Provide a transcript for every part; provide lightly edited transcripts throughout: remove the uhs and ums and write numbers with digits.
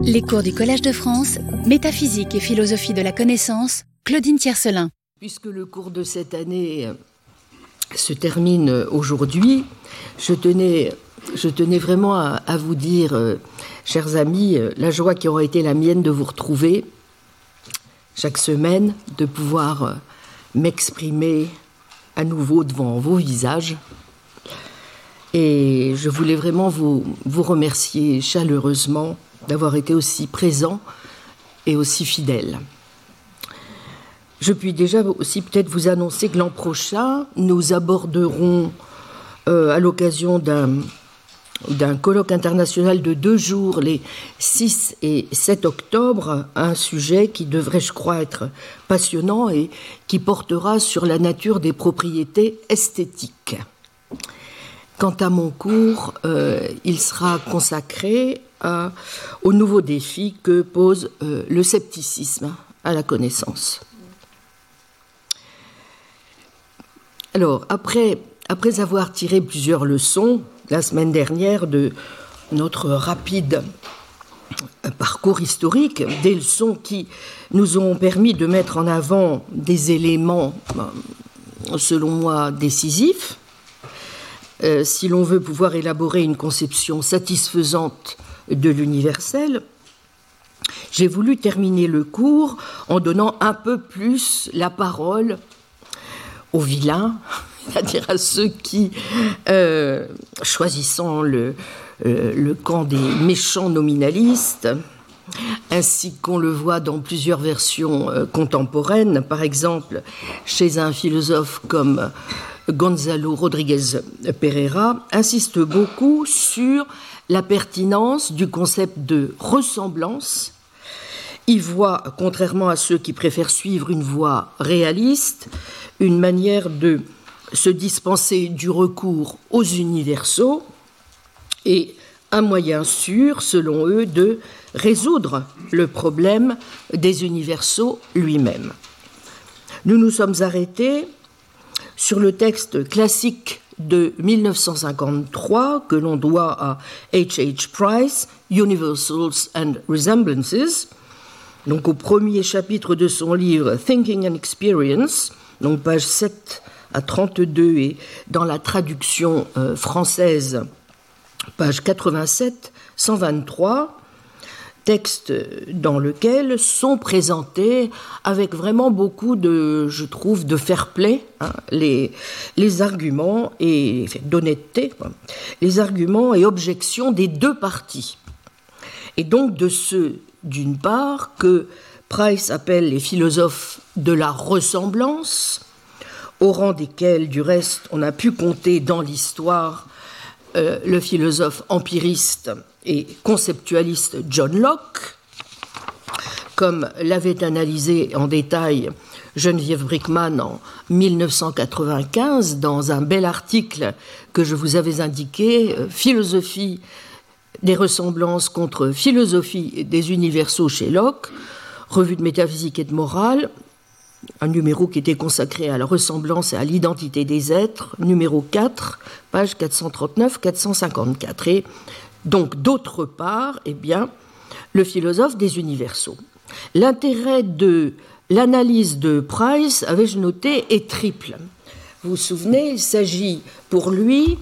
Les cours du Collège de France, Métaphysique et philosophie de la connaissance, Claudine Tiercelin. Puisque le cours de cette année se termine aujourd'hui, je tenais vraiment à vous dire, chers amis, la joie qui aura été la mienne de vous retrouver chaque semaine, de pouvoir m'exprimer à nouveau devant vos visages. Et je voulais vraiment vous remercier chaleureusement d'avoir été aussi présent et aussi fidèle. Je puis déjà aussi peut-être vous annoncer que l'an prochain, nous aborderons à l'occasion d'un colloque international de 2 jours, les 6 et 7 octobre, un sujet qui devrait, je crois, être passionnant et qui portera sur la nature des propriétés esthétiques. Quant à mon cours, il sera consacré au nouveau défi que pose le scepticisme à la connaissance. Alors, après avoir tiré plusieurs leçons la semaine dernière de notre rapide parcours historique, des leçons qui nous ont permis de mettre en avant des éléments, selon moi, décisifs, si l'on veut pouvoir élaborer une conception satisfaisante de l'universel, j'ai voulu terminer le cours en donnant un peu plus la parole aux vilains, c'est-à-dire à ceux qui, choisissant le camp des méchants nominalistes, ainsi qu'on le voit dans plusieurs versions contemporaines, par exemple chez un philosophe comme Gonzalo Rodriguez Pereira, insiste beaucoup sur la pertinence du concept de ressemblance. Il voit, contrairement à ceux qui préfèrent suivre une voie réaliste, une manière de se dispenser du recours aux universaux et un moyen sûr, selon eux, de résoudre le problème des universaux lui-même. Nous nous sommes arrêtés sur le texte classique de 1953 que l'on doit à H.H. Price, Universals and Resemblances, donc au premier chapitre de son livre Thinking and Experience, donc pages 7 à 32, et dans la traduction française, page 87, 123, texte dans lequel sont présentés avec vraiment beaucoup de, je trouve, de fair play, les arguments et d'honnêteté, les arguments et objections des deux parties. Et donc de ceux, d'une part, que Price appelle les philosophes de la ressemblance, au rang desquels, du reste, on a pu compter dans l'histoire le philosophe empiriste et conceptualiste John Locke, comme l'avait analysé en détail Geneviève Brickman en 1995 dans un bel article que je vous avais indiqué, Philosophie des ressemblances contre philosophie des universaux chez Locke, revue de métaphysique et de morale, un numéro qui était consacré à la ressemblance et à l'identité des êtres, numéro 4, page 439-454. Et donc, d'autre part, le philosophe des universaux. L'intérêt de l'analyse de Price, avais-je noté, est triple. Vous vous souvenez, il s'agit pour lui,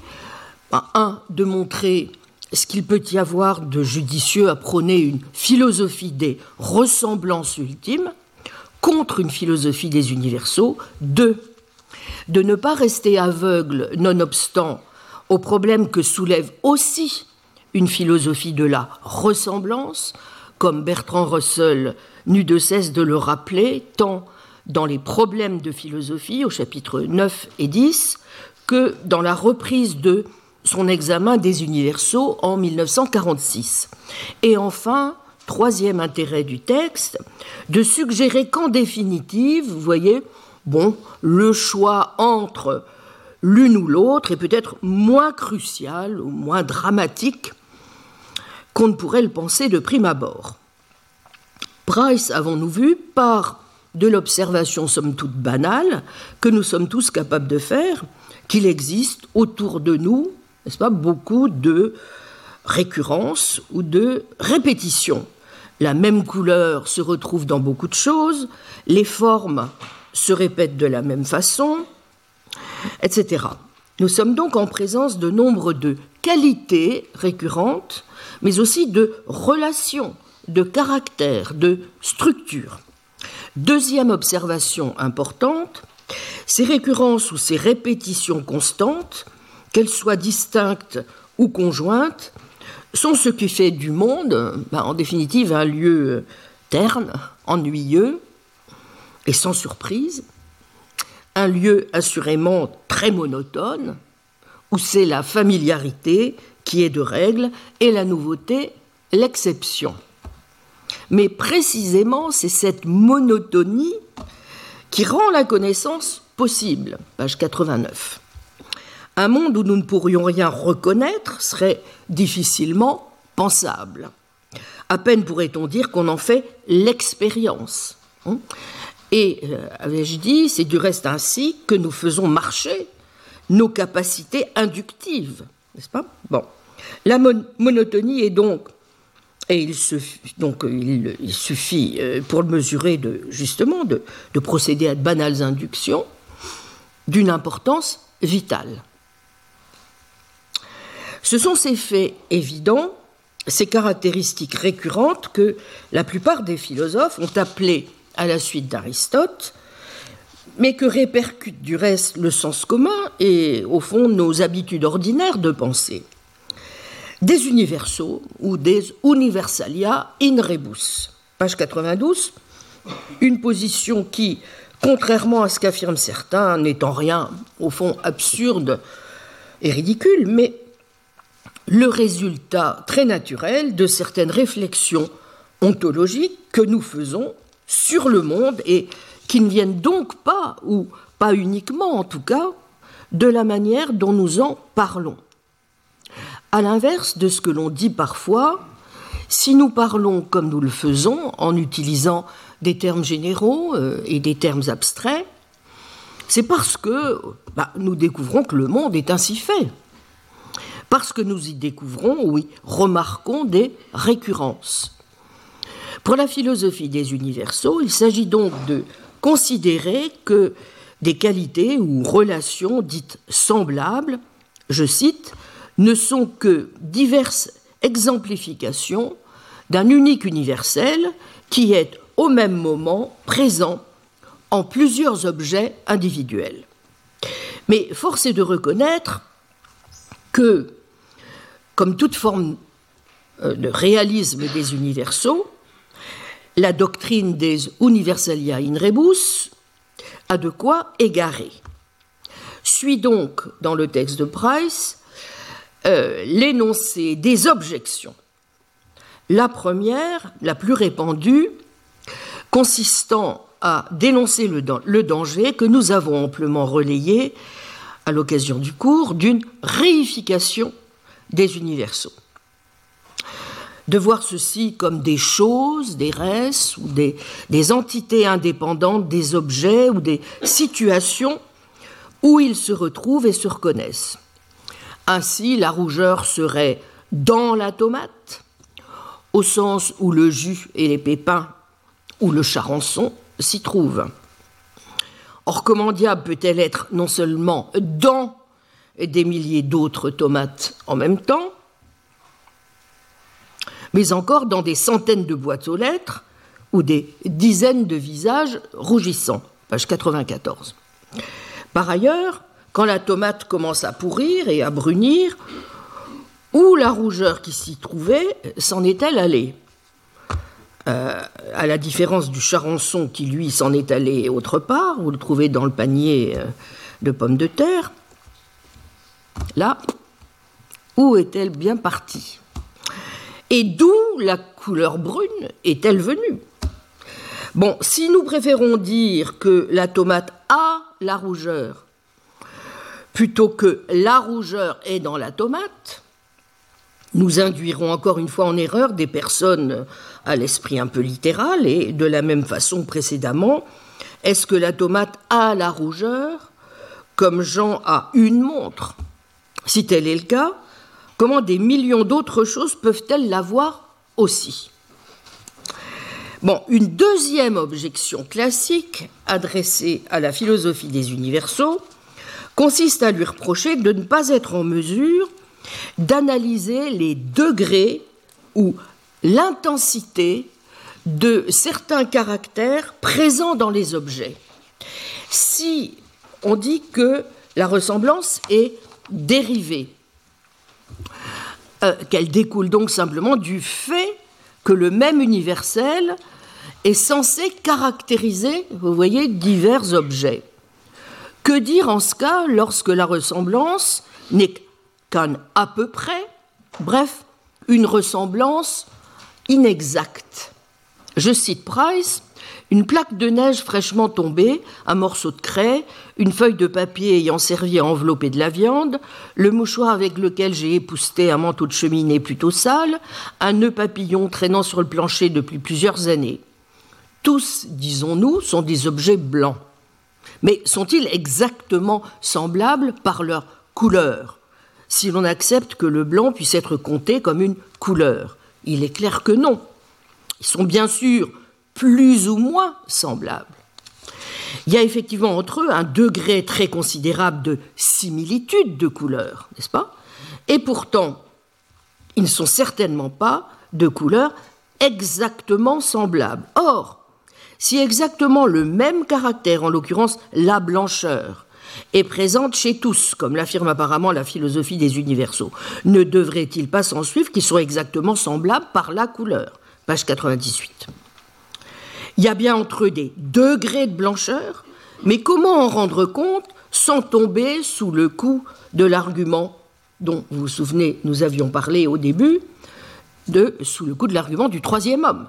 de montrer ce qu'il peut y avoir de judicieux à prôner une philosophie des ressemblances ultimes contre une philosophie des universaux. 2, de ne pas rester aveugle, nonobstant, au problème que soulève aussi une philosophie de la ressemblance, comme Bertrand Russell n'eut de cesse de le rappeler, tant dans les problèmes de philosophie, au chapitre 9 et 10, que dans la reprise de son examen des universaux en 1946. Et enfin, 3e intérêt du texte, de suggérer qu'en définitive, vous voyez, le choix entre l'une ou l'autre est peut-être moins crucial ou moins dramatique qu'on ne pourrait le penser de prime abord. Price, avons-nous vu, part de l'observation somme toute banale que nous sommes tous capables de faire, qu'il existe autour de nous, n'est-ce pas, beaucoup de récurrence ou de répétition la même couleur se retrouve dans beaucoup de choses, les formes se répètent de la même façon, etc. Nous sommes donc en présence de nombre de qualités récurrentes, mais aussi de relations, de caractères, de structures. Deuxième observation importante, ces récurrences ou ces répétitions constantes, qu'elles soient distinctes ou conjointes, sont ce qui fait du monde, en définitive, un lieu terne, ennuyeux et sans surprise, un lieu assurément très monotone, où c'est la familiarité qui est de règle et la nouveauté l'exception. Mais précisément, c'est cette monotonie qui rend la connaissance possible. Page 89. Un monde où nous ne pourrions rien reconnaître serait difficilement pensable. À peine pourrait-on dire qu'on en fait l'expérience. Et, avais-je dit, c'est du reste ainsi que nous faisons marcher nos capacités inductives, n'est-ce pas ? Bon. La monotonie est donc, et il suffit pour le mesurer justement de procéder à de banales inductions, d'une importance vitale. Ce sont ces faits évidents, ces caractéristiques récurrentes que la plupart des philosophes ont appelées, à la suite d'Aristote, mais que répercute du reste le sens commun et, au fond, nos habitudes ordinaires de pensée. Des universaux ou des universalia in rebus. Page 92, une position qui, contrairement à ce qu'affirment certains, n'est en rien, au fond, absurde et ridicule, mais le résultat très naturel de certaines réflexions ontologiques que nous faisons sur le monde et qui ne viennent donc pas, ou pas uniquement en tout cas, de la manière dont nous en parlons. À l'inverse de ce que l'on dit parfois, si nous parlons comme nous le faisons, en utilisant des termes généraux et des termes abstraits, c'est parce que nous découvrons que le monde est ainsi fait. Parce que nous y découvrons ou y remarquons des récurrences. Pour la philosophie des universaux, il s'agit donc de considérer que des qualités ou relations dites semblables, je cite, ne sont que diverses exemplifications d'un unique universel qui est au même moment présent en plusieurs objets individuels. Mais force est de reconnaître que, comme toute forme de réalisme des universaux, la doctrine des universalia in rebus a de quoi égarer. Suit donc, dans le texte de Price, l'énoncé des objections. La première, la plus répandue, consistant à dénoncer le danger que nous avons amplement relayé à l'occasion du cours d'une réification des universaux. De voir ceci comme des choses, des res, ou des entités indépendantes des objets ou des situations où ils se retrouvent et se reconnaissent. Ainsi, la rougeur serait dans la tomate, au sens où le jus et les pépins ou le charançon s'y trouvent. Or, comment diable peut-elle être non seulement dans des milliers d'autres tomates en même temps, mais encore dans des centaines de boîtes aux lettres ou des dizaines de visages rougissants. Page 94. Par ailleurs, quand la tomate commence à pourrir et à brunir, où la rougeur qui s'y trouvait s'en est-elle allée ? À la différence du charançon qui, lui, s'en est allé autre part, vous le trouvez dans le panier de pommes de terre. Là, où est-elle bien partie ? Et d'où la couleur brune est-elle venue ? Bon, si nous préférons dire que la tomate a la rougeur, plutôt que la rougeur est dans la tomate, nous induirons encore une fois en erreur des personnes à l'esprit un peu littéral, et de la même façon précédemment, est-ce que la tomate a la rougeur comme Jean a une montre ? Si tel est le cas, comment des millions d'autres choses peuvent-elles l'avoir aussi ? Bon, une deuxième objection classique adressée à la philosophie des universaux consiste à lui reprocher de ne pas être en mesure d'analyser les degrés ou l'intensité de certains caractères présents dans les objets. Si on dit que la ressemblance est dérivée, qu'elle découle donc simplement du fait que le même universel est censé caractériser, vous voyez, divers objets. Que dire en ce cas lorsque la ressemblance n'est qu'un à peu près, bref, une ressemblance inexacte? Je cite Price: une plaque de neige fraîchement tombée, un morceau de craie, une feuille de papier ayant servi à envelopper de la viande, le mouchoir avec lequel j'ai épousseté un manteau de cheminée plutôt sale, un nœud papillon traînant sur le plancher depuis plusieurs années. Tous, disons-nous, sont des objets blancs. Mais sont-ils exactement semblables par leur couleur, si l'on accepte que le blanc puisse être compté comme une couleur? Il est clair que non. Ils sont bien sûr plus ou moins semblables. Il y a effectivement entre eux un degré très considérable de similitude de couleurs, n'est-ce pas? Et pourtant, ils ne sont certainement pas de couleurs exactement semblables. Or, si exactement le même caractère, en l'occurrence la blancheur, est présente chez tous, comme l'affirme apparemment la philosophie des universaux, ne devrait-il pas s'en suivre qu'ils soient exactement semblables par la couleur? Page 98. Il y a bien entre eux des degrés de blancheur, mais comment en rendre compte sans tomber sous le coup de l'argument dont, vous vous souvenez, nous avions parlé au début, sous le coup de l'argument du troisième homme?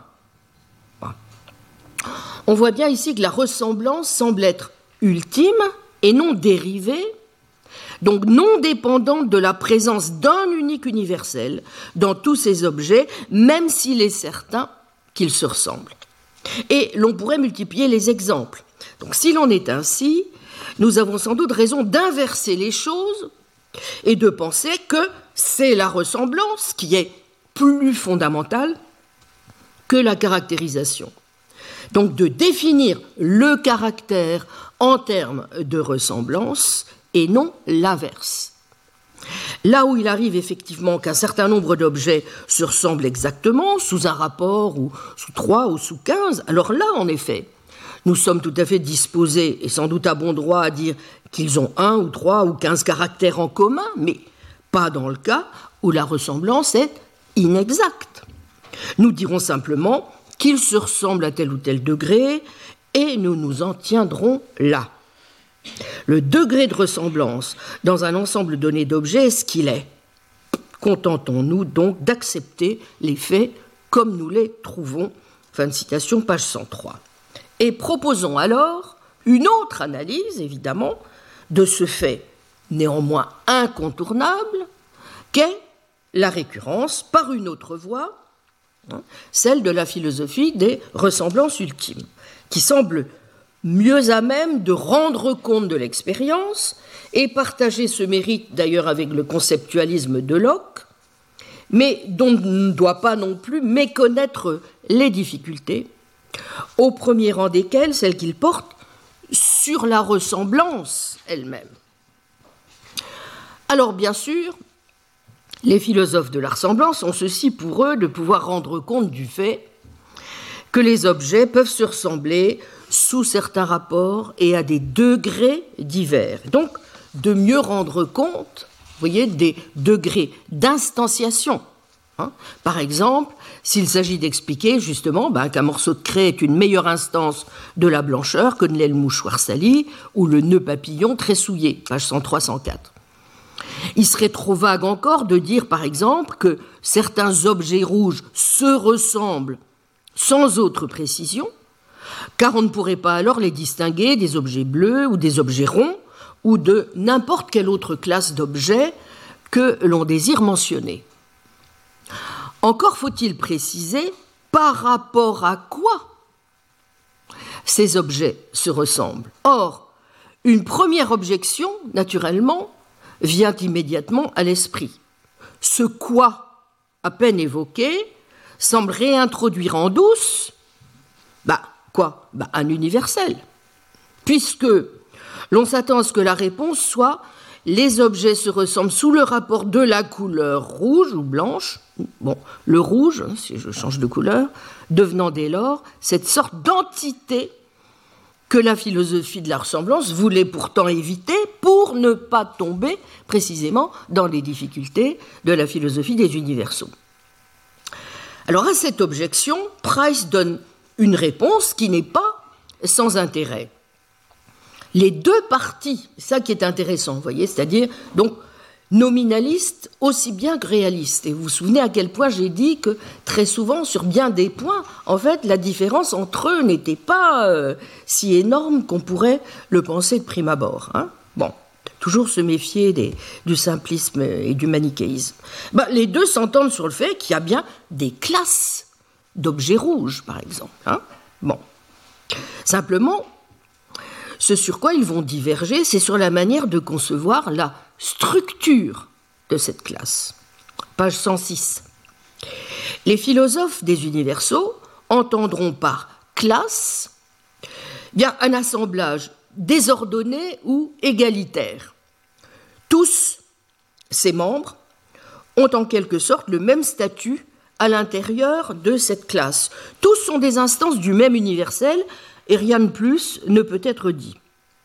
On voit bien ici que la ressemblance semble être ultime et non dérivée, donc non dépendante de la présence d'un unique universel dans tous ces objets, même s'il est certain qu'ils se ressemblent. Et l'on pourrait multiplier les exemples. Donc si l'on est ainsi, nous avons sans doute raison d'inverser les choses et de penser que c'est la ressemblance qui est plus fondamentale que la caractérisation. Donc de définir le caractère en termes de ressemblance et non l'inverse. Là où il arrive effectivement qu'un certain nombre d'objets se ressemblent exactement, sous un rapport, ou sous 3 ou sous 15, alors là, en effet, nous sommes tout à fait disposés, et sans doute à bon droit, à dire qu'ils ont 1 ou 3 ou 15 caractères en commun, mais pas dans le cas où la ressemblance est inexacte. Nous dirons simplement qu'ils se ressemblent à tel ou tel degré, et nous nous en tiendrons là. Le degré de ressemblance dans un ensemble donné d'objets est ce qu'il est. Contentons-nous donc d'accepter les faits comme nous les trouvons. Fin de citation, page 103. Et proposons alors une autre analyse, évidemment, de ce fait néanmoins incontournable qu'est la récurrence par une autre voie, celle de la philosophie des ressemblances ultimes, qui semble mieux à même de rendre compte de l'expérience et partager ce mérite d'ailleurs avec le conceptualisme de Locke, mais dont on ne doit pas non plus méconnaître les difficultés, au premier rang desquelles celles qu'il porte sur la ressemblance elle-même. Alors bien sûr, les philosophes de la ressemblance ont ceci pour eux de pouvoir rendre compte du fait que les objets peuvent se ressembler sous certains rapports et à des degrés divers. Donc, de mieux rendre compte, vous voyez, des degrés d'instanciation. Par exemple, s'il s'agit d'expliquer justement qu'un morceau de craie est une meilleure instance de la blancheur que ne l'est le mouchoir sali ou le nœud papillon très souillé, page 103-104. Il serait trop vague encore de dire, par exemple, que certains objets rouges se ressemblent sans autre précision, car on ne pourrait pas alors les distinguer des objets bleus ou des objets ronds ou de n'importe quelle autre classe d'objets que l'on désire mentionner. Encore faut-il préciser par rapport à quoi ces objets se ressemblent. Or, une première objection, naturellement, vient immédiatement à l'esprit. Ce quoi, à peine évoqué, semble réintroduire en douce Quoi ? Un universel. Puisque l'on s'attend à ce que la réponse soit « les objets se ressemblent sous le rapport de la couleur rouge ou blanche ». Bon, le rouge, si je change de couleur, devenant dès lors cette sorte d'entité que la philosophie de la ressemblance voulait pourtant éviter pour ne pas tomber précisément dans les difficultés de la philosophie des universaux. Alors à cette objection, Price donne une réponse qui n'est pas sans intérêt. Les deux parties, c'est ça qui est intéressant, vous voyez, c'est-à-dire donc nominaliste aussi bien que réaliste. Et vous vous souvenez à quel point j'ai dit que très souvent, sur bien des points, en fait, la différence entre eux n'était pas si énorme qu'on pourrait le penser de prime abord. Bon, toujours se méfier du simplisme et du manichéisme. Les deux s'entendent sur le fait qu'il y a bien des classes d'objets rouges, par exemple. Bon, simplement, ce sur quoi ils vont diverger, c'est sur la manière de concevoir la structure de cette classe. Page 106. Les philosophes des universaux entendront par classe un assemblage désordonné ou égalitaire. Tous ces membres ont en quelque sorte le même statut à l'intérieur de cette classe. Tous sont des instances du même universel et rien de plus ne peut être dit.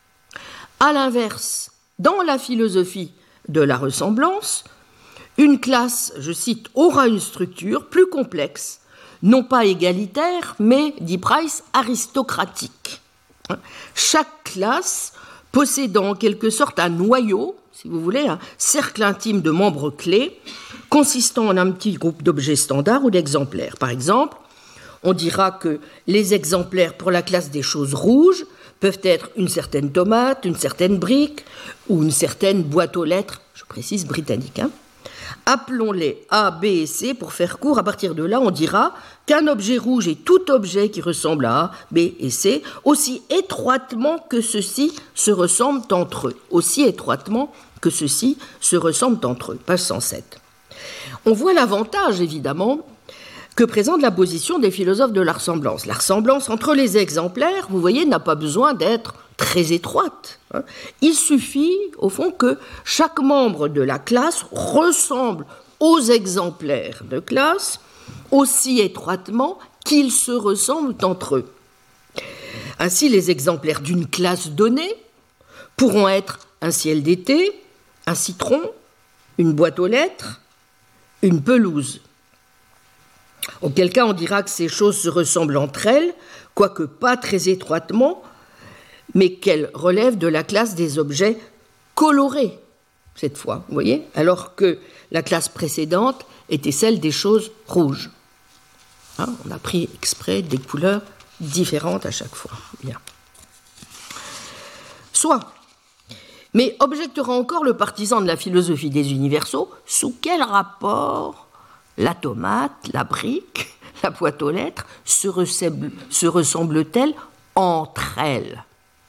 À l'inverse, dans la philosophie de la ressemblance, une classe, je cite, aura une structure plus complexe, non pas égalitaire, mais, dit Price, aristocratique. Chaque classe possédant en quelque sorte un noyau, si vous voulez, un cercle intime de membres clés, consistant en un petit groupe d'objets standards ou d'exemplaires. Par exemple, on dira que les exemplaires pour la classe des choses rouges peuvent être une certaine tomate, une certaine brique ou une certaine boîte aux lettres, je précise britannique. Appelons-les A, B et C pour faire court. À partir de là, on dira qu'un objet rouge est tout objet qui ressemble à A, B et C, aussi étroitement que ceux-ci se ressemblent entre eux. Aussi étroitement que ceux-ci se ressemblent entre eux. Page 107. On voit l'avantage, évidemment, que présente la position des philosophes de la ressemblance. La ressemblance entre les exemplaires, vous voyez, n'a pas besoin d'être très étroite. Il suffit, au fond, que chaque membre de la classe ressemble aux exemplaires de classe aussi étroitement qu'ils se ressemblent entre eux. Ainsi, les exemplaires d'une classe donnée pourront être un ciel d'été, un citron, une boîte aux lettres, une pelouse. Auquel cas, on dira que ces choses se ressemblent entre elles, quoique pas très étroitement, mais qu'elles relèvent de la classe des objets colorés, cette fois, vous voyez, alors que la classe précédente était celle des choses rouges. On a pris exprès des couleurs différentes à chaque fois. Bien. Soit, mais objectera encore le partisan de la philosophie des universaux, sous quel rapport la tomate, la brique, la boîte aux lettres se ressemblent-elles entre elles ?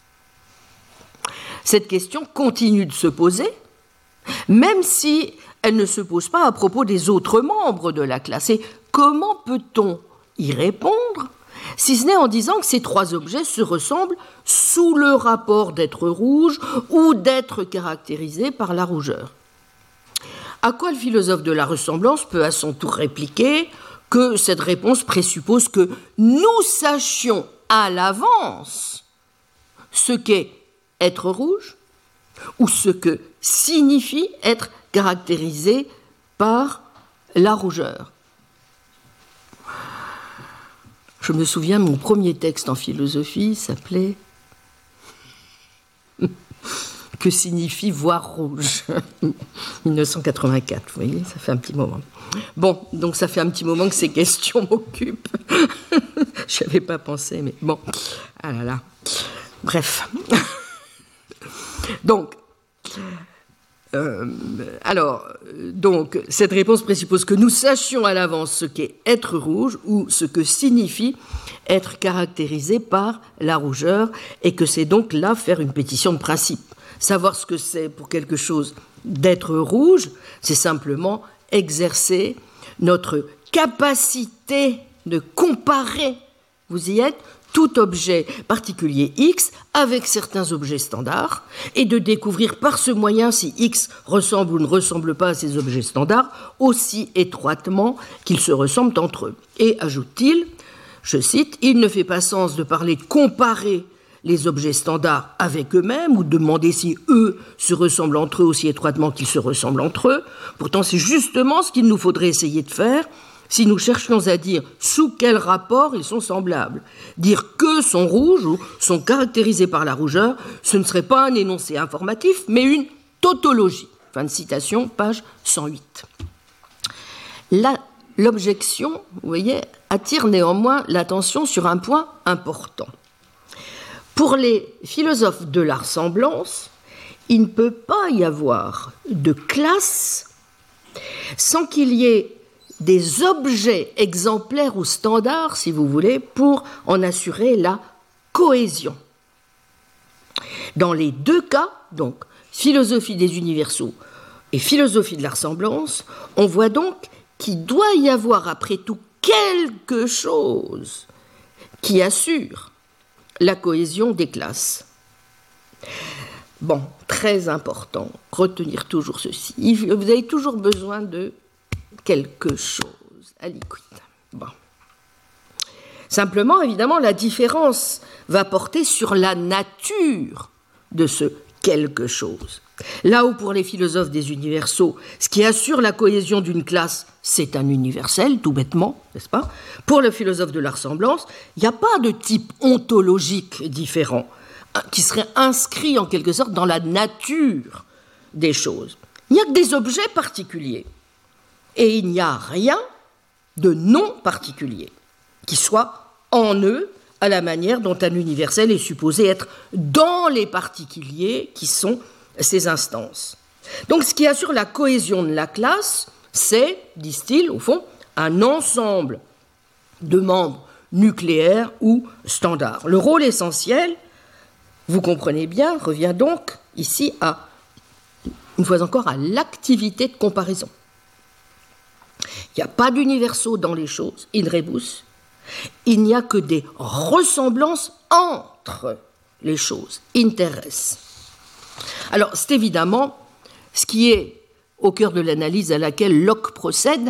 Cette question continue de se poser, même si elle ne se pose pas à propos des autres membres de la classe. Et comment peut-on y répondre, si ce n'est en disant que ces trois objets se ressemblent sous le rapport d'être rouge ou d'être caractérisés par la rougeur ? À quoi le philosophe de la ressemblance peut à son tour répliquer que cette réponse présuppose que nous sachions à l'avance ce qu'est être rouge ou ce que signifie être caractérisé par la rougeur. Je me souviens, mon premier texte en philosophie s'appelait « Que signifie voir rouge ?» 1984, vous voyez, ça fait un petit moment. Bon, donc ça fait un petit moment que ces questions m'occupent. Je n'y avais pas pensé, mais bon. Ah là là. Bref. Donc, cette réponse présuppose que nous sachions à l'avance ce qu'est être rouge ou ce que signifie être caractérisé par la rougeur et que c'est donc là faire une pétition de principe. Savoir ce que c'est pour quelque chose d'être rouge, c'est simplement exercer notre capacité de comparer vous y êtes, tout objet particulier X avec certains objets standards et de découvrir par ce moyen si X ressemble ou ne ressemble pas à ces objets standards aussi étroitement qu'ils se ressemblent entre eux. Et ajoute-t-il, je cite, « Il ne fait pas sens de parler de comparer les objets standards avec eux-mêmes ou de demander si eux se ressemblent entre eux aussi étroitement qu'ils se ressemblent entre eux. Pourtant, c'est justement ce qu'il nous faudrait essayer de faire si nous cherchions à dire sous quel rapport ils sont semblables. Dire qu'eux sont rouges ou sont caractérisés par la rougeur, ce ne serait pas un énoncé informatif, mais une tautologie. » Fin de citation, page 108. Là, l'objection, vous voyez, attire néanmoins l'attention sur un point important. Pour les philosophes de la ressemblance, il ne peut pas y avoir de classe sans qu'il y ait des objets exemplaires ou standards, si vous voulez, pour en assurer la cohésion. Dans les deux cas, donc philosophie des universaux et philosophie de la ressemblance, on voit donc qu'il doit y avoir après tout quelque chose qui assure la cohésion des classes. Bon, très important, retenir toujours ceci. Vous avez toujours besoin de quelque chose à l'écoute. Bon. Simplement, évidemment, la différence va porter sur la nature de ce quelque chose. Là où pour les philosophes des universaux, ce qui assure la cohésion d'une classe, c'est un universel, tout bêtement, n'est-ce pas? Pour le philosophe de la ressemblance, il n'y a pas de type ontologique différent qui serait inscrit en quelque sorte dans la nature des choses. Il n'y a que des objets particuliers. Et il n'y a rien de non particulier qui soit en eux à la manière dont un universel est supposé être dans les particuliers qui sont ces instances. Donc ce qui assure la cohésion de la classe, c'est, disent-ils, au fond, un ensemble de membres nucléaires ou standards. Le rôle essentiel, vous comprenez bien, revient donc ici à, une fois encore, à l'activité de comparaison. Il n'y a pas d'universaux dans les choses, in rebus. Il n'y a que des ressemblances entre les choses, inter res. Alors, c'est évidemment ce qui est au cœur de l'analyse à laquelle Locke procède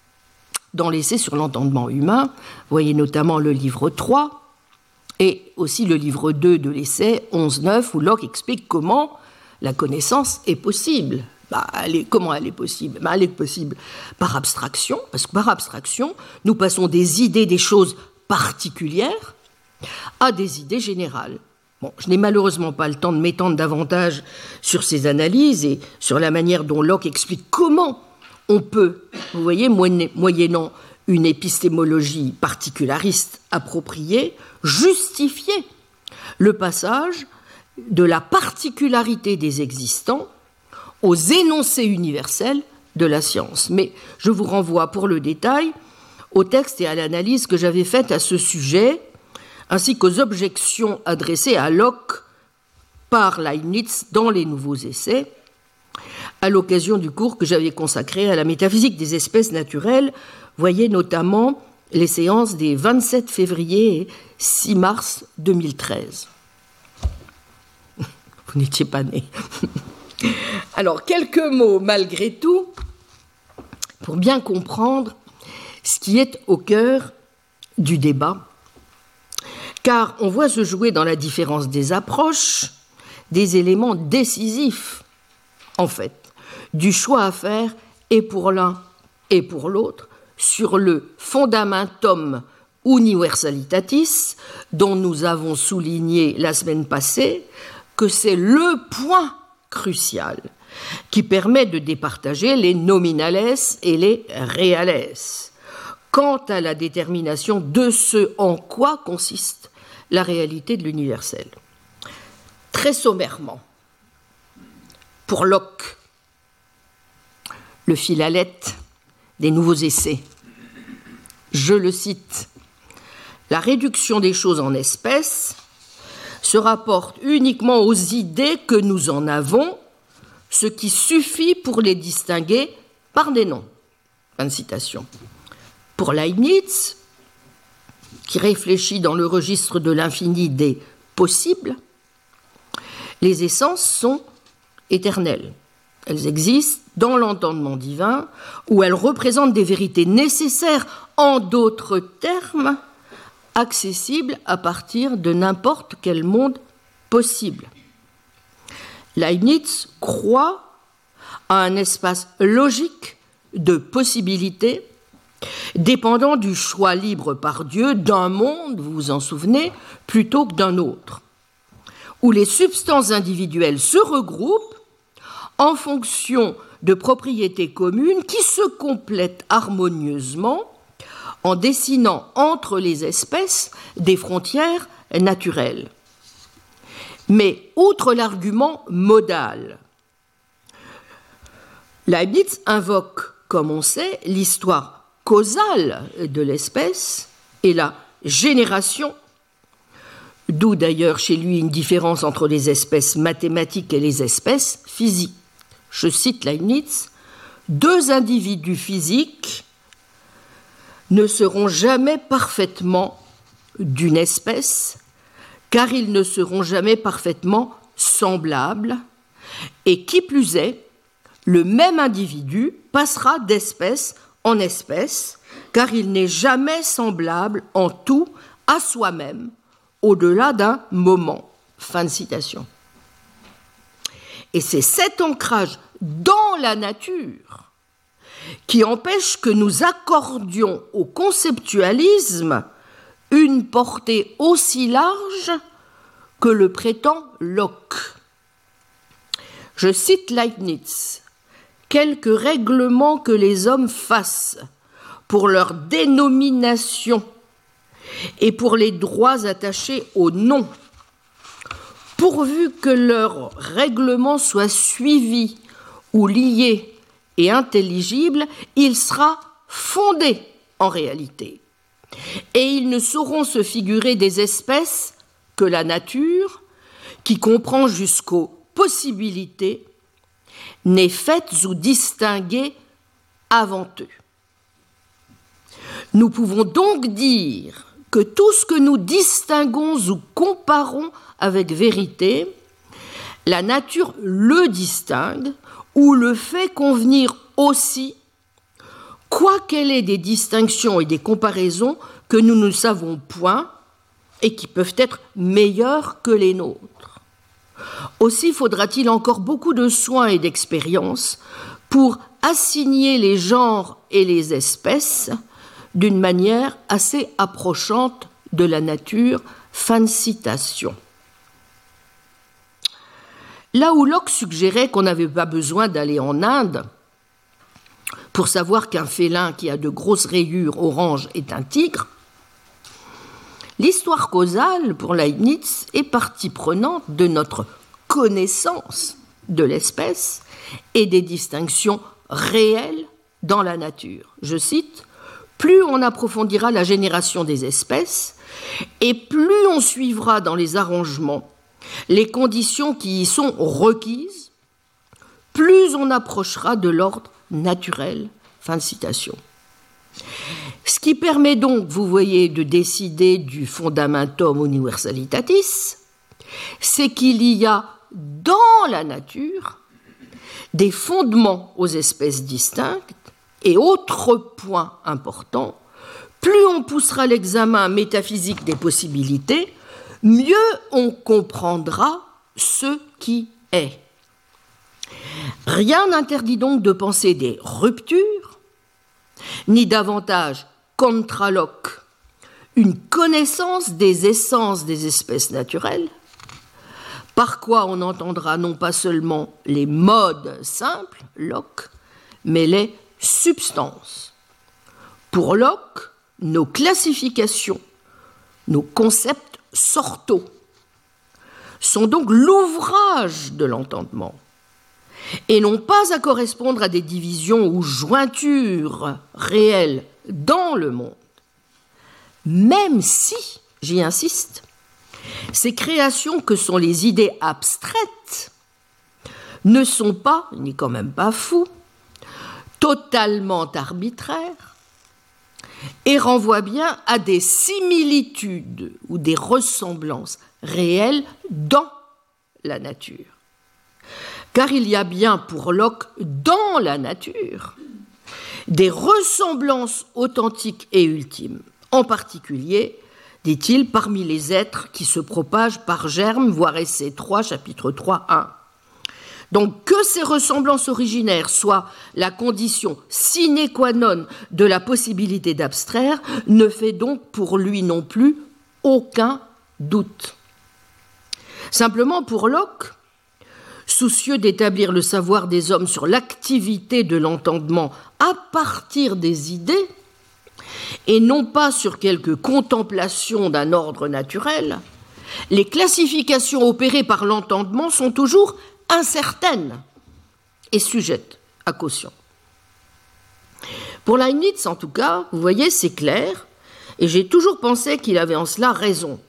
dans l'essai sur l'entendement humain. Vous voyez notamment le livre 3 et aussi le livre 2 de l'essai 11-9 où Locke explique comment la connaissance est possible. Comment elle est possible? Elle est possible par abstraction, parce que par abstraction, nous passons des idées des choses particulières à des idées générales. Bon, je n'ai malheureusement pas le temps de m'étendre davantage sur ces analyses et sur la manière dont Locke explique comment on peut, vous voyez, moyennant une épistémologie particulariste appropriée, justifier le passage de la particularité des existants aux énoncés universels de la science. Mais je vous renvoie pour le détail au texte et à l'analyse que j'avais faite à ce sujet, ainsi qu'aux objections adressées à Locke par Leibniz dans les nouveaux essais, à l'occasion du cours que j'avais consacré à la métaphysique des espèces naturelles. Voyez notamment les séances des 27 février et 6 mars 2013. Vous n'étiez pas né. Alors, quelques mots, malgré tout, pour bien comprendre ce qui est au cœur du débat, car on voit se jouer dans la différence des approches des éléments décisifs, en fait, du choix à faire et pour l'un et pour l'autre sur le fundamentum universalitatis dont nous avons souligné la semaine passée que c'est le point crucial qui permet de départager les nominales et les reales quant à la détermination de ce en quoi consiste la réalité de l'universel. Très sommairement, pour Locke, le fil à lettre des nouveaux essais, je le cite, « La réduction des choses en espèces se rapporte uniquement aux idées que nous en avons, ce qui suffit pour les distinguer par des noms. » Fin de citation. Pour Leibniz, qui réfléchit dans le registre de l'infini des possibles, les essences sont éternelles. Elles existent dans l'entendement divin, où elles représentent des vérités nécessaires, en d'autres termes, accessibles à partir de n'importe quel monde possible. Leibniz croit à un espace logique de possibilités dépendant du choix libre par Dieu d'un monde, vous vous en souvenez, plutôt que d'un autre, où les substances individuelles se regroupent en fonction de propriétés communes qui se complètent harmonieusement en dessinant entre les espèces des frontières naturelles. Mais outre l'argument modal, Leibniz invoque, comme on sait, l'histoire causale de l'espèce et la génération, d'où d'ailleurs chez lui une différence entre les espèces mathématiques et les espèces physiques. Je cite Leibniz, « Deux individus physiques ne seront jamais parfaitement d'une espèce, car ils ne seront jamais parfaitement semblables, et qui plus est, le même individu passera d'espèce en espèce, car il n'est jamais semblable en tout à soi-même, au-delà d'un moment. » Fin de citation. Et c'est cet ancrage dans la nature qui empêche que nous accordions au conceptualisme une portée aussi large que le prétend Locke. Je cite Leibniz, « Quelques règlements que les hommes fassent pour leur dénomination et pour les droits attachés au nom, pourvu que leurs règlements soient suivis ou liés et intelligibles, il sera fondé en réalité. Et ils ne sauront se figurer des espèces que la nature, qui comprend jusqu'aux possibilités, n'est faite ou distinguée avant eux. » Nous pouvons donc dire que tout ce que nous distinguons ou comparons avec vérité, la nature le distingue ou le fait convenir aussi, quoiqu'elle ait des distinctions et des comparaisons que nous ne savons point et qui peuvent être meilleures que les nôtres. Aussi faudra-t-il encore beaucoup de soins et d'expérience pour assigner les genres et les espèces d'une manière assez approchante de la nature. Fin de citation. Là où Locke suggérait qu'on n'avait pas besoin d'aller en Inde pour savoir qu'un félin qui a de grosses rayures oranges est un tigre, l'histoire causale, pour Leibniz, est partie prenante de notre connaissance de l'espèce et des distinctions réelles dans la nature. Je cite, « Plus on approfondira la génération des espèces et plus on suivra dans les arrangements les conditions qui y sont requises, plus on approchera de l'ordre naturel. » Fin de citation. Ce qui permet donc, vous voyez, de décider du fundamentum universalitatis, c'est qu'il y a dans la nature des fondements aux espèces distinctes. Et autre point important, plus on poussera l'examen métaphysique des possibilités, mieux on comprendra ce qui est. Rien n'interdit donc de penser des ruptures, ni davantage, contra Locke, une connaissance des essences des espèces naturelles, par quoi on entendra non pas seulement les modes simples, Locke, mais les substances. Pour Locke, nos classifications, nos concepts sortaux sont donc l'ouvrage de l'entendement et n'ont pas à correspondre à des divisions ou jointures réelles dans le monde, même si, j'y insiste, ces créations que sont les idées abstraites ne sont pas, il n'est quand même pas fou, totalement arbitraires, et renvoie bien à des similitudes ou des ressemblances réelles dans la nature. Car il y a bien pour Locke dans la nature des ressemblances authentiques et ultimes, en particulier, dit-il, parmi les êtres qui se propagent par germes, voir Essai 3, chapitre 3, 1. Donc que ces ressemblances originaires soient la condition sine qua non de la possibilité d'abstraire ne fait donc pour lui non plus aucun doute. Simplement pour Locke, soucieux d'établir le savoir des hommes sur l'activité de l'entendement à partir des idées, et non pas sur quelque contemplation d'un ordre naturel, les classifications opérées par l'entendement sont toujours incertaines et sujettes à caution. Pour Leibniz, en tout cas, vous voyez, c'est clair, et j'ai toujours pensé qu'il avait en cela raison.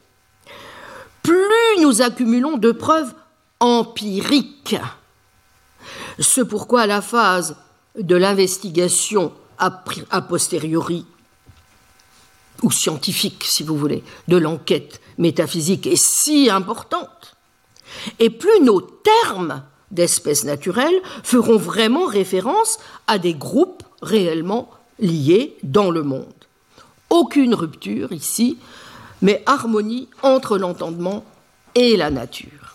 Plus nous accumulons de preuves empiriques, ce pourquoi la phase de l'investigation a posteriori, ou scientifique, si vous voulez, de l'enquête métaphysique est si importante, et plus nos termes d'espèces naturelles feront vraiment référence à des groupes réellement liés dans le monde. Aucune rupture ici, mais harmonie entre l'entendement et la nature.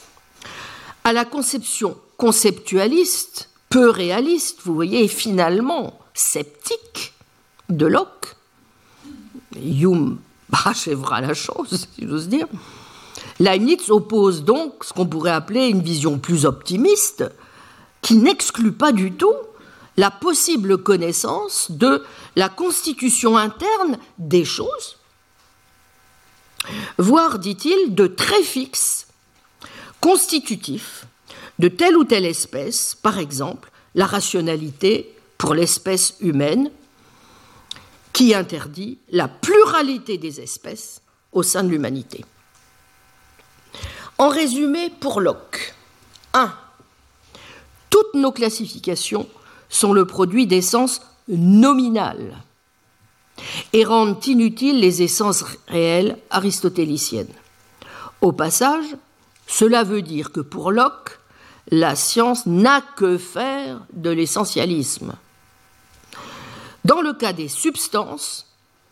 À la conception conceptualiste, peu réaliste, vous voyez, et finalement sceptique de Locke, Hume achèvera la chose, si j'ose dire, Leibniz oppose donc ce qu'on pourrait appeler une vision plus optimiste, qui n'exclut pas du tout la possible connaissance de la constitution interne des choses, voire, dit-il, de traits fixes, constitutifs de telle ou telle espèce, par exemple la rationalité pour l'espèce humaine, qui interdit la pluralité des espèces au sein de l'humanité. En résumé, pour Locke, 1. Toutes nos classifications sont le produit d'essences nominales et rendent inutiles les essences réelles aristotéliciennes. Au passage, cela veut dire que pour Locke, la science n'a que faire de l'essentialisme. Dans le cas des substances,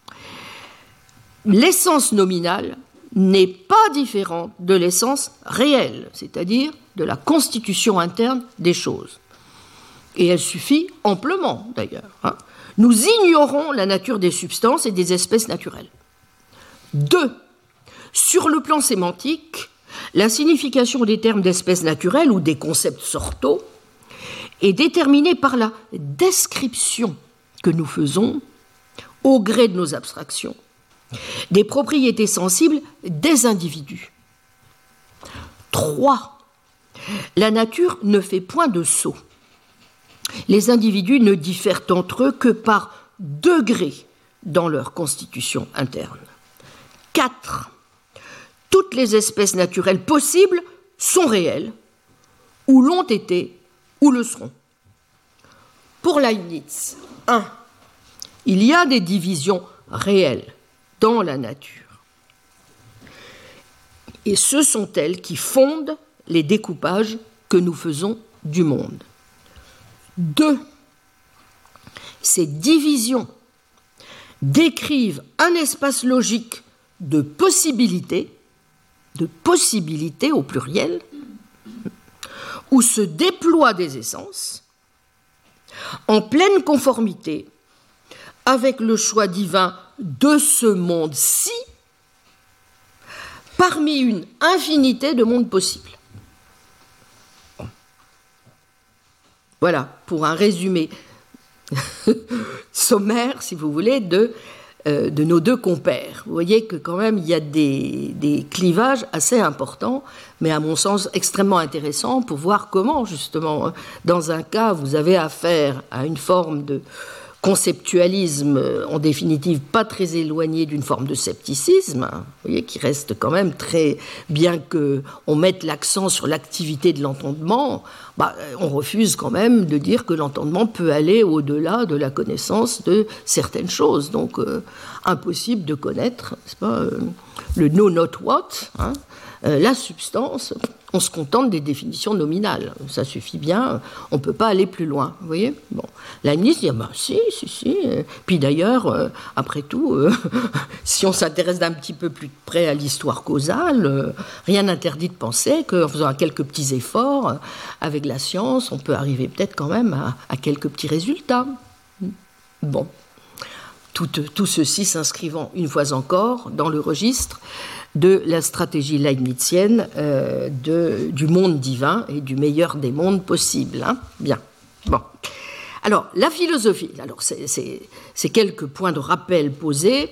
l'essence nominale n'est pas différente de l'essence réelle, c'est-à-dire de la constitution interne des choses. Et elle suffit amplement, d'ailleurs. Nous ignorons la nature des substances et des espèces naturelles. 2. Sur le plan sémantique, la signification des termes d'espèces naturelles ou des concepts sortaux est déterminée par la description que nous faisons, au gré de nos abstractions, des propriétés sensibles des individus. 3. La nature ne fait point de saut. Les individus ne diffèrent entre eux que par degrés dans leur constitution interne. 4. Toutes les espèces naturelles possibles sont réelles, ou l'ont été, ou le seront. Pour Leibniz, 1. Il y a des divisions réelles dans la nature. Et ce sont elles qui fondent les découpages que nous faisons du monde. 2. Ces divisions décrivent un espace logique de possibilités au pluriel, où se déploient des essences en pleine conformité avec le choix divin de ce monde-ci parmi une infinité de mondes possibles. Voilà, pour un résumé sommaire, si vous voulez, de nos deux compères. Vous voyez que quand même, il y a des clivages assez importants, mais à mon sens extrêmement intéressants pour voir comment, justement, dans un cas, vous avez affaire à une forme de conceptualisme, en définitive, pas très éloigné d'une forme de scepticisme, vous voyez, qui reste quand même très... Bien qu'on mette l'accent sur l'activité de l'entendement, on refuse quand même de dire que l'entendement peut aller au-delà de la connaissance de certaines choses. Donc, impossible de connaître, n'est-ce pas, le know not what, hein, la substance. On se contente des définitions nominales. Ça suffit bien, on ne peut pas aller plus loin. Vous voyez, bon. Leibniz dit, si. Puis d'ailleurs, après tout, si on s'intéresse d'un petit peu plus près à l'histoire causale, rien n'interdit de penser qu'en faisant quelques petits efforts avec la science, on peut arriver peut-être quand même à quelques petits résultats. Bon. Tout ceci s'inscrivant une fois encore dans le registre de la stratégie leibnizienne du monde divin et du meilleur des mondes possibles. Hein. Bien. Bon. Alors, la philosophie, c'est quelques points de rappel posés.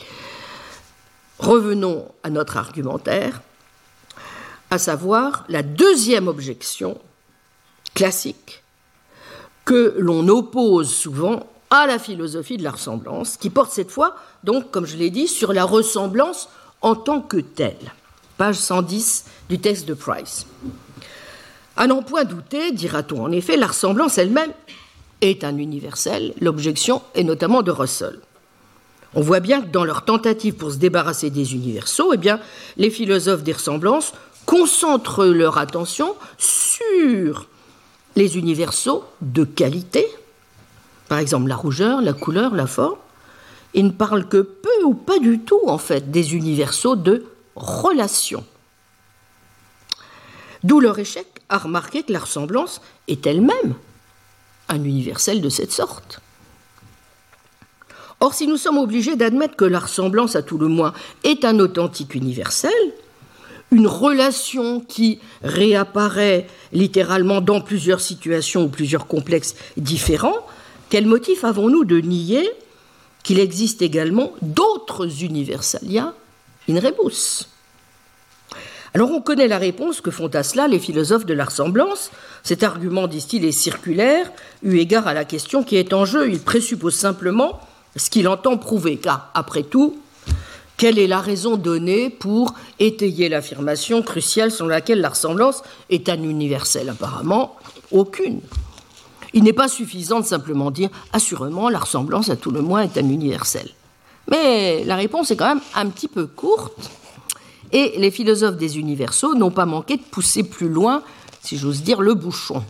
Revenons à notre argumentaire, à savoir la deuxième objection classique que l'on oppose souvent à la philosophie de la ressemblance, qui porte cette fois, donc, comme je l'ai dit, sur la ressemblance en tant que telle. Page 110 du texte de Price. À n'en point douter, dira-t-on en effet, la ressemblance elle-même est un universel. L'objection est notamment de Russell. On voit bien que dans leur tentative pour se débarrasser des universaux, les philosophes des ressemblances concentrent leur attention sur les universaux de qualité, par exemple la rougeur, la couleur, la forme. Ils ne parlent que peu ou pas du tout, en fait, des universaux de relation. D'où leur échec à remarquer que la ressemblance est elle-même un universel de cette sorte. Or, si nous sommes obligés d'admettre que la ressemblance, à tout le moins, est un authentique universel, une relation qui réapparaît littéralement dans plusieurs situations ou plusieurs complexes différents, quel motif avons-nous de nier qu'il existe également d'autres universalia in rebus? Alors on connaît la réponse que font à cela les philosophes de la ressemblance. Cet argument, disent-ils, est circulaire, eu égard à la question qui est en jeu. Il présuppose simplement ce qu'il entend prouver, car, après tout, quelle est la raison donnée pour étayer l'affirmation cruciale selon laquelle la ressemblance est un universel? Apparemment, aucune. Il n'est pas suffisant de simplement dire « assurément, la ressemblance, à tout le moins, est un universel ». Mais la réponse est quand même un petit peu courte, et les philosophes des universaux n'ont pas manqué de pousser plus loin, si j'ose dire, le bouchon.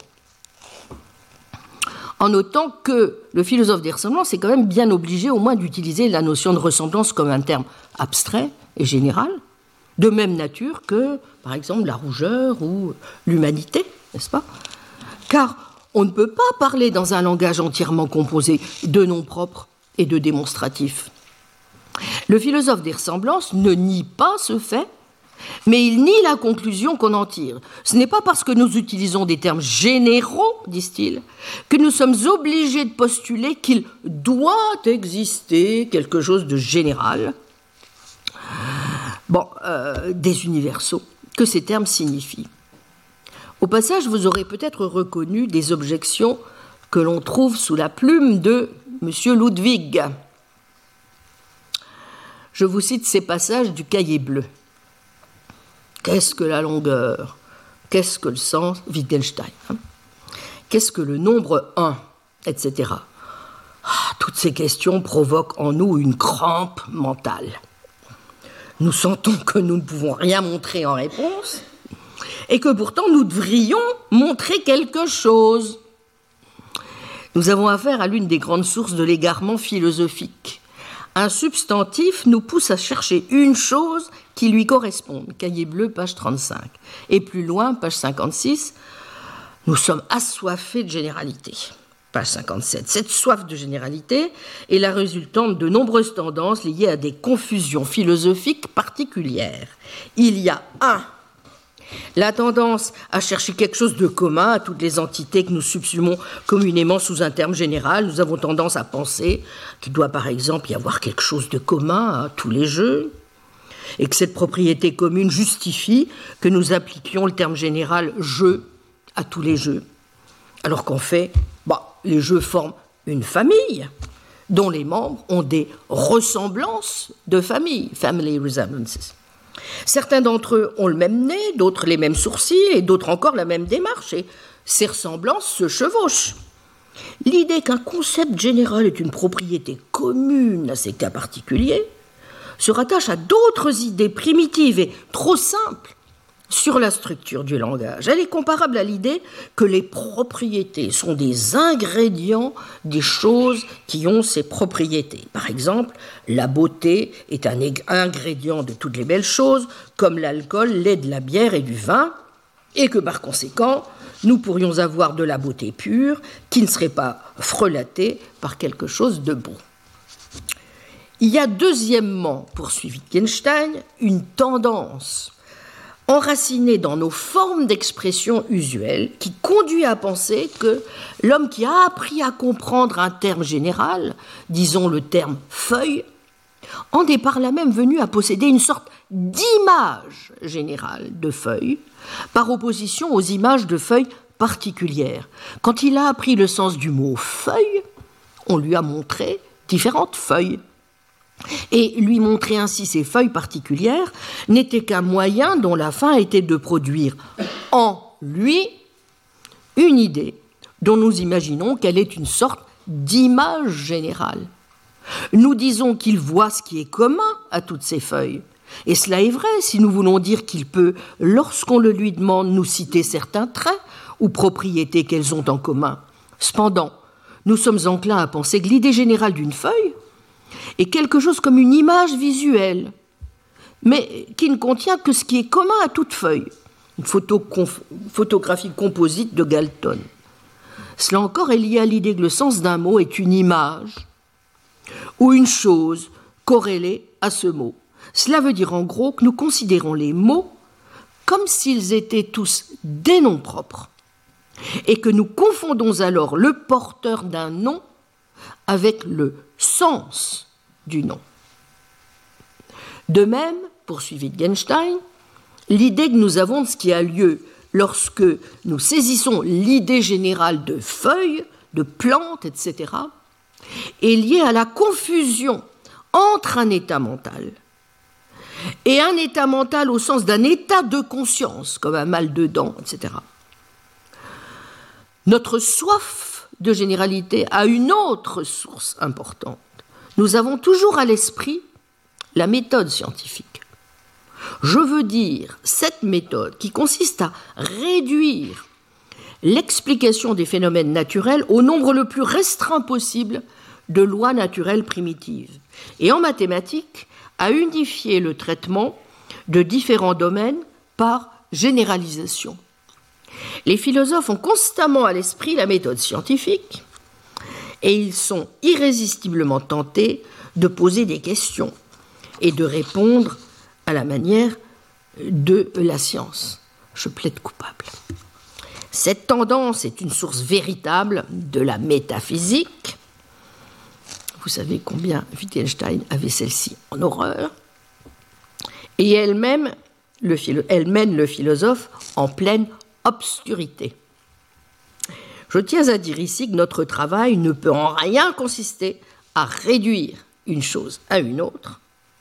En notant que le philosophe des ressemblances est quand même bien obligé au moins d'utiliser la notion de ressemblance comme un terme abstrait et général, de même nature que, par exemple, la rougeur ou l'humanité, n'est-ce pas? Car on ne peut pas parler dans un langage entièrement composé de noms propres et de démonstratifs. Le philosophe des ressemblances ne nie pas ce fait, mais il nie la conclusion qu'on en tire. Ce n'est pas parce que nous utilisons des termes généraux, disent-ils, que nous sommes obligés de postuler qu'il doit exister quelque chose de général, des universaux, que ces termes signifient. Au passage, vous aurez peut-être reconnu des objections que l'on trouve sous la plume de M. Ludwig. Je vous cite ces passages du Cahier bleu. Qu'est-ce que la longueur? Qu'est-ce que le sens? Wittgenstein. Qu'est-ce que le nombre 1? Etc. Toutes ces questions provoquent en nous une crampe mentale. Nous sentons que nous ne pouvons rien montrer en réponse et que pourtant nous devrions montrer quelque chose. Nous avons affaire à l'une des grandes sources de l'égarement philosophique. Un substantif nous pousse à chercher une chose qui lui corresponde. Cahier bleu, page 35. Et plus loin, page 56, nous sommes assoiffés de généralité. Page 57. Cette soif de généralité est la résultante de nombreuses tendances liées à des confusions philosophiques particulières. Il y a la tendance à chercher quelque chose de commun à toutes les entités que nous subsumons communément sous un terme général. Nous avons tendance à penser qu'il doit par exemple y avoir quelque chose de commun à tous les jeux et que cette propriété commune justifie que nous appliquions le terme général « jeu » à tous les jeux. Alors qu'en fait, les jeux forment une famille, dont les membres ont des ressemblances de famille, family resemblances. Certains d'entre eux ont le même nez, d'autres les mêmes sourcils et d'autres encore la même démarche, et ces ressemblances se chevauchent. L'idée qu'un concept général est une propriété commune à ces cas particuliers se rattache à d'autres idées primitives et trop simples sur la structure du langage. Elle est comparable à l'idée que les propriétés sont des ingrédients des choses qui ont ces propriétés. Par exemple, la beauté est un ingrédient de toutes les belles choses, comme l'alcool, l'est de la bière et du vin, et que par conséquent, nous pourrions avoir de la beauté pure qui ne serait pas frelatée par quelque chose de beau. Il y a deuxièmement, poursuit Wittgenstein, une tendance enracinée dans nos formes d'expression usuelles qui conduit à penser que l'homme qui a appris à comprendre un terme général, disons le terme feuille, en est par là même venu à posséder une sorte d'image générale de feuille, par opposition aux images de feuilles particulières. Quand il a appris le sens du mot feuille, on lui a montré différentes feuilles. Et lui montrer ainsi ces feuilles particulières n'était qu'un moyen dont la fin était de produire en lui une idée dont nous imaginons qu'elle est une sorte d'image générale. Nous disons qu'il voit ce qui est commun à toutes ces feuilles. Et cela est vrai si nous voulons dire qu'il peut, lorsqu'on le lui demande, nous citer certains traits ou propriétés qu'elles ont en commun. Cependant, nous sommes enclins à penser que l'idée générale d'une feuille est quelque chose comme une image visuelle, mais qui ne contient que ce qui est commun à toute feuille, une photographie composite de Galton. Cela encore est lié à l'idée que le sens d'un mot est une image ou une chose corrélée à ce mot. Cela veut dire en gros que nous considérons les mots comme s'ils étaient tous des noms propres et que nous confondons alors le porteur d'un nom avec le sens du nom. De même, poursuit Wittgenstein, l'idée que nous avons de ce qui a lieu lorsque nous saisissons l'idée générale de feuilles, de plantes, etc., est liée à la confusion entre un état mental et un état mental au sens d'un état de conscience, comme un mal de dents, etc. Notre soif de généralité a une autre source importante. Nous avons toujours à l'esprit la méthode scientifique. Je veux dire cette méthode qui consiste à réduire l'explication des phénomènes naturels au nombre le plus restreint possible de lois naturelles primitives. Et en mathématiques, à unifier le traitement de différents domaines par généralisation. Les philosophes ont constamment à l'esprit la méthode scientifique et ils sont irrésistiblement tentés de poser des questions et de répondre à la manière de la science. Je plaide coupable. Cette tendance est une source véritable de la métaphysique. Vous savez combien Wittgenstein avait celle-ci en horreur. Et elle mène le philosophe en pleine obscurité. Je tiens à dire ici que notre travail ne peut en rien consister à réduire une chose à une autre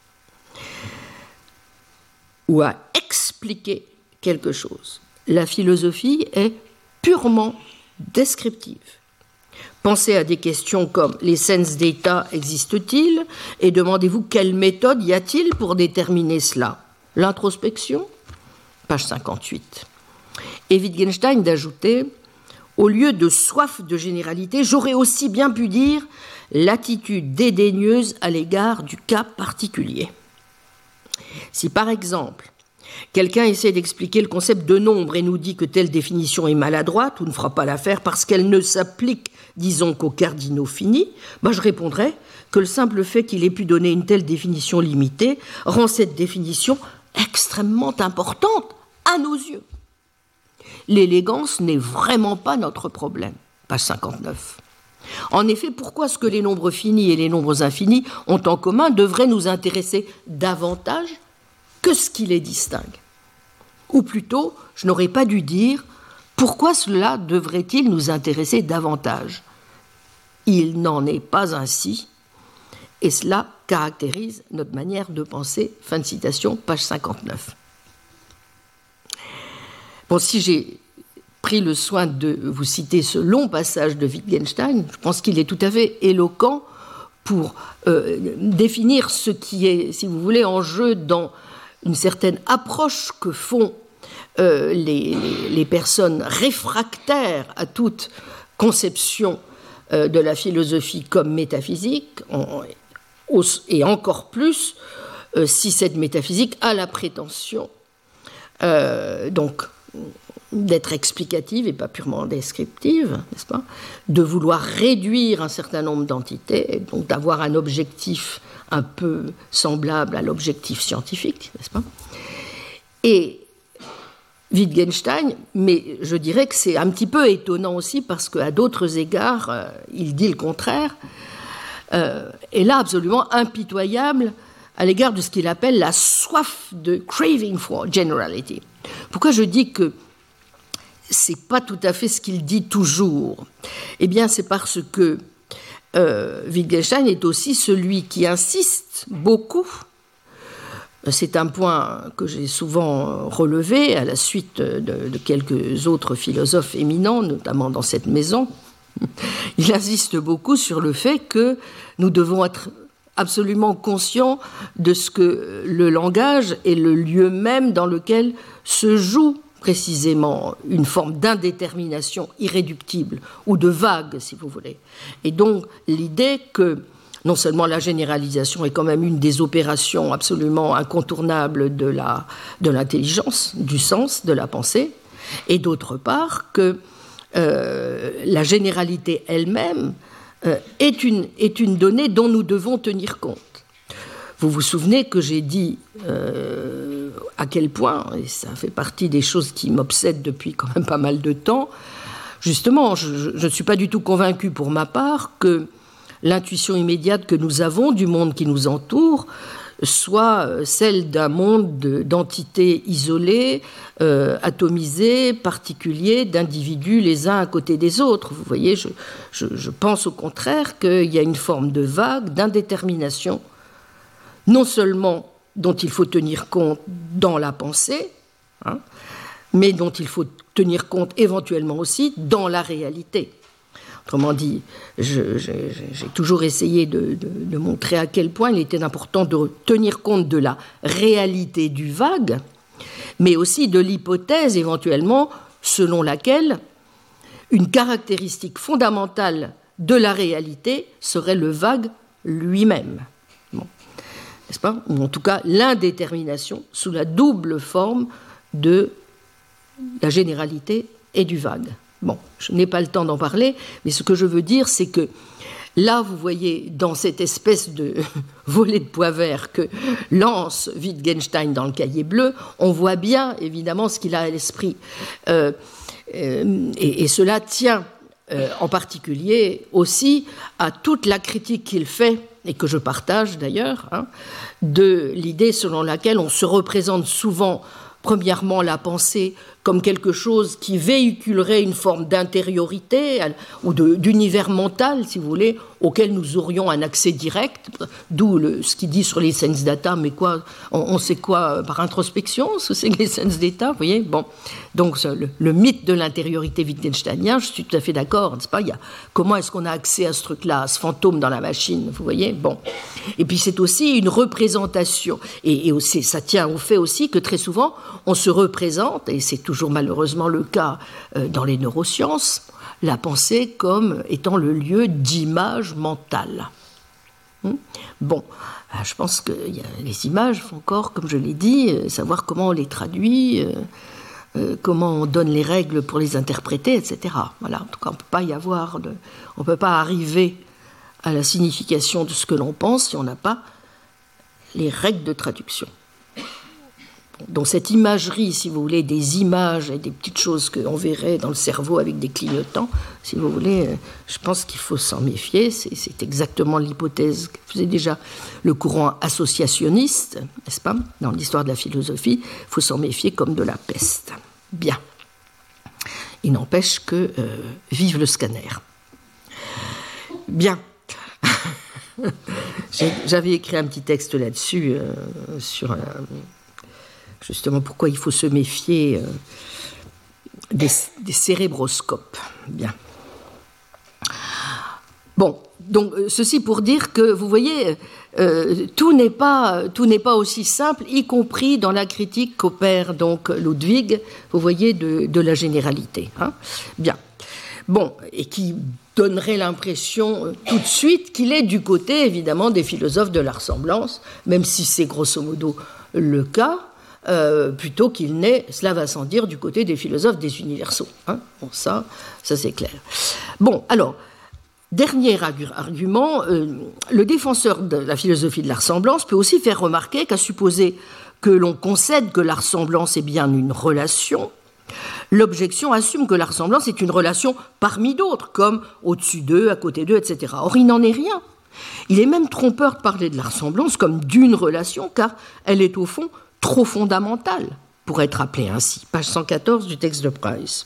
ou à expliquer quelque chose. La philosophie est purement descriptive. Pensez à des questions comme les sens d'état existent-ils et demandez-vous quelle méthode y a-t-il pour déterminer cela. L'introspection, page 58. Et Wittgenstein d'ajouter, au lieu de soif de généralité, j'aurais aussi bien pu dire l'attitude dédaigneuse à l'égard du cas particulier. Si par exemple, quelqu'un essaie d'expliquer le concept de nombre et nous dit que telle définition est maladroite ou ne fera pas l'affaire parce qu'elle ne s'applique, disons, qu'aux cardinaux finis, je répondrai que le simple fait qu'il ait pu donner une telle définition limitée rend cette définition extrêmement importante à nos yeux. L'élégance n'est vraiment pas notre problème. Page 59. En effet, pourquoi ce que les nombres finis et les nombres infinis ont en commun devrait nous intéresser davantage que ce qui les distingue? Ou plutôt, je n'aurais pas dû dire pourquoi cela devrait-il nous intéresser davantage? Il n'en est pas ainsi et cela caractérise notre manière de penser. » Fin de citation, page 59. Bon, si j'ai pris le soin de vous citer ce long passage de Wittgenstein, je pense qu'il est tout à fait éloquent pour définir ce qui est, si vous voulez, en jeu dans une certaine approche que font les personnes réfractaires à toute conception de la philosophie comme métaphysique, et encore plus si cette métaphysique a la prétention donc d'être explicative et pas purement descriptive, n'est-ce pas, de vouloir réduire un certain nombre d'entités, et donc d'avoir un objectif un peu semblable à l'objectif scientifique, n'est-ce pas. Et Wittgenstein, mais je dirais que c'est un petit peu étonnant aussi parce qu'à d'autres égards, il dit le contraire, est là absolument impitoyable à l'égard de ce qu'il appelle la soif de craving for generality. Pourquoi je dis que c'est pas tout à fait ce qu'il dit toujours? Eh bien, c'est parce que Wittgenstein est aussi celui qui insiste beaucoup. C'est un point que j'ai souvent relevé à la suite de quelques autres philosophes éminents, notamment dans cette maison. Il insiste beaucoup sur le fait que nous devons être absolument conscients de ce que le langage est le lieu même dans lequel se joue précisément une forme d'indétermination irréductible ou de vague, si vous voulez. Et donc l'idée que non seulement la généralisation est quand même une des opérations absolument incontournables de l'intelligence, du sens, de la pensée, et d'autre part que la généralité elle-même est une donnée dont nous devons tenir compte. Vous vous souvenez que j'ai dit à quel point, et ça fait partie des choses qui m'obsèdent depuis quand même pas mal de temps, justement, je ne suis pas du tout convaincue pour ma part que l'intuition immédiate que nous avons du monde qui nous entoure soit celle d'un monde d'entités isolées, atomisées, particuliers, d'individus les uns à côté des autres. Vous voyez, je pense au contraire qu'il y a une forme de vague, d'indétermination, non seulement dont il faut tenir compte dans la pensée, hein, mais dont il faut tenir compte éventuellement aussi dans la réalité. Autrement dit, j'ai toujours essayé de montrer à quel point il était important de tenir compte de la réalité du vague, mais aussi de l'hypothèse éventuellement selon laquelle une caractéristique fondamentale de la réalité serait le vague lui-même. Bon. N'est-ce pas ? Ou en tout cas l'indétermination sous la double forme de la généralité et du vague. Bon, je n'ai pas le temps d'en parler, mais ce que je veux dire, c'est que là, vous voyez, dans cette espèce de volet de pois vert que lance Wittgenstein dans le cahier bleu, on voit bien, évidemment, ce qu'il a à l'esprit. Et cela tient en particulier aussi à toute la critique qu'il fait, et que je partage d'ailleurs, hein, de l'idée selon laquelle on se représente souvent, premièrement, la pensée comme quelque chose qui véhiculerait une forme d'intériorité ou d'univers mental, si vous voulez, auquel nous aurions un accès direct, d'où ce qu'il dit sur les sense data, mais quoi, on sait quoi par introspection, ce que c'est que les sense data, vous voyez, bon. Donc le mythe de l'intériorité wittgensteinien, je suis tout à fait d'accord, n'est-ce pas, comment est-ce qu'on a accès à ce truc-là, à ce fantôme dans la machine, vous voyez, bon. Et puis c'est aussi une représentation, et aussi, ça tient au fait aussi que très souvent, on se représente, et c'est toujours malheureusement le cas dans les neurosciences, la pensée comme étant le lieu d'image mentale. Bon, je pense que les images, il faut encore, comme je l'ai dit, savoir comment on les traduit, comment on donne les règles pour les interpréter, etc. Voilà, en tout cas, on ne peut pas arriver à la signification de ce que l'on pense si on n'a pas les règles de traduction. Donc cette imagerie, si vous voulez, des images et des petites choses qu'on verrait dans le cerveau avec des clignotants, si vous voulez, je pense qu'il faut s'en méfier. C'est exactement l'hypothèse que faisait déjà le courant associationniste, n'est-ce pas, dans l'histoire de la philosophie. Il faut s'en méfier comme de la peste. Bien. Il n'empêche que vive le scanner. Bien. J'avais écrit un petit texte là-dessus, sur justement pourquoi il faut se méfier des cérébroscopes. Bien. Bon, donc ceci pour dire que, vous voyez, tout n'est pas aussi simple, y compris dans la critique qu'opère donc Ludwig, vous voyez, de la généralité. Hein. Bien. Bon, et qui donnerait l'impression tout de suite qu'il est du côté, évidemment, des philosophes de la ressemblance, même si c'est grosso modo le cas, plutôt qu'il n'est, cela va sans dire, du côté des philosophes des universaux. Hein. Bon, ça c'est clair. Bon, alors, dernier argument, le défenseur de la philosophie de la ressemblance peut aussi faire remarquer qu'à supposer que l'on concède que la ressemblance est bien une relation, l'objection assume que la ressemblance est une relation parmi d'autres, comme au-dessus d'eux, à côté d'eux, etc. Or, il n'en est rien. Il est même trompeur de parler de la ressemblance comme d'une relation, car elle est au fond trop fondamentale pour être appelée ainsi. Page 114 du texte de Price.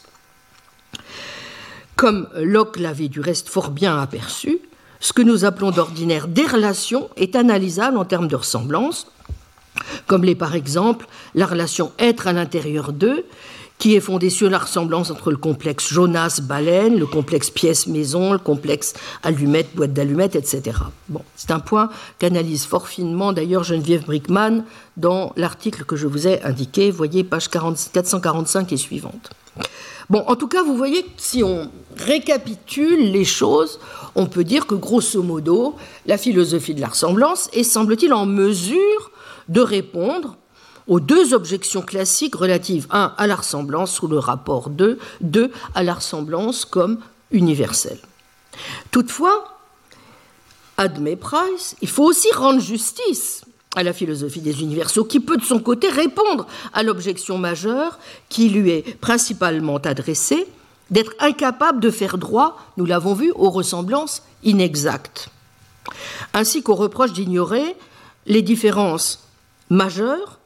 Comme Locke l'avait du reste fort bien aperçu, ce que nous appelons d'ordinaire des relations est analysable en termes de ressemblance, comme l'est par exemple la relation être à l'intérieur d'eux, qui est fondée sur la ressemblance entre le complexe Jonas-baleine, le complexe pièce-maison, le complexe allumette-boîte d'allumettes, etc. Bon, c'est un point qu'analyse fort finement d'ailleurs Geneviève Brickman dans l'article que je vous ai indiqué, voyez page 445 et suivante. Bon, en tout cas, vous voyez, si on récapitule les choses, on peut dire que grosso modo, la philosophie de la ressemblance est, semble-t-il, en mesure de répondre aux deux objections classiques relatives, 1 à la ressemblance sous le rapport 2 à la ressemblance comme universelle. Toutefois, admet Price, il faut aussi rendre justice à la philosophie des universaux, qui peut de son côté répondre à l'objection majeure qui lui est principalement adressée, d'être incapable de faire droit, nous l'avons vu, aux ressemblances inexactes, ainsi qu'au reproche d'ignorer les différences majeures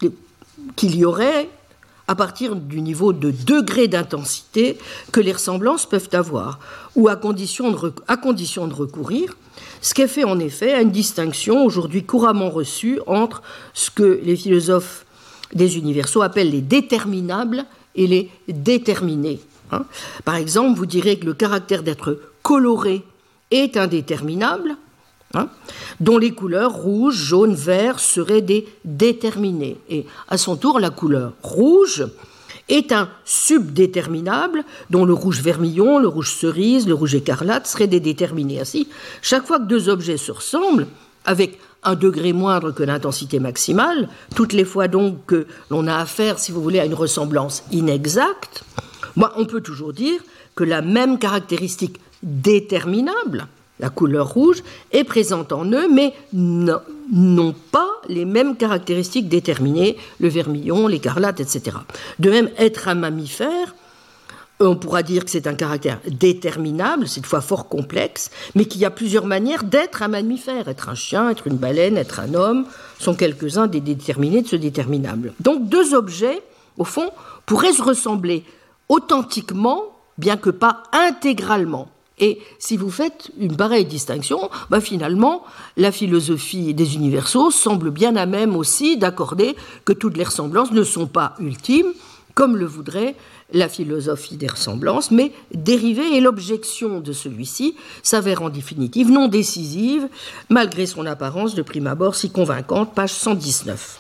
qu'il y aurait à partir du niveau de degré d'intensité que les ressemblances peuvent avoir, ou à condition de recourir, ce qui fait en effet à une distinction aujourd'hui couramment reçue entre ce que les philosophes des universaux appellent les déterminables et les déterminés. Hein. Par exemple, vous direz que le caractère d'être coloré est indéterminable, hein, dont les couleurs rouge, jaune, vert seraient des déterminés. Et à son tour, la couleur rouge est un subdéterminable, dont le rouge vermillon, le rouge cerise, le rouge écarlate seraient des déterminés. Ainsi, chaque fois que deux objets se ressemblent, avec un degré moindre que l'intensité maximale, toutes les fois donc que l'on a affaire, si vous voulez, à une ressemblance inexacte, on peut toujours dire que la même caractéristique déterminable, la couleur rouge, est présente en eux, mais n'ont pas les mêmes caractéristiques déterminées, le vermillon, l'écarlate, etc. De même, être un mammifère, on pourra dire que c'est un caractère déterminable, cette fois fort complexe, mais qu'il y a plusieurs manières d'être un mammifère. Être un chien, être une baleine, être un homme, sont quelques-uns des déterminés de ce déterminable. Donc deux objets, au fond, pourraient se ressembler authentiquement, bien que pas intégralement. Et si vous faites une pareille distinction, finalement, la philosophie des universaux semble bien à même aussi d'accorder que toutes les ressemblances ne sont pas ultimes, comme le voudrait la philosophie des ressemblances, mais dérivée, et l'objection de celui-ci s'avère en définitive non décisive, malgré son apparence de prime abord si convaincante, page 119.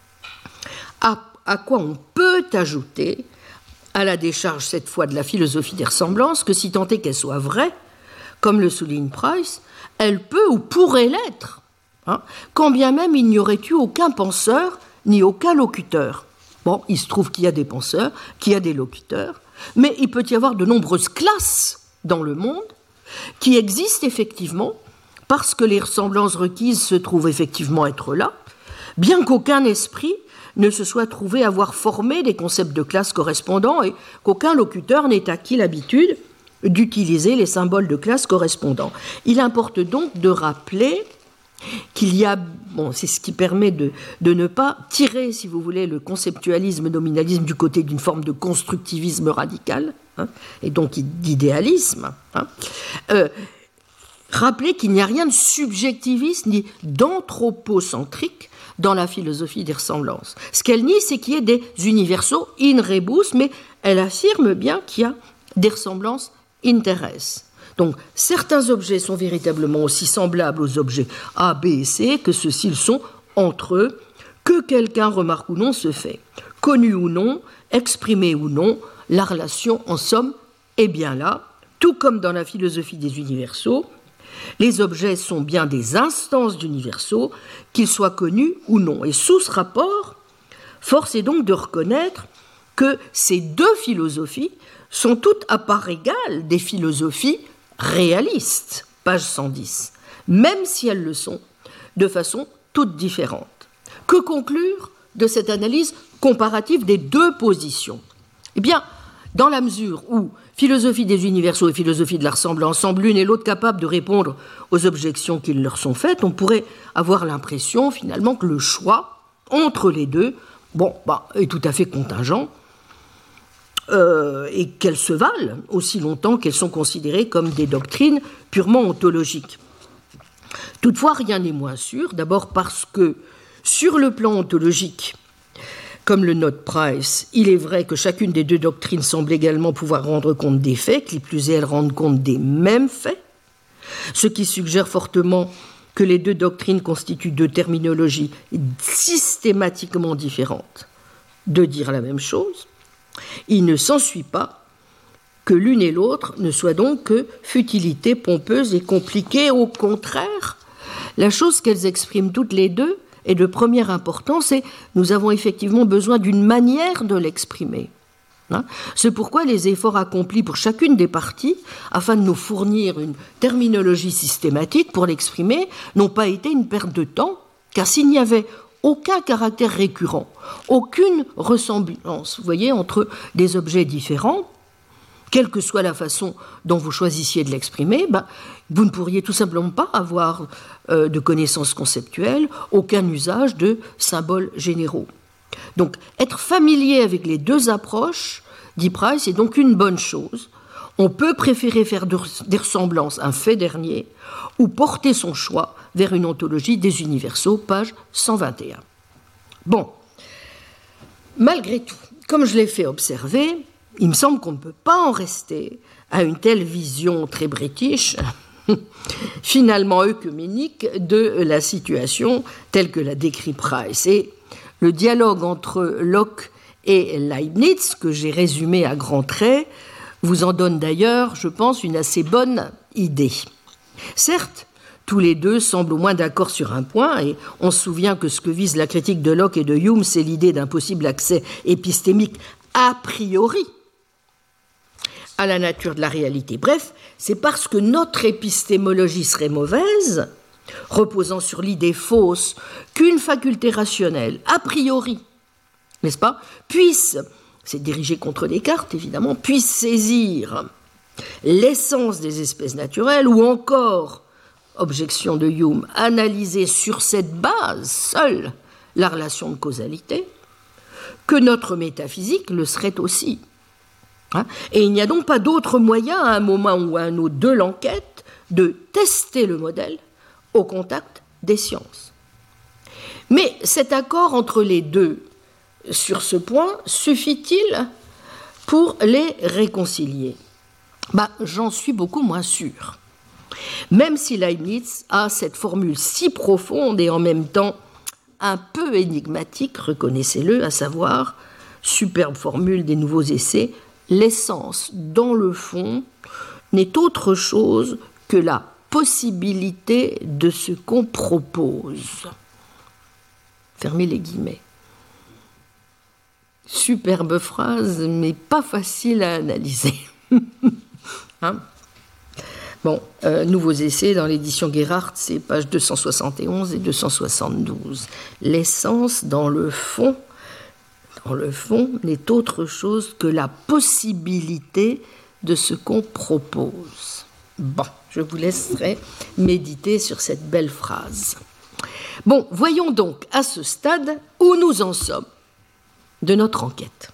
À quoi on peut ajouter, à la décharge cette fois de la philosophie des ressemblances, que si tant est qu'elle soit vraie, comme le souligne Price, elle peut ou pourrait l'être, quand bien même il n'y aurait eu aucun penseur ni aucun locuteur. Bon, il se trouve qu'il y a des penseurs, qu'il y a des locuteurs, mais il peut y avoir de nombreuses classes dans le monde qui existent effectivement parce que les ressemblances requises se trouvent effectivement être là, bien qu'aucun esprit ne se soit trouvé avoir formé des concepts de classe correspondants et qu'aucun locuteur n'ait acquis l'habitude d'utiliser les symboles de classe correspondants. Il importe donc de rappeler qu'il y a, c'est ce qui permet de ne pas tirer, si vous voulez, le conceptualisme, nominalisme du côté d'une forme de constructivisme radical, et donc d'idéalisme, rappeler qu'il n'y a rien de subjectiviste ni d'anthropocentrique dans la philosophie des ressemblances. Ce qu'elle nie, c'est qu'il y ait des universaux in rebus, mais elle affirme bien qu'il y a des ressemblances inter res. Donc, certains objets sont véritablement aussi semblables aux objets A, B et C que ceux-ci le sont entre eux, que quelqu'un remarque ou non ce fait. Connu ou non, exprimé ou non, la relation, en somme, est bien là. Tout comme dans la philosophie des universaux, les objets sont bien des instances d'universaux, qu'ils soient connus ou non. Et sous ce rapport, force est donc de reconnaître que ces deux philosophies sont toutes à part égale des philosophies réalistes, page 110, même si elles le sont de façon toute différente. Que conclure de cette analyse comparative des deux positions ? Eh bien, dans la mesure où philosophie des universaux et philosophie de la ressemblance semblent l'une et l'autre capables de répondre aux objections qui leur sont faites, on pourrait avoir l'impression finalement que le choix entre les deux est tout à fait contingent et qu'elles se valent aussi longtemps qu'elles sont considérées comme des doctrines purement ontologiques. Toutefois, rien n'est moins sûr, d'abord parce que sur le plan ontologique, comme le note Price, il est vrai que chacune des deux doctrines semble également pouvoir rendre compte des faits, qui plus est, elles rendent compte des mêmes faits, ce qui suggère fortement que les deux doctrines constituent deux terminologies systématiquement différentes de dire la même chose. Il ne s'ensuit pas que l'une et l'autre ne soient donc que futilité pompeuse et compliquée. Au contraire, la chose qu'elles expriment toutes les deux est de première importance et nous avons effectivement besoin d'une manière de l'exprimer. C'est pourquoi les efforts accomplis pour chacune des parties afin de nous fournir une terminologie systématique pour l'exprimer n'ont pas été une perte de temps, car s'il n'y avait aucun caractère récurrent, aucune ressemblance, vous voyez, entre des objets différents, quelle que soit la façon dont vous choisissiez de l'exprimer, vous ne pourriez tout simplement pas avoir de connaissances conceptuelles, aucun usage de symboles généraux. Donc, être familier avec les deux approches, dit Price, est donc une bonne chose. On peut préférer faire des ressemblances un fait dernier ou porter son choix vers une ontologie des universaux, page 121. Bon, malgré tout, comme je l'ai fait observer, il me semble qu'on ne peut pas en rester à une telle vision très british, finalement œcuménique, de la situation telle que la décrit Price. Et le dialogue entre Locke et Leibniz, que j'ai résumé à grands traits, vous en donne d'ailleurs, je pense, une assez bonne idée. Certes, tous les deux semblent au moins d'accord sur un point, et on se souvient que ce que vise la critique de Locke et de Hume, c'est l'idée d'un possible accès épistémique a priori à la nature de la réalité. Bref, c'est parce que notre épistémologie serait mauvaise, reposant sur l'idée fausse qu'une faculté rationnelle, a priori, n'est-ce pas, puisse, c'est dirigé contre Descartes évidemment, puisse saisir l'essence des espèces naturelles, ou encore, objection de Hume, analyser sur cette base seule la relation de causalité, que notre métaphysique le serait aussi. Et il n'y a donc pas d'autre moyen, à un moment ou à un autre de l'enquête, de tester le modèle au contact des sciences. Mais cet accord entre les deux sur ce point suffit-il pour les réconcilier ? J'en suis beaucoup moins sûr. Même si Leibniz a cette formule si profonde et en même temps un peu énigmatique, reconnaissez-le, à savoir, superbe formule des nouveaux essais, l'essence, dans le fond, n'est autre chose que la possibilité de ce qu'on propose. Fermez les guillemets. Superbe phrase, mais pas facile à analyser. Nouveaux essais dans l'édition Gerhardt, c'est pages 271 et 272. L'essence, dans le fond, n'est autre chose que la possibilité de ce qu'on propose. Je vous laisserai méditer sur cette belle phrase. Voyons donc à ce stade où nous en sommes de notre enquête.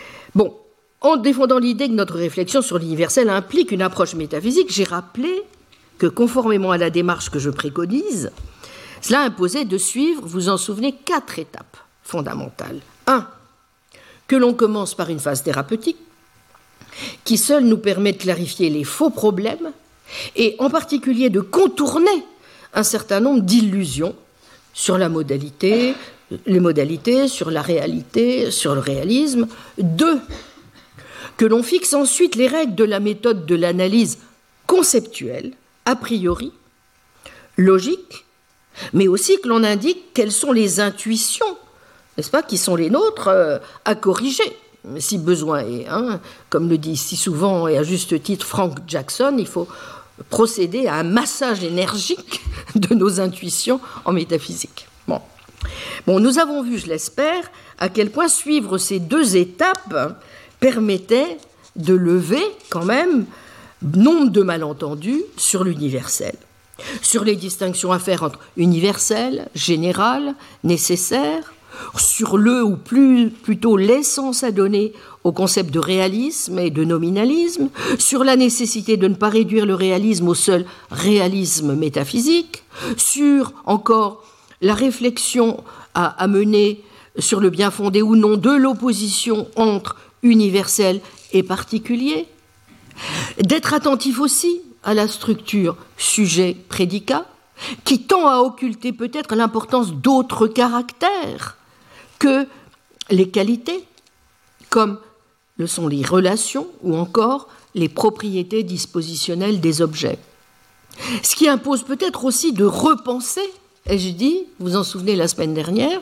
En défendant l'idée que notre réflexion sur l'universel implique une approche métaphysique, j'ai rappelé que, conformément à la démarche que je préconise, cela imposait de suivre, vous en souvenez, 4 étapes fondamentales. 1. Que l'on commence par une phase thérapeutique, qui seule nous permet de clarifier les faux problèmes, et en particulier de contourner un certain nombre d'illusions sur la modalité, les modalités, sur la réalité, sur le réalisme. 2. Que l'on fixe ensuite les règles de la méthode de l'analyse conceptuelle, a priori, logique, mais aussi que l'on indique quelles sont les intuitions, n'est-ce pas, qui sont les nôtres à corriger, si besoin est. Comme le dit si souvent et à juste titre Frank Jackson, il faut procéder à un massage énergique de nos intuitions en métaphysique. Bon, nous avons vu, je l'espère, à quel point suivre ces 2 étapes permettait de lever quand même nombre de malentendus sur l'universel, sur les distinctions à faire entre universel, général, nécessaire, sur le ou plutôt l'essence à donner au concept de réalisme et de nominalisme, sur la nécessité de ne pas réduire le réalisme au seul réalisme métaphysique, sur encore la réflexion à mener sur le bien fondé ou non de l'opposition entre universel et particulier, d'être attentif aussi à la structure sujet-prédicat, qui tend à occulter peut-être l'importance d'autres caractères que les qualités, comme le sont les relations ou encore les propriétés dispositionnelles des objets. Ce qui impose peut-être aussi de repenser, ai-je dit, vous en souvenez la semaine dernière,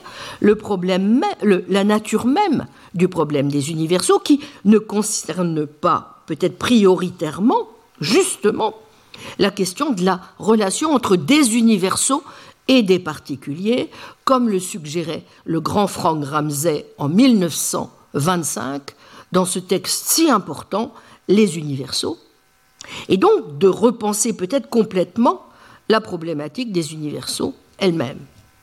la nature même du problème des universaux, qui ne concerne pas, peut-être prioritairement, justement, la question de la relation entre des universaux et des particuliers, comme le suggérait le grand Frank Ramsey en 1925 dans ce texte si important, Les universaux, et donc de repenser peut-être complètement la problématique des universaux elle-même.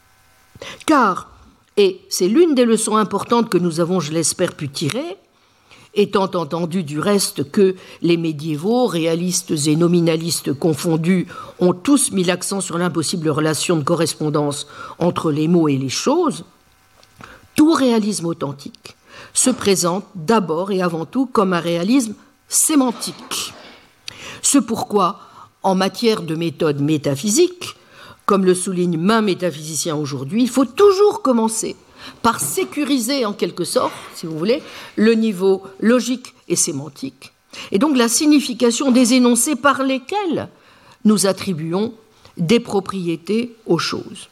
Car, et c'est l'une des leçons importantes que nous avons, je l'espère, pu tirer, étant entendu du reste que les médiévaux, réalistes et nominalistes confondus, ont tous mis l'accent sur l'impossible relation de correspondance entre les mots et les choses, tout réalisme authentique se présente d'abord et avant tout comme un réalisme sémantique. Ce pourquoi, en matière de méthode métaphysique, comme le souligne maints métaphysiciens aujourd'hui, il faut toujours commencer par sécuriser en quelque sorte, si vous voulez, le niveau logique et sémantique, et donc la signification des énoncés par lesquels nous attribuons des propriétés aux choses.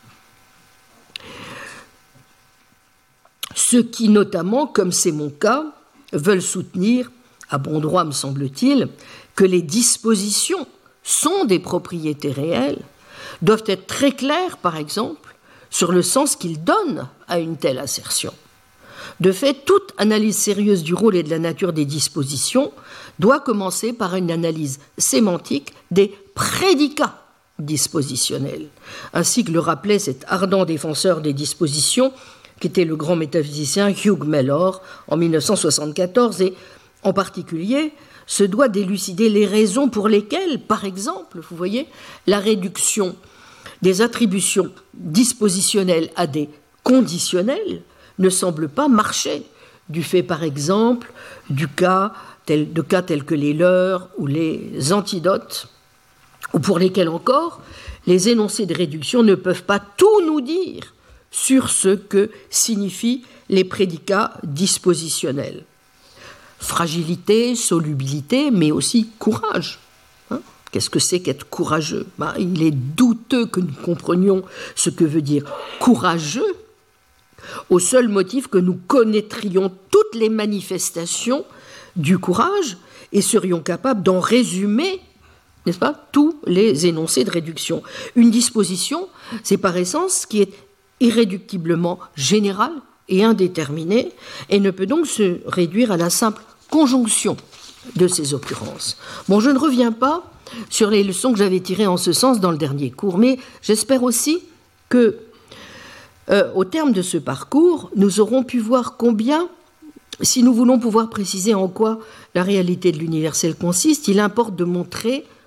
Ceux qui, notamment, comme c'est mon cas, veulent soutenir, à bon droit me semble-t-il, que les dispositions sont des propriétés réelles, doivent être très clairs, par exemple, sur le sens qu'ils donnent à une telle assertion. De fait, toute analyse sérieuse du rôle et de la nature des dispositions doit commencer par une analyse sémantique des prédicats dispositionnels, ainsi que le rappelait cet ardent défenseur des dispositions, qui était le grand métaphysicien Hugh Mellor en 1974, et en particulier se doit d'élucider les raisons pour lesquelles, par exemple, vous voyez, la réduction des attributions dispositionnelles à des conditionnels ne semble pas marcher, du fait, par exemple, de cas tels que les leurres ou les antidotes, ou pour lesquels encore les énoncés de réduction ne peuvent pas tout nous dire sur ce que signifient les prédicats dispositionnels. Fragilité, solubilité, mais aussi courage. Qu'est-ce que c'est qu'être courageux ? Il est douteux que nous comprenions ce que veut dire courageux, au seul motif que nous connaîtrions toutes les manifestations du courage et serions capables d'en résumer, n'est-ce pas, tous les énoncés de réduction. Une disposition, c'est par essence ce qui est irréductiblement générale et indéterminée, et ne peut donc se réduire à la simple conjonction de ces occurrences. Bon, je ne reviens pas sur les leçons que j'avais tirées en ce sens dans le dernier cours, mais j'espère aussi que, au terme de ce parcours, nous aurons pu voir combien, si nous voulons pouvoir préciser en quoi la réalité de l'universel consiste, il importe de montrer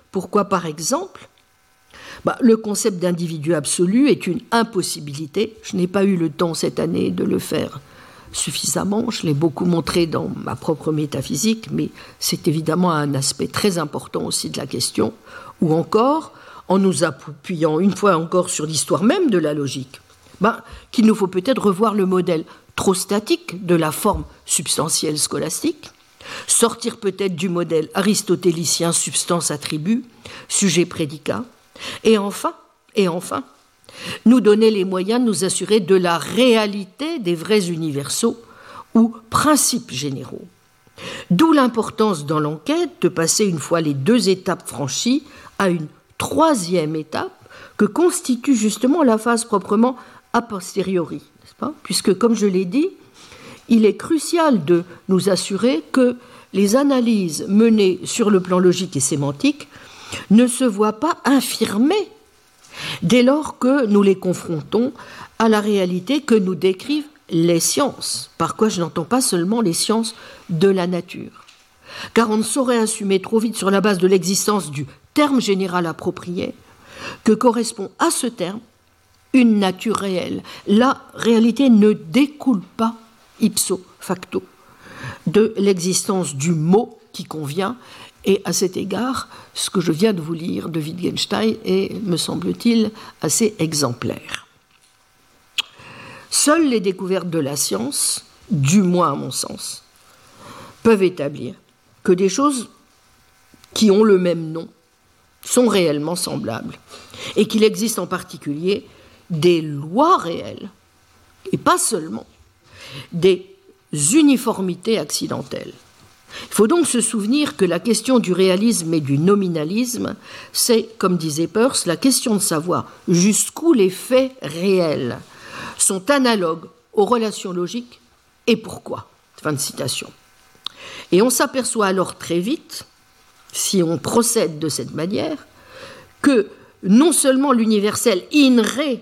pourquoi, par exemple, le concept d'individu absolu est une impossibilité. Je n'ai pas eu le temps cette année de le faire suffisamment, je l'ai beaucoup montré dans ma propre métaphysique, mais c'est évidemment un aspect très important aussi de la question, ou encore, en nous appuyant une fois encore sur l'histoire même de la logique, qu'il nous faut peut-être revoir le modèle trop statique de la forme substantielle scolastique, sortir peut-être du modèle aristotélicien substance-attribut, sujet-prédicat, et enfin, nous donner les moyens de nous assurer de la réalité des vrais universaux ou principes généraux. D'où l'importance dans l'enquête de passer, une fois les 2 étapes franchies, à une 3e étape que constitue justement la phase proprement a posteriori, n'est-ce pas ? Puisque, comme je l'ai dit, il est crucial de nous assurer que les analyses menées sur le plan logique et sémantique ne se voient pas infirmées dès lors que nous les confrontons à la réalité que nous décrivent les sciences, par quoi je n'entends pas seulement les sciences de la nature. Car on ne saurait assumer trop vite sur la base de l'existence du terme général approprié que correspond à ce terme une nature réelle. La réalité ne découle pas ipso facto de l'existence du mot qui convient. Et à cet égard, ce que je viens de vous lire de Wittgenstein est, me semble-t-il, assez exemplaire. Seules les découvertes de la science, du moins à mon sens, peuvent établir que des choses qui ont le même nom sont réellement semblables et qu'il existe en particulier des lois réelles et pas seulement des uniformités accidentelles. Il faut donc se souvenir que la question du réalisme et du nominalisme, c'est, comme disait Peirce, la question de savoir jusqu'où les faits réels sont analogues aux relations logiques et pourquoi. Fin de citation. Et on s'aperçoit alors très vite, si on procède de cette manière, que non seulement l'universel in re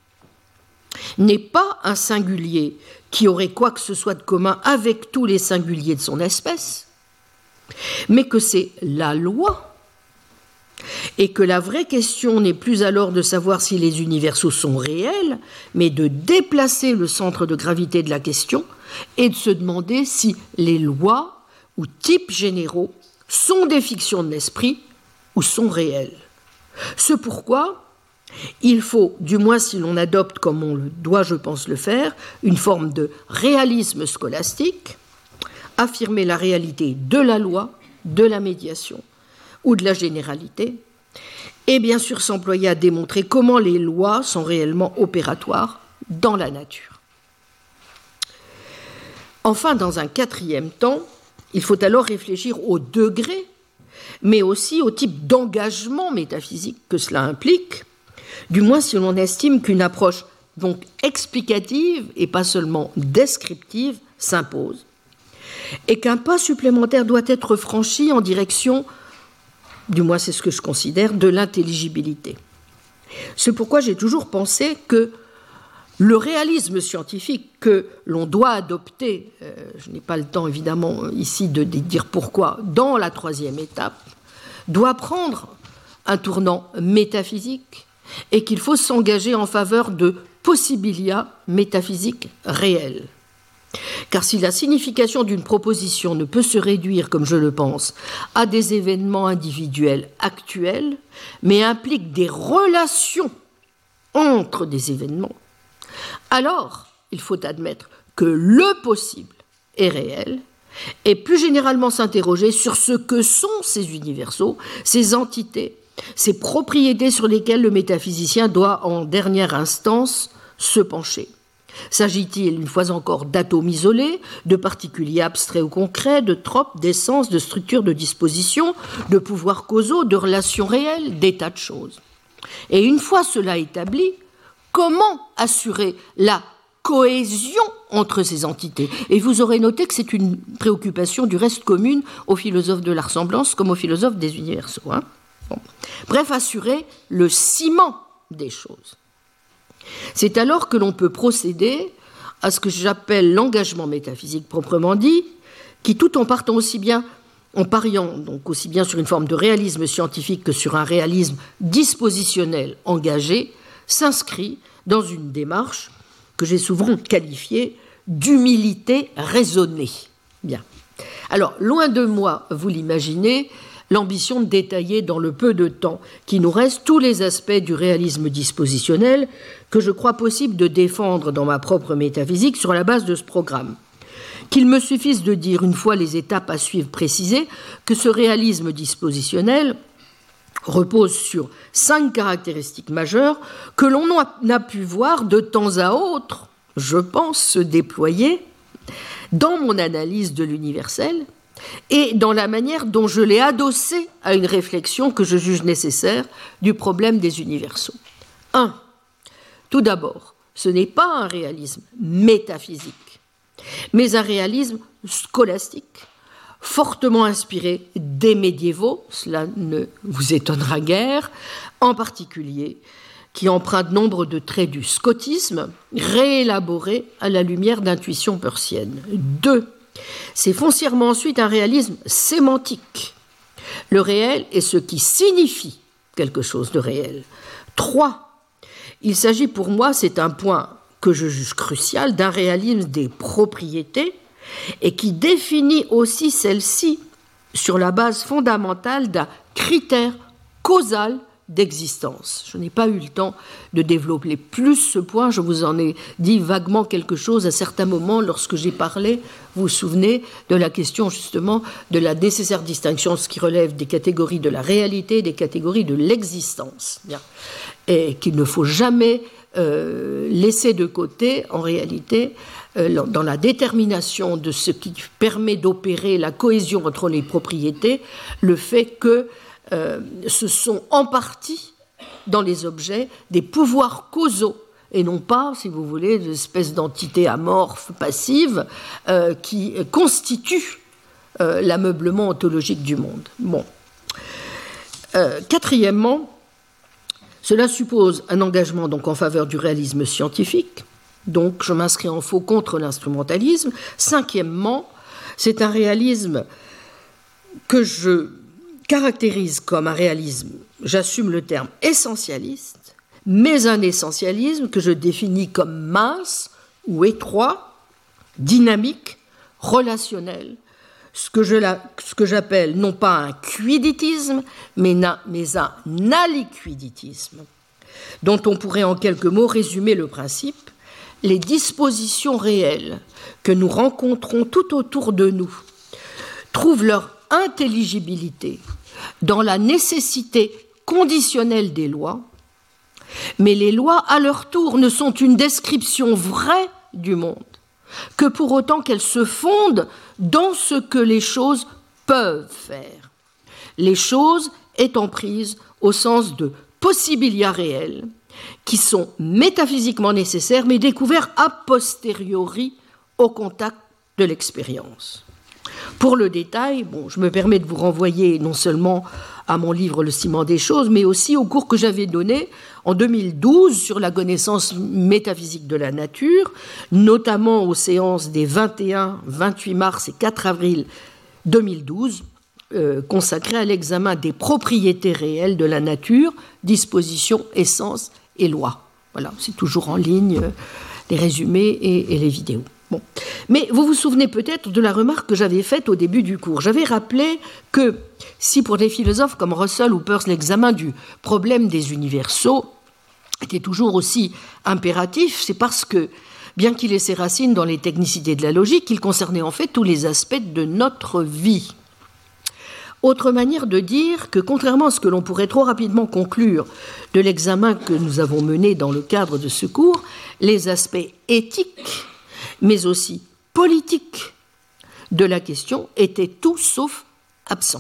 n'est pas un singulier qui aurait quoi que ce soit de commun avec tous les singuliers de son espèce, mais que c'est la loi, et que la vraie question n'est plus alors de savoir si les universaux sont réels, mais de déplacer le centre de gravité de la question et de se demander si les lois ou types généraux sont des fictions de l'esprit ou sont réels. Ce pourquoi il faut, du moins si l'on adopte, comme on le doit, je pense, le faire, une forme de réalisme scolastique, affirmer la réalité de la loi, de la médiation ou de la généralité, et bien sûr s'employer à démontrer comment les lois sont réellement opératoires dans la nature. Enfin, dans un 4e temps, il faut alors réfléchir au degré, mais aussi au type d'engagement métaphysique que cela implique, du moins si l'on estime qu'une approche donc explicative et pas seulement descriptive s'impose, et qu'un pas supplémentaire doit être franchi en direction, du moins c'est ce que je considère, de l'intelligibilité. C'est pourquoi j'ai toujours pensé que le réalisme scientifique que l'on doit adopter, je n'ai pas le temps évidemment ici de dire pourquoi, dans la 3e étape, doit prendre un tournant métaphysique, et qu'il faut s'engager en faveur de possibilia métaphysiques réels. Car si la signification d'une proposition ne peut se réduire, comme je le pense, à des événements individuels actuels, mais implique des relations entre des événements, alors il faut admettre que le possible est réel, et plus généralement s'interroger sur ce que sont ces universaux, ces entités, ces propriétés sur lesquelles le métaphysicien doit en dernière instance se pencher. S'agit-il, une fois encore, d'atomes isolés, de particuliers abstraits ou concrets, de tropes, d'essences, de structures, de dispositions, de pouvoirs causaux, de relations réelles, d'états de choses. Et une fois cela établi, comment assurer la cohésion entre ces entités? Et vous aurez noté que c'est une préoccupation du reste commune aux philosophes de la ressemblance comme aux philosophes des universaux. Bon. Bref, assurer le ciment des choses. C'est alors que l'on peut procéder à ce que j'appelle l'engagement métaphysique proprement dit, qui, tout en partant aussi bien en pariant donc aussi bien sur une forme de réalisme scientifique que sur un réalisme dispositionnel engagé, s'inscrit dans une démarche que j'ai souvent qualifiée d'humilité raisonnée. Bien. Alors, loin de moi, vous l'imaginez, l'ambition de détailler dans le peu de temps qui nous reste tous les aspects du réalisme dispositionnel que je crois possible de défendre dans ma propre métaphysique sur la base de ce programme. Qu'il me suffise de dire, une fois les étapes à suivre précisées, que ce réalisme dispositionnel repose sur 5 caractéristiques majeures que l'on a pu voir de temps à autre, je pense, se déployer dans mon analyse de l'universel et dans la manière dont je l'ai adossé à une réflexion que je juge nécessaire du problème des universaux. 1. Tout d'abord, ce n'est pas un réalisme métaphysique, mais un réalisme scolastique, fortement inspiré des médiévaux, cela ne vous étonnera guère, en particulier, qui emprunte nombre de traits du scotisme, réélaborés à la lumière d'intuitions persiennes. 2. C'est foncièrement ensuite un réalisme sémantique. Le réel est ce qui signifie quelque chose de réel. 3. Il s'agit pour moi, c'est un point que je juge crucial, d'un réalisme des propriétés et qui définit aussi celle-ci sur la base fondamentale d'un critère causal d'existence. Je n'ai pas eu le temps de développer plus ce point, je vous en ai dit vaguement quelque chose à certains moments lorsque j'ai parlé, vous vous souvenez, de la question justement de la nécessaire distinction, ce qui relève des catégories de la réalité et des catégories de l'existence. Bien. Et qu'il ne faut jamais laisser de côté, en réalité, dans la détermination de ce qui permet d'opérer la cohésion entre les propriétés, le fait que ce sont en partie, dans les objets, des pouvoirs causaux, et non pas, si vous voulez, des espèces d'entités amorphes, passives, qui constituent l'ameublement ontologique du monde. Bon. Quatrièmement, cela suppose un engagement donc en faveur du réalisme scientifique, donc je m'inscris en faux contre l'instrumentalisme. Cinquièmement, c'est un réalisme que je caractérise comme un réalisme, j'assume le terme essentialiste, mais un essentialisme que je définis comme mince ou étroit, dynamique, relationnel, ce que j'appelle non pas un quiditisme, mais un aliquiditisme, dont on pourrait en quelques mots résumer le principe. Les dispositions réelles que nous rencontrons tout autour de nous trouvent leur intelligibilité dans la nécessité conditionnelle des lois, mais les lois, à leur tour, ne sont une description vraie du monde que pour autant qu'elles se fondent dans ce que les choses peuvent faire. Les choses étant prises au sens de possibilia réels, qui sont métaphysiquement nécessaires, mais découverts a posteriori au contact de l'expérience. Pour le détail, je me permets de vous renvoyer non seulement à mon livre « Le ciment des choses », mais aussi au cours que j'avais donné en 2012 sur la connaissance métaphysique de la nature, notamment aux séances des 21, 28 mars et 4 avril 2012, consacrées à l'examen des propriétés réelles de la nature, dispositions, essences et lois. Voilà, c'est toujours en ligne, les résumés et les vidéos. Bon. Mais vous vous souvenez peut-être de la remarque que j'avais faite au début du cours. J'avais rappelé que si pour des philosophes comme Russell ou Peirce, l'examen du problème des universaux était toujours aussi impératif, c'est parce que, bien qu'il ait ses racines dans les technicités de la logique, il concernait en fait tous les aspects de notre vie. Autre manière de dire que, contrairement à ce que l'on pourrait trop rapidement conclure de l'examen que nous avons mené dans le cadre de ce cours, les aspects éthiques mais aussi politique de la question était tout sauf absent.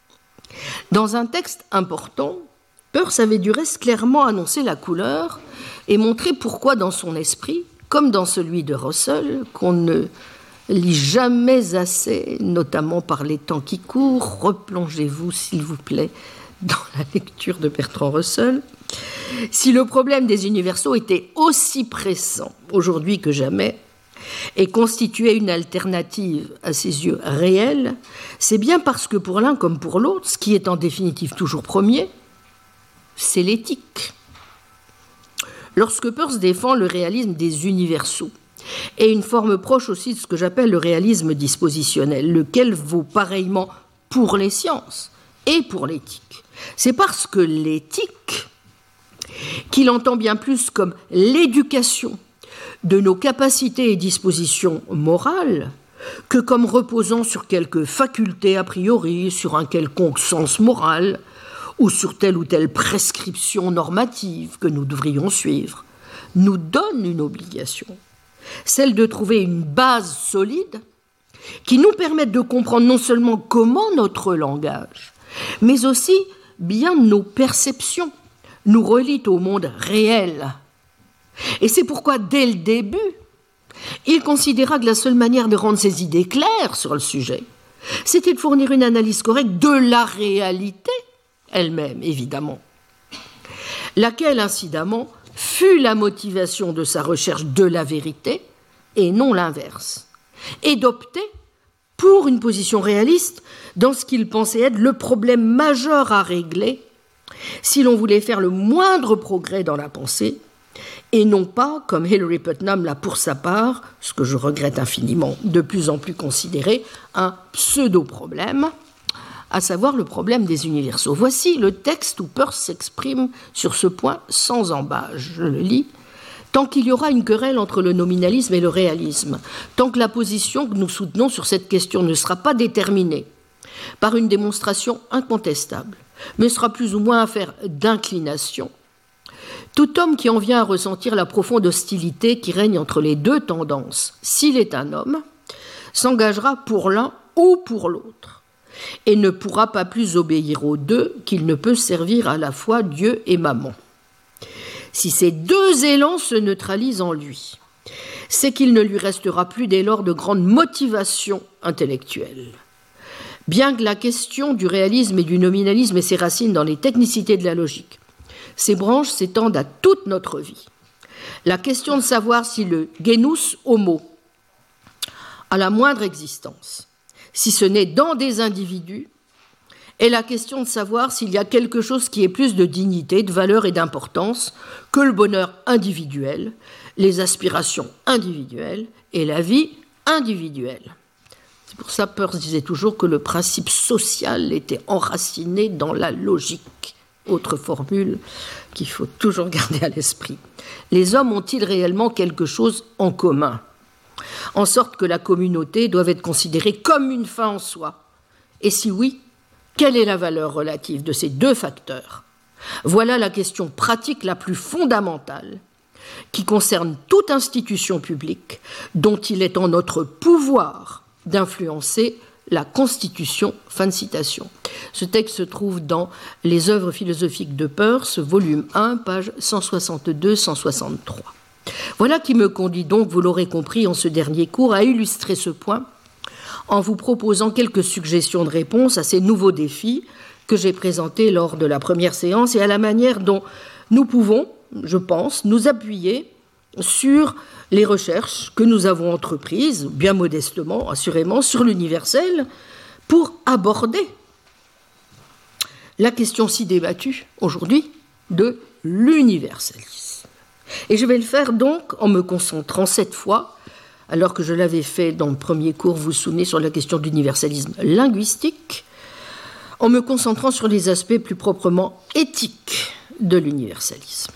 Dans un texte important, Peirce avait du reste clairement annoncé la couleur et montré pourquoi dans son esprit, comme dans celui de Russell, qu'on ne lit jamais assez, notamment par les temps qui courent, replongez-vous s'il vous plaît dans la lecture de Bertrand Russell, si le problème des universaux était aussi pressant aujourd'hui que jamais, et constituait une alternative à ses yeux réelle, c'est bien parce que pour l'un comme pour l'autre, ce qui est en définitive toujours premier, c'est l'éthique. Lorsque Peirce défend le réalisme des universaux, et une forme proche aussi de ce que j'appelle le réalisme dispositionnel, lequel vaut pareillement pour les sciences et pour l'éthique, c'est parce que l'éthique, qu'il entend bien plus comme l'éducation de nos capacités et dispositions morales que comme reposant sur quelques facultés a priori, sur un quelconque sens moral ou sur telle ou telle prescription normative que nous devrions suivre, nous donne une obligation, celle de trouver une base solide qui nous permette de comprendre non seulement comment notre langage, mais aussi bien nos perceptions nous relient au monde réel. Et c'est pourquoi, dès le début, il considéra que la seule manière de rendre ses idées claires sur le sujet, c'était de fournir une analyse correcte de la réalité elle-même, évidemment, laquelle, incidemment, fut la motivation de sa recherche de la vérité, et non l'inverse, et d'opter pour une position réaliste dans ce qu'il pensait être le problème majeur à régler si l'on voulait faire le moindre progrès dans la pensée, et non pas, comme Hilary Putnam l'a pour sa part, ce que je regrette infiniment, de plus en plus considéré, un pseudo-problème, à savoir le problème des universaux. Voici le texte où Peirce s'exprime sur ce point sans embâche. Je le lis. Tant qu'il y aura une querelle entre le nominalisme et le réalisme, tant que la position que nous soutenons sur cette question ne sera pas déterminée par une démonstration incontestable, mais sera plus ou moins affaire d'inclination, tout homme qui en vient à ressentir la profonde hostilité qui règne entre les deux tendances, s'il est un homme, s'engagera pour l'un ou pour l'autre, et ne pourra pas plus obéir aux deux qu'il ne peut servir à la fois Dieu et Mammon. Si ces deux élans se neutralisent en lui, c'est qu'il ne lui restera plus dès lors de grande motivation intellectuelle. Bien que la question du réalisme et du nominalisme ait ses racines dans les technicités de la logique, ces branches s'étendent à toute notre vie. La question de savoir si le genus homo a la moindre existence, si ce n'est dans des individus, est la question de savoir s'il y a quelque chose qui ait plus de dignité, de valeur et d'importance que le bonheur individuel, les aspirations individuelles et la vie individuelle. C'est pour ça que Peirce disait toujours que le principe social était enraciné dans la logique. Autre formule qu'il faut toujours garder à l'esprit. Les hommes ont-ils réellement quelque chose en commun, en sorte que la communauté doit être considérée comme une fin en soi? Et si oui, quelle est la valeur relative de ces deux facteurs? Voilà la question pratique la plus fondamentale qui concerne toute institution publique dont il est en notre pouvoir d'influencer la Constitution. Fin de citation. Ce texte se trouve dans Les œuvres philosophiques de Peirce, volume 1, page 162-163. Voilà qui me conduit donc, vous l'aurez compris en ce dernier cours, à illustrer ce point en vous proposant quelques suggestions de réponse à ces nouveaux défis que j'ai présentés lors de la première séance et à la manière dont nous pouvons, je pense, nous appuyer sur les recherches que nous avons entreprises, bien modestement, assurément, sur l'universel, pour aborder la question si débattue aujourd'hui de l'universalisme. Et je vais le faire donc en me concentrant cette fois, alors que je l'avais fait dans le premier cours, vous vous souvenez, sur la question de l'universalisme linguistique, en me concentrant sur les aspects plus proprement éthiques de l'universalisme.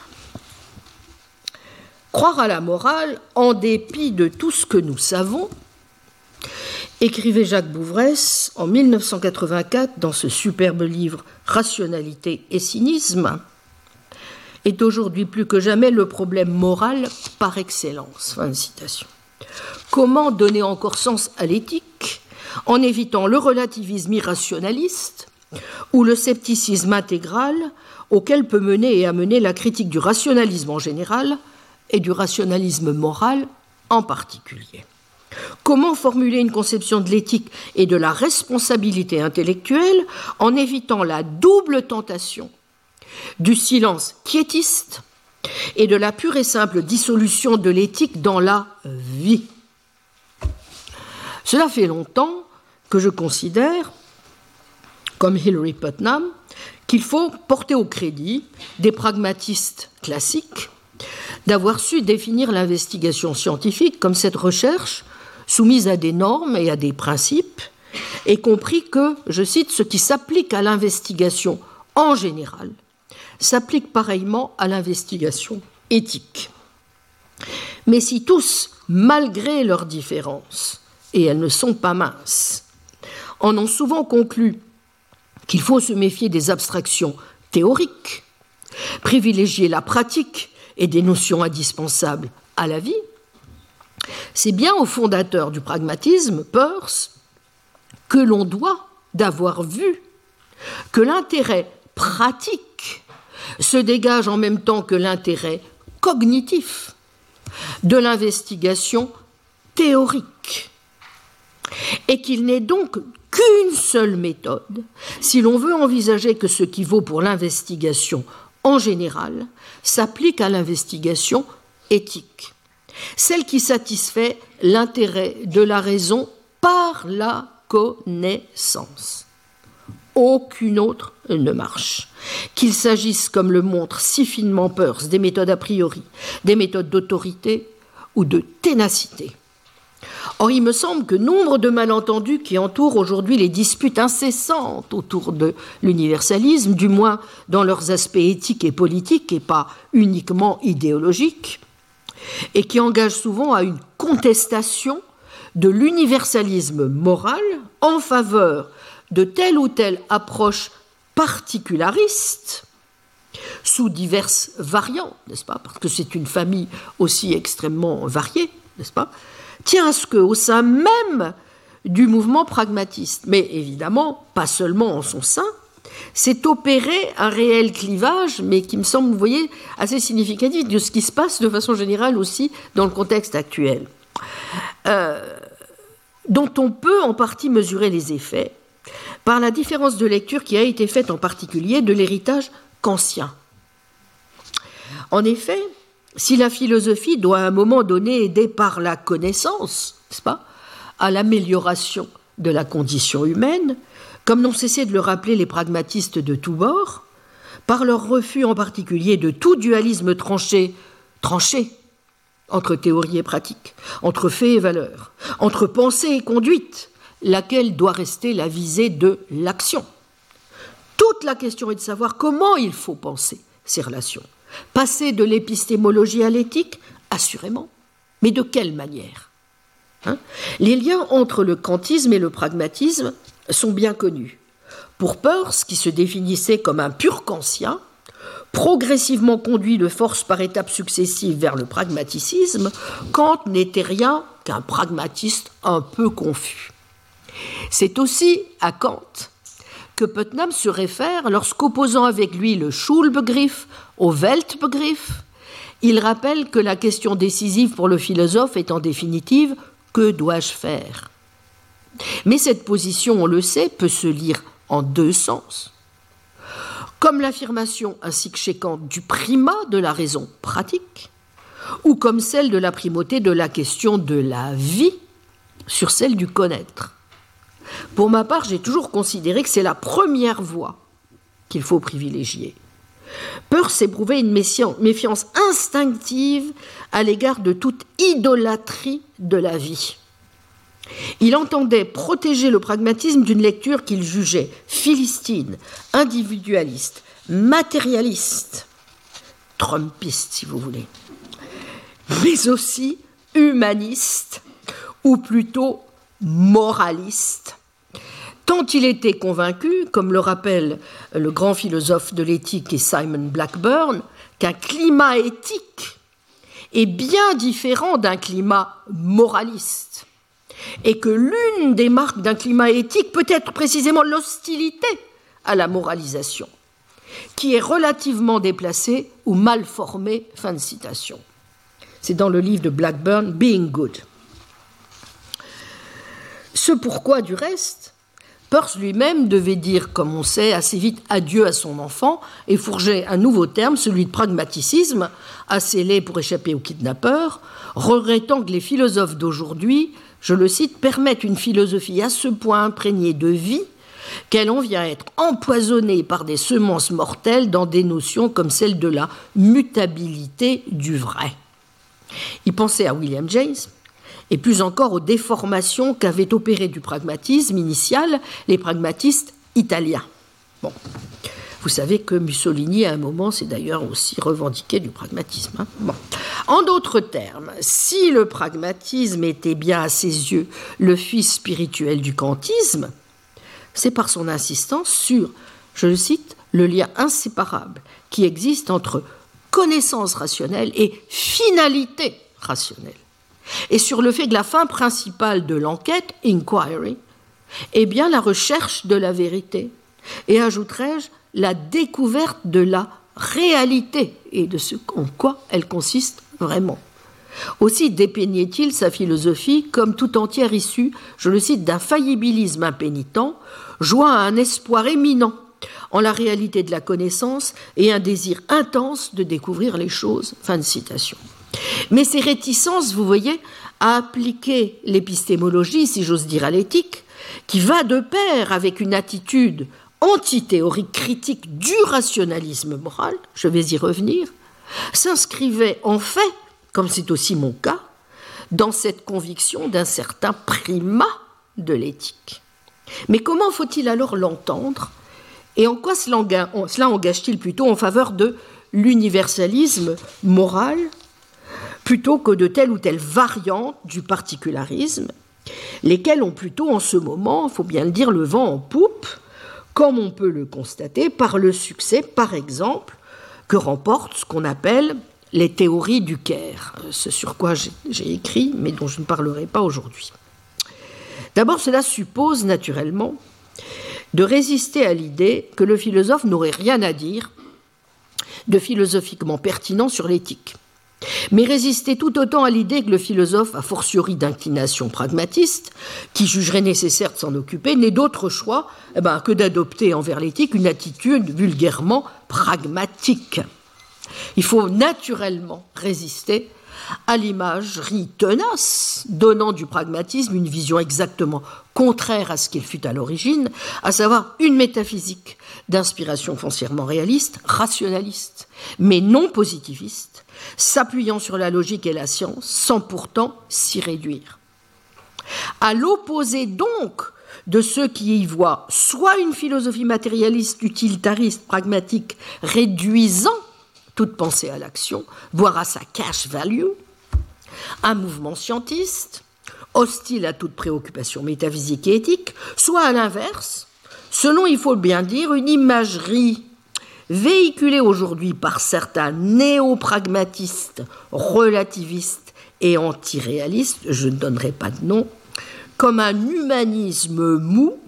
Croire à la morale, en dépit de tout ce que nous savons, écrivait Jacques Bouvresse en 1984 dans ce superbe livre « Rationalité et cynisme », est aujourd'hui plus que jamais le problème moral par excellence. Fin de citation. Comment donner encore sens à l'éthique en évitant le relativisme irrationaliste ou le scepticisme intégral auquel peut mener et amener la critique du rationalisme en général et du rationalisme moral en particulier? Comment formuler une conception de l'éthique et de la responsabilité intellectuelle en évitant la double tentation du silence quiétiste et de la pure et simple dissolution de l'éthique dans la vie? Cela fait longtemps que je considère, comme Hilary Putnam, qu'il faut porter au crédit des pragmatistes classiques d'avoir su définir l'investigation scientifique comme cette recherche soumise à des normes et à des principes, et compris que, je cite, ce qui s'applique à l'investigation en général s'applique pareillement à l'investigation éthique. Mais si tous, malgré leurs différences, et elles ne sont pas minces, en ont souvent conclu qu'il faut se méfier des abstractions théoriques, privilégier la pratique et des notions indispensables à la vie, c'est bien au fondateur du pragmatisme, Peirce, que l'on doit d'avoir vu que l'intérêt pratique se dégage en même temps que l'intérêt cognitif de l'investigation théorique, et qu'il n'est donc qu'une seule méthode si l'on veut envisager que ce qui vaut pour l'investigation en général s'applique à l'investigation éthique, celle qui satisfait l'intérêt de la raison par la connaissance. Aucune autre ne marche. Qu'il s'agisse, comme le montre si finement Peirce, des méthodes a priori, des méthodes d'autorité ou de ténacité. Or, il me semble que nombre de malentendus qui entourent aujourd'hui les disputes incessantes autour de l'universalisme, du moins dans leurs aspects éthiques et politiques et pas uniquement idéologiques, et qui engagent souvent à une contestation de l'universalisme moral en faveur de telle ou telle approche particulariste, sous diverses variantes, n'est-ce pas, parce que c'est une famille aussi extrêmement variée, n'est-ce pas, tient à ce qu'au sein même du mouvement pragmatiste, mais évidemment pas seulement en son sein, s'est opéré un réel clivage, mais qui me semble, vous voyez, assez significatif de ce qui se passe de façon générale aussi dans le contexte actuel, dont on peut en partie mesurer les effets par la différence de lecture qui a été faite en particulier de l'héritage kantien. En effet, si la philosophie doit à un moment donné aider par la connaissance, n'est-ce pas, à l'amélioration de la condition humaine, comme n'ont cessé de le rappeler les pragmatistes de tous bords, par leur refus en particulier de tout dualisme tranché entre théorie et pratique, entre faits et valeurs, entre pensée et conduite, laquelle doit rester la visée de l'action. Toute la question est de savoir comment il faut penser ces relations. Passer de l'épistémologie à l'éthique, assurément, mais de quelle manière ? Les liens entre le kantisme et le pragmatisme sont bien connus. Pour Peirce, qui se définissait comme un pur kantien, progressivement conduit de force par étapes successives vers le pragmaticisme, Kant n'était rien qu'un pragmatiste un peu confus. C'est aussi à Kant que Putnam se réfère lorsqu'opposant avec lui le Schulbegriff au Weltbegriff, il rappelle que la question décisive pour le philosophe est en définitive « que dois-je faire ?» Mais cette position, on le sait, peut se lire en deux sens. Comme l'affirmation, ainsi que chez Kant, du primat de la raison pratique, ou comme celle de la primauté de la question de la vie sur celle du connaître. Pour ma part, j'ai toujours considéré que c'est la première voie qu'il faut privilégier. Peirce éprouvait une méfiance instinctive à l'égard de toute idolâtrie de la vie. Il entendait protéger le pragmatisme d'une lecture qu'il jugeait philistine, individualiste, matérialiste, trumpiste si vous voulez, mais aussi humaniste, ou plutôt moraliste, tant il était convaincu, comme le rappelle le grand philosophe de l'éthique et Simon Blackburn, qu'un climat éthique est bien différent d'un climat moraliste, et que l'une des marques d'un climat éthique peut être précisément l'hostilité à la moralisation, qui est relativement déplacée ou mal formée. Fin de citation. C'est dans le livre de Blackburn, Being Good. Ce pourquoi, du reste, Peirce lui-même devait dire, comme on sait, assez vite adieu à son enfant et forger un nouveau terme, celui de pragmatisme, assez laid pour échapper aux kidnappeurs, regrettant que les philosophes d'aujourd'hui, je le cite, permettent une philosophie à ce point imprégnée de vie qu'elle en vient à être empoisonnée par des semences mortelles dans des notions comme celle de la mutabilité du vrai. Il pensait à William James, et plus encore aux déformations qu'avaient opérées du pragmatisme initial les pragmatistes italiens. Bon. Vous savez que Mussolini, à un moment, s'est d'ailleurs aussi revendiqué du pragmatisme. Bon. En d'autres termes, si le pragmatisme était bien à ses yeux le fils spirituel du kantisme, c'est par son insistance sur, je le cite, le lien inséparable qui existe entre connaissance rationnelle et finalité rationnelle. Et sur le fait que la fin principale de l'enquête, inquiry, est bien la recherche de la vérité. Et ajouterais-je, la découverte de la réalité et de ce en quoi elle consiste vraiment. Aussi dépeignait-il sa philosophie comme tout entière issue, je le cite, d'un faillibilisme impénitent, joint à un espoir éminent en la réalité de la connaissance et un désir intense de découvrir les choses. Fin de citation. Mais ces réticences, vous voyez, à appliquer l'épistémologie, si j'ose dire, à l'éthique, qui va de pair avec une attitude antithéorique critique du rationalisme moral, je vais y revenir, s'inscrivait en fait, comme c'est aussi mon cas, dans cette conviction d'un certain primat de l'éthique. Mais comment faut-il alors l'entendre ? Et en quoi cela engage-t-il plutôt en faveur de l'universalisme moral plutôt que de telle ou telle variante du particularisme, lesquelles ont plutôt en ce moment, il faut bien le dire, le vent en poupe, comme on peut le constater par le succès, par exemple, que remportent ce qu'on appelle les théories du Caire, ce sur quoi j'ai écrit, mais dont je ne parlerai pas aujourd'hui. D'abord, cela suppose naturellement de résister à l'idée que le philosophe n'aurait rien à dire de philosophiquement pertinent sur l'éthique. Mais résister tout autant à l'idée que le philosophe, a fortiori d'inclination pragmatiste, qui jugerait nécessaire de s'en occuper, n'ait d'autre choix que d'adopter envers l'éthique une attitude vulgairement pragmatique. Il faut naturellement résister à l'imagerie tenace donnant du pragmatisme une vision exactement contraire à ce qu'il fut à l'origine, à savoir une métaphysique d'inspiration foncièrement réaliste, rationaliste, mais non positiviste, s'appuyant sur la logique et la science, sans pourtant s'y réduire. À l'opposé donc de ceux qui y voient soit une philosophie matérialiste, utilitariste, pragmatique, réduisant toute pensée à l'action, voire à sa cash value, un mouvement scientiste, hostile à toute préoccupation métaphysique et éthique, soit à l'inverse, selon, il faut bien dire, une imagerie véhiculée aujourd'hui par certains néo-pragmatistes, relativistes et antiréalistes, je ne donnerai pas de nom, comme un humanisme mou,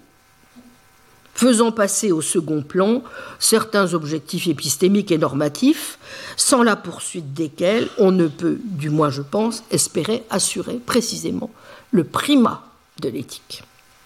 faisant passer au second plan certains objectifs épistémiques et normatifs, sans la poursuite desquels on ne peut, du moins je pense, espérer assurer précisément le primat de l'éthique.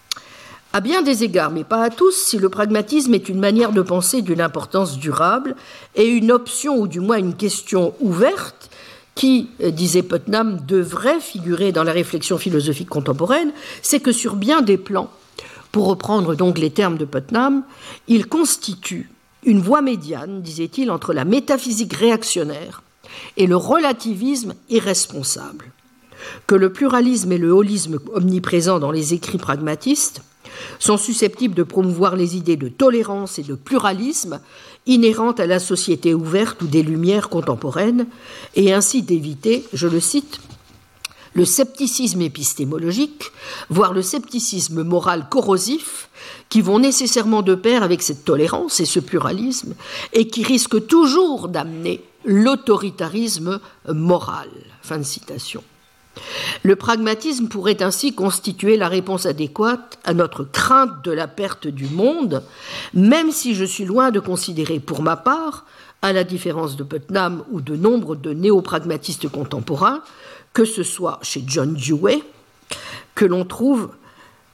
À bien des égards, mais pas à tous, si le pragmatisme est une manière de penser d'une importance durable et une option, ou du moins une question ouverte, qui, disait Putnam, devrait figurer dans la réflexion philosophique contemporaine, c'est que sur bien des plans, pour reprendre donc les termes de Putnam, il constitue une voie médiane, disait-il, entre la métaphysique réactionnaire et le relativisme irresponsable, que le pluralisme et le holisme omniprésents dans les écrits pragmatistes sont susceptibles de promouvoir les idées de tolérance et de pluralisme inhérentes à la société ouverte ou des Lumières contemporaines, et ainsi d'éviter, je le cite, le scepticisme épistémologique, voire le scepticisme moral corrosif, qui vont nécessairement de pair avec cette tolérance et ce pluralisme, et qui risquent toujours d'amener l'autoritarisme moral. Fin de citation. Le pragmatisme pourrait ainsi constituer la réponse adéquate à notre crainte de la perte du monde, même si je suis loin de considérer pour ma part, à la différence de Putnam ou de nombre de néopragmatistes contemporains, que ce soit chez John Dewey, que l'on trouve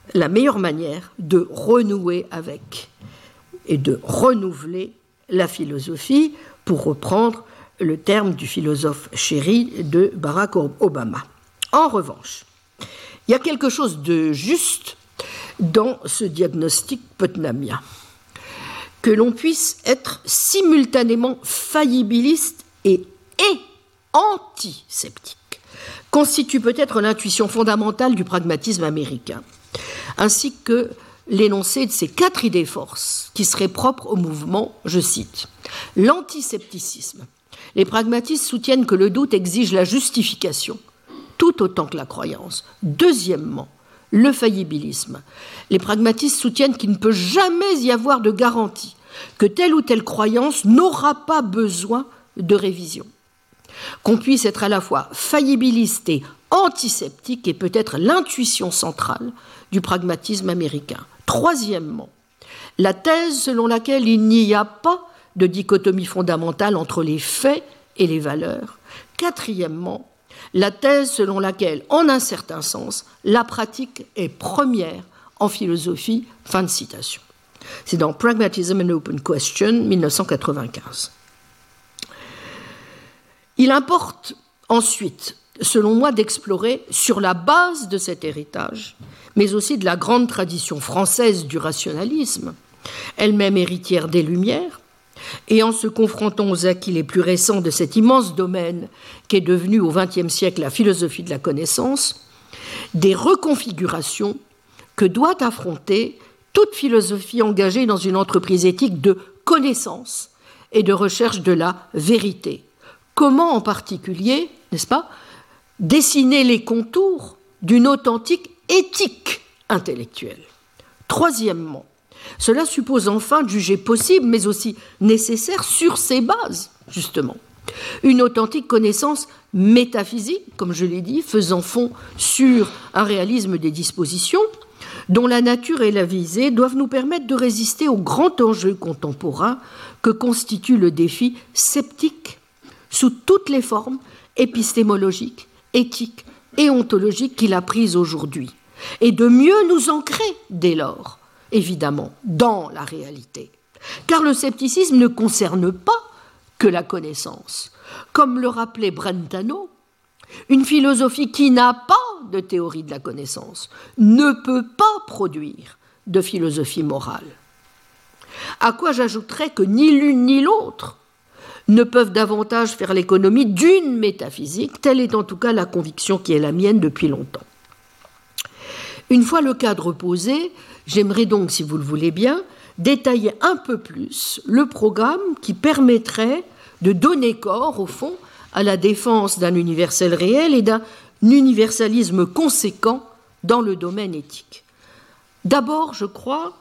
la meilleure manière de renouer avec et de renouveler la philosophie, pour reprendre le terme du philosophe chéri de Barack Obama. En revanche, il y a quelque chose de juste dans ce diagnostic putnamien, que l'on puisse être simultanément faillibiliste et antiseptique, constitue peut-être l'intuition fondamentale du pragmatisme américain, ainsi que l'énoncé de ces 4 idées-forces qui seraient propres au mouvement, je cite, « L'antisepticisme. Les pragmatistes soutiennent que le doute exige la justification, tout autant que la croyance. Deuxièmement, le faillibilisme. Les pragmatistes soutiennent qu'il ne peut jamais y avoir de garantie que telle ou telle croyance n'aura pas besoin de révision. Qu'on puisse être à la fois faillibiliste et antiseptique est peut-être l'intuition centrale du pragmatisme américain. Troisièmement, la thèse selon laquelle il n'y a pas de dichotomie fondamentale entre les faits et les valeurs. Quatrièmement, la thèse selon laquelle, en un certain sens, la pratique est première en philosophie. Fin de citation. C'est dans Pragmatism and Open Question, 1995. Il importe ensuite, selon moi, d'explorer, sur la base de cet héritage, mais aussi de la grande tradition française du rationalisme, elle-même héritière des Lumières, et en se confrontant aux acquis les plus récents de cet immense domaine qu'est devenu au XXe siècle la philosophie de la connaissance, des reconfigurations que doit affronter toute philosophie engagée dans une entreprise éthique de connaissance et de recherche de la vérité. Comment en particulier, n'est-ce pas, dessiner les contours d'une authentique éthique intellectuelle. Troisièmement, cela suppose enfin de juger possible, mais aussi nécessaire sur ces bases, justement, une authentique connaissance métaphysique, comme je l'ai dit, faisant fond sur un réalisme des dispositions, dont la nature et la visée doivent nous permettre de résister au grand enjeu contemporain que constitue le défi sceptique sous toutes les formes épistémologiques, éthiques et ontologiques qu'il a prises aujourd'hui, et de mieux nous ancrer dès lors, évidemment, dans la réalité. Car le scepticisme ne concerne pas que la connaissance. Comme le rappelait Brentano, une philosophie qui n'a pas de théorie de la connaissance ne peut pas produire de philosophie morale. À quoi j'ajouterais que ni l'une ni l'autre ne peuvent davantage faire l'économie d'une métaphysique, telle est en tout cas la conviction qui est la mienne depuis longtemps. Une fois le cadre posé, j'aimerais donc, si vous le voulez bien, détailler un peu plus le programme qui permettrait de donner corps, au fond, à la défense d'un universel réel et d'un universalisme conséquent dans le domaine éthique. D'abord, je crois,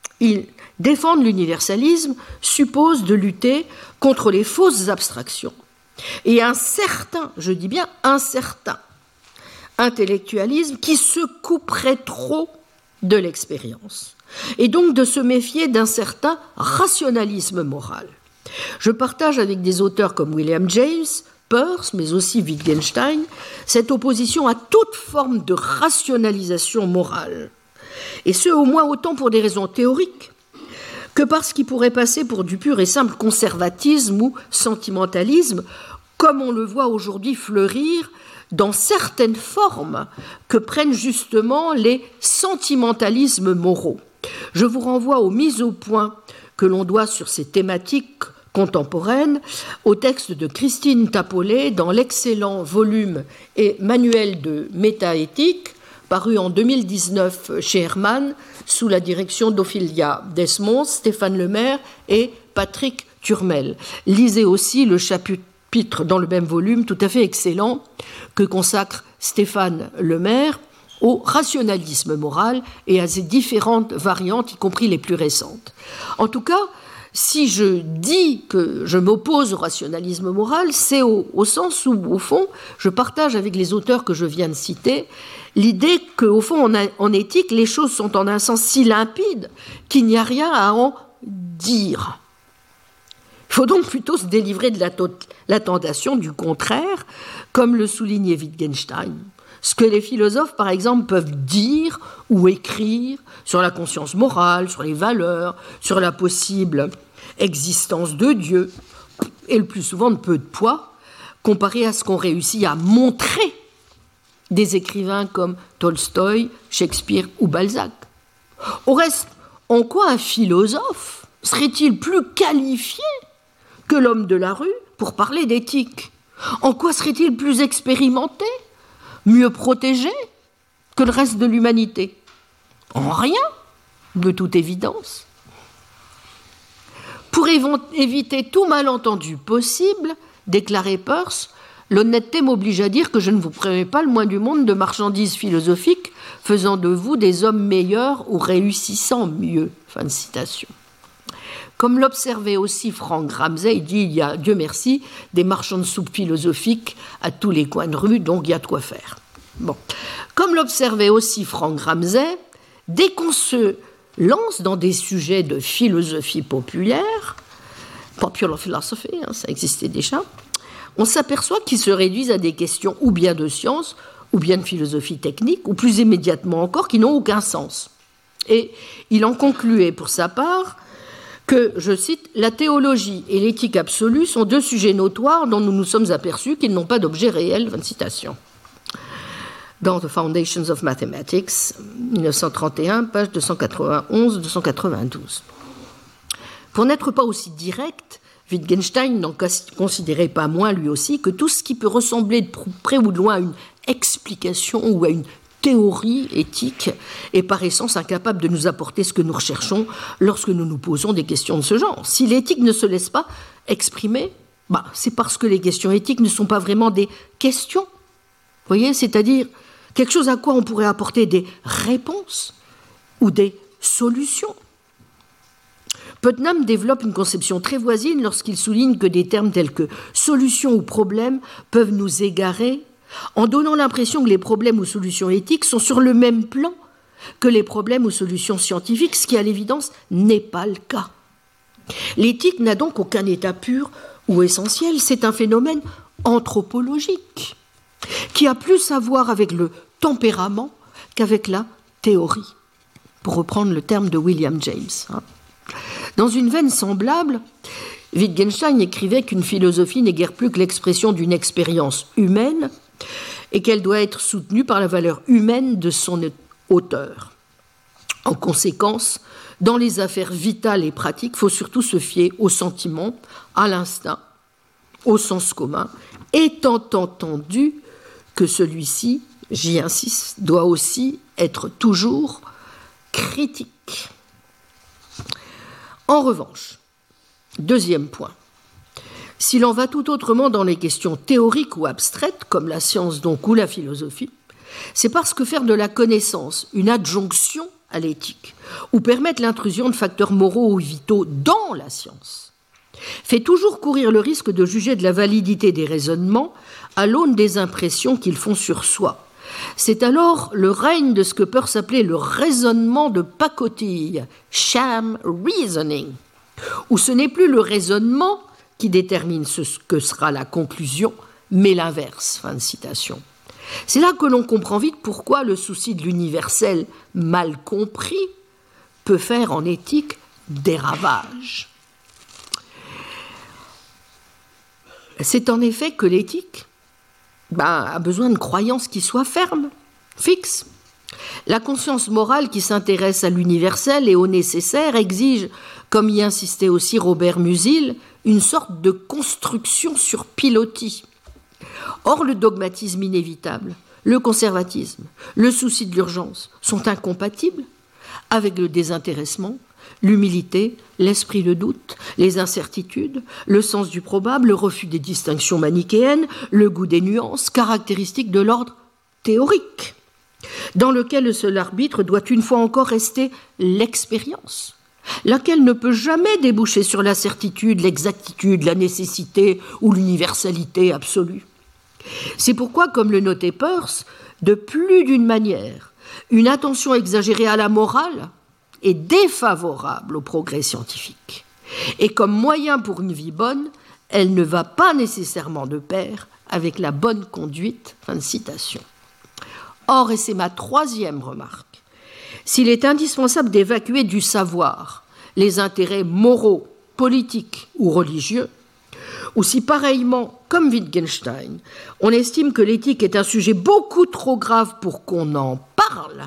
défendre l'universalisme suppose de lutter contre les fausses abstractions et un certain, je dis bien un certain, intellectualisme qui se couperait trop de l'expérience, et donc de se méfier d'un certain rationalisme moral. Je partage avec des auteurs comme William James, Peirce, mais aussi Wittgenstein, cette opposition à toute forme de rationalisation morale, et ce au moins autant pour des raisons théoriques que parce qu'il pourrait passer pour du pur et simple conservatisme ou sentimentalisme, comme on le voit aujourd'hui fleurir dans certaines formes que prennent justement les sentimentalismes moraux. Je vous renvoie aux mises au point que l'on doit sur ces thématiques contemporaines au texte de Christine Tapollet dans l'excellent volume et manuel de métaéthique paru en 2019 chez Hermann sous la direction d'Ophélia Desmond, Stéphane Lemaire et Patrick Turmel. Lisez aussi le chapitre dans le même volume tout à fait excellent que consacre Stéphane Lemaire au rationalisme moral et à ses différentes variantes, y compris les plus récentes. En tout cas, si je dis que je m'oppose au rationalisme moral, c'est au sens où, au fond, je partage avec les auteurs que je viens de citer l'idée qu'au fond, en éthique, les choses sont en un sens si limpides qu'il n'y a rien à en dire. Il faut donc plutôt se délivrer de la tentation du contraire, comme le soulignait Wittgenstein. Ce que les philosophes, par exemple, peuvent dire lire ou écrire sur la conscience morale, sur les valeurs, sur la possible existence de Dieu, et le plus souvent de peu de poids, comparé à ce qu'ont réussi à montrer des écrivains comme Tolstoï, Shakespeare ou Balzac. Au reste, en quoi un philosophe serait-il plus qualifié que l'homme de la rue pour parler d'éthique? En quoi serait-il plus expérimenté, mieux protégé que le reste de l'humanité? En rien, de toute évidence. Pour éviter tout malentendu possible, déclarait Peirce, l'honnêteté m'oblige à dire que je ne vous promets pas le moins du monde de marchandises philosophiques faisant de vous des hommes meilleurs ou réussissant mieux. Fin de citation. Comme l'observait aussi Frank Ramsey, il dit il y a, Dieu merci, des marchands de soupe philosophiques à tous les coins de rue, donc il y a de quoi faire. Bon. Comme l'observait aussi Frank Ramsey, dès qu'on se lance dans des sujets de philosophie populaire, popular philosophy, ça existait déjà, on s'aperçoit qu'ils se réduisent à des questions ou bien de science, ou bien de philosophie technique, ou plus immédiatement encore, qui n'ont aucun sens. Et il en concluait pour sa part que, je cite, « La théologie et l'éthique absolue sont deux sujets notoires dont nous nous sommes aperçus qu'ils n'ont pas d'objet réel. » Fin de citation. Dans The Foundations of Mathematics, 1931, page 291-292. Pour n'être pas aussi direct, Wittgenstein n'en considérait pas moins, lui aussi, que tout ce qui peut ressembler de près ou de loin à une explication ou à une théorie éthique est par essence incapable de nous apporter ce que nous recherchons lorsque nous nous posons des questions de ce genre. Si l'éthique ne se laisse pas exprimer, c'est parce que les questions éthiques ne sont pas vraiment des questions. Vous voyez, c'est-à-dire quelque chose à quoi on pourrait apporter des réponses ou des solutions. Putnam développe une conception très voisine lorsqu'il souligne que des termes tels que solution ou problème peuvent nous égarer en donnant l'impression que les problèmes ou solutions éthiques sont sur le même plan que les problèmes ou solutions scientifiques, ce qui à l'évidence n'est pas le cas. L'éthique n'a donc aucun état pur ou essentiel, c'est un phénomène anthropologique qui a plus à voir avec le tempérament qu'avec la théorie, pour reprendre le terme de William James. Dans une veine semblable, Wittgenstein écrivait qu'une philosophie n'est guère plus que l'expression d'une expérience humaine et qu'elle doit être soutenue par la valeur humaine de son auteur. En conséquence, dans les affaires vitales et pratiques, il faut surtout se fier au sentiment, à l'instinct, au sens commun, étant entendu que celui-ci, j'y insiste, doit aussi être toujours critique. En revanche, deuxième point, s'il en va tout autrement dans les questions théoriques ou abstraites, comme la science donc ou la philosophie, c'est parce que faire de la connaissance une adjonction à l'éthique, ou permettre l'intrusion de facteurs moraux ou vitaux dans la science, fait toujours courir le risque de juger de la validité des raisonnements à l'aune des impressions qu'ils font sur soi. C'est alors le règne de ce que Peirce appelait le raisonnement de pacotille, sham reasoning, où ce n'est plus le raisonnement qui détermine ce que sera la conclusion, mais l'inverse. Fin de citation. C'est là que l'on comprend vite pourquoi le souci de l'universel mal compris peut faire en éthique des ravages. C'est en effet que l'éthique a besoin de croyances qui soient fermes, fixes. La conscience morale qui s'intéresse à l'universel et au nécessaire exige, comme y insistait aussi Robert Musil, une sorte de construction sur pilotis. Or, le dogmatisme inévitable, le conservatisme, le souci de l'urgence sont incompatibles avec le désintéressement, l'humilité, l'esprit de doute, les incertitudes, le sens du probable, le refus des distinctions manichéennes, le goût des nuances, caractéristiques de l'ordre théorique, dans lequel le seul arbitre doit une fois encore rester l'expérience, laquelle ne peut jamais déboucher sur la certitude, l'exactitude, la nécessité ou l'universalité absolue. C'est pourquoi, comme le notait Peirce, de plus d'une manière, une attention exagérée à la morale est défavorable au progrès scientifique. Et comme moyen pour une vie bonne, elle ne va pas nécessairement de pair avec la bonne conduite. Fin de citation. Or, et c'est ma troisième remarque, s'il est indispensable d'évacuer du savoir les intérêts moraux, politiques ou religieux, ou si pareillement, comme Wittgenstein, on estime que l'éthique est un sujet beaucoup trop grave pour qu'on en parle,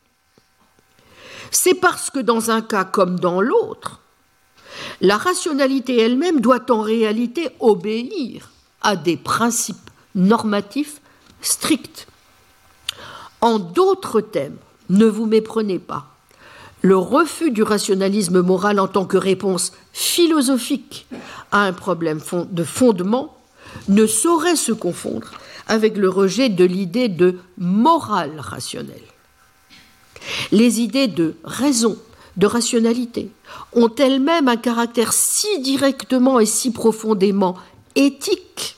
c'est parce que dans un cas comme dans l'autre, la rationalité elle-même doit en réalité obéir à des principes normatifs stricts. En d'autres termes, ne vous méprenez pas, le refus du rationalisme moral en tant que réponse philosophique à un problème de fondement ne saurait se confondre avec le rejet de l'idée de morale rationnelle. Les idées de raison, de rationalité, ont elles-mêmes un caractère si directement et si profondément éthique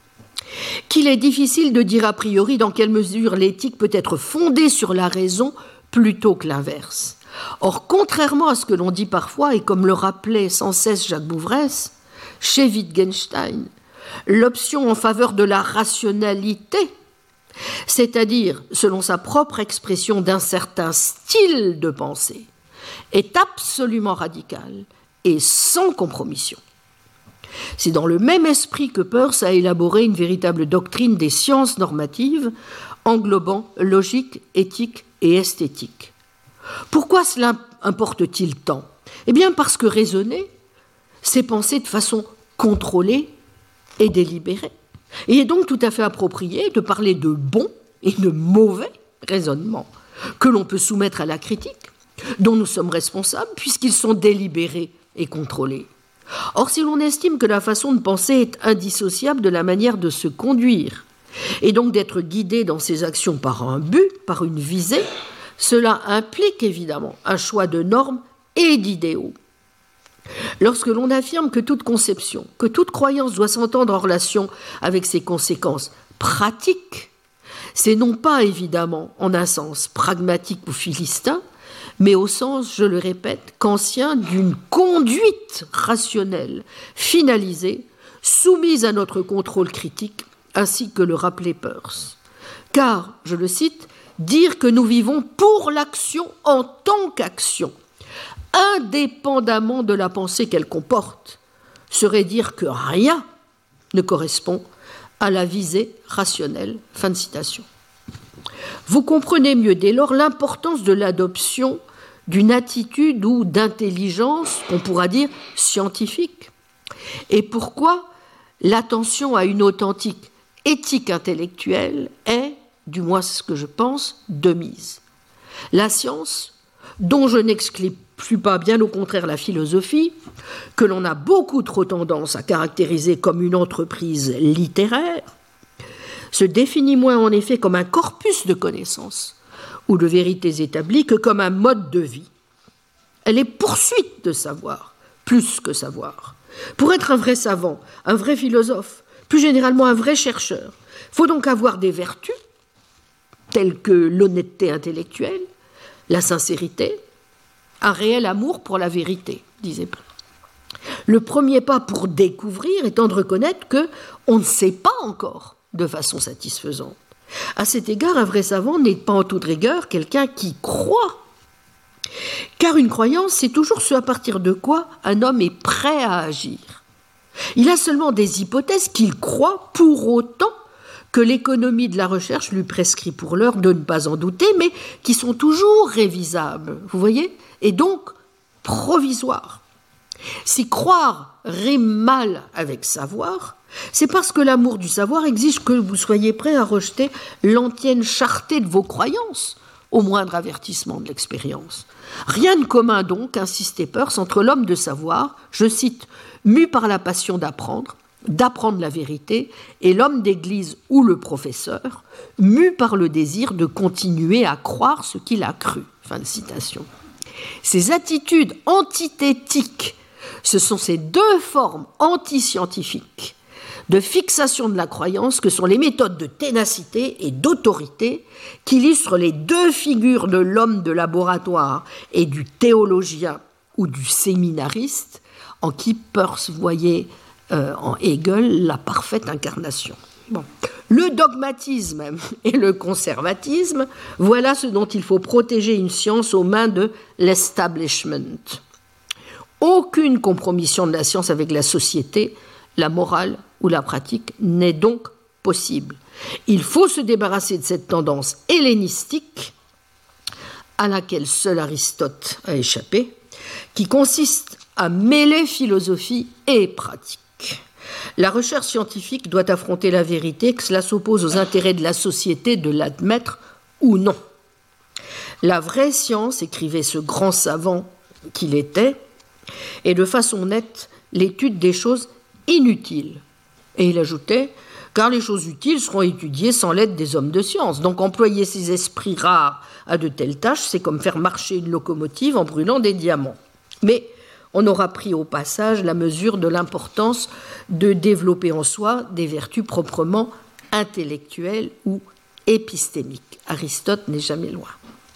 qu'il est difficile de dire a priori dans quelle mesure l'éthique peut être fondée sur la raison plutôt que l'inverse. Or, contrairement à ce que l'on dit parfois, et comme le rappelait sans cesse Jacques Bouvresse, chez Wittgenstein, l'option en faveur de la rationalité, c'est-à-dire, selon sa propre expression, d'un certain style de pensée, est absolument radicale et sans compromission. C'est dans le même esprit que Peirce a élaboré une véritable doctrine des sciences normatives englobant logique, éthique et esthétique. Pourquoi cela importe-t-il tant ? Eh bien parce que raisonner, c'est penser de façon contrôlée et délibérée. Il est donc tout à fait approprié de parler de bon et de mauvais raisonnements que l'on peut soumettre à la critique, dont nous sommes responsables puisqu'ils sont délibérés et contrôlés. Or, si l'on estime que la façon de penser est indissociable de la manière de se conduire, et donc d'être guidé dans ses actions par un but, par une visée, cela implique évidemment un choix de normes et d'idéaux. Lorsque l'on affirme que toute conception, que toute croyance doit s'entendre en relation avec ses conséquences pratiques, c'est non pas évidemment en un sens pragmatique ou philistin, mais au sens, je le répète, kantien d'une conduite rationnelle, finalisée, soumise à notre contrôle critique, ainsi que le rappelait Peirce. Car, je le cite, dire que nous vivons pour l'action en tant qu'action, indépendamment de la pensée qu'elle comporte, serait dire que rien ne correspond à la visée rationnelle. Fin de citation. Vous comprenez mieux dès lors l'importance de l'adoption d'une attitude ou d'intelligence, qu'on pourra dire scientifique, et pourquoi l'attention à une authentique éthique intellectuelle est, du moins c'est ce que je pense, de mise. La science, dont je n'exclus pas, bien au contraire, la philosophie, que l'on a beaucoup trop tendance à caractériser comme une entreprise littéraire, se définit moins en effet comme un corpus de connaissances ou de vérités établies que comme un mode de vie. Elle est poursuite de savoir, plus que savoir. Pour être un vrai savant, un vrai philosophe, plus généralement un vrai chercheur, il faut donc avoir des vertus, telles que l'honnêteté intellectuelle, la sincérité, un réel amour pour la vérité, disait Platon. Le premier pas pour découvrir étant de reconnaître qu'on ne sait pas encore de façon satisfaisante. À cet égard, un vrai savant n'est pas en toute rigueur quelqu'un qui croit. Car une croyance, c'est toujours ce à partir de quoi un homme est prêt à agir. Il a seulement des hypothèses qu'il croit pour autant que l'économie de la recherche lui prescrit pour l'heure de ne pas en douter, mais qui sont toujours révisables, vous voyez, et donc provisoires. Si croire rime mal avec savoir, c'est parce que l'amour du savoir exige que vous soyez prêt à rejeter l'antienne charté de vos croyances au moindre avertissement de l'expérience. Rien de commun donc, insistait Peirce, entre l'homme de savoir, je cite, mu par la passion d'apprendre la vérité, et l'homme d'église ou le professeur, mu par le désir de continuer à croire ce qu'il a cru. Fin de citation. Ces attitudes antithétiques, ce sont ces deux formes antiscientifiques de fixation de la croyance que sont les méthodes de ténacité et d'autorité qui illustrent les deux figures de l'homme de laboratoire et du théologien ou du séminariste en qui Peirce voyait en Hegel la parfaite incarnation. Bon. Le dogmatisme et le conservatisme, voilà ce dont il faut protéger une science aux mains de l'establishment. Aucune compromission de la science avec la société, la morale ou la pratique n'est donc possible. Il faut se débarrasser de cette tendance hellénistique à laquelle seul Aristote a échappé, qui consiste à mêler philosophie et pratique. La recherche scientifique doit affronter la vérité, que cela s'oppose aux intérêts de la société de l'admettre ou non. La vraie science, écrivait ce grand savant qu'il était, est de façon nette l'étude des choses inutiles. Et il ajoutait, car les choses utiles seront étudiées sans l'aide des hommes de science. Donc employer ces esprits rares à de telles tâches, c'est comme faire marcher une locomotive en brûlant des diamants. Mais on aura pris au passage la mesure de l'importance de développer en soi des vertus proprement intellectuelles ou épistémiques. Aristote n'est jamais loin.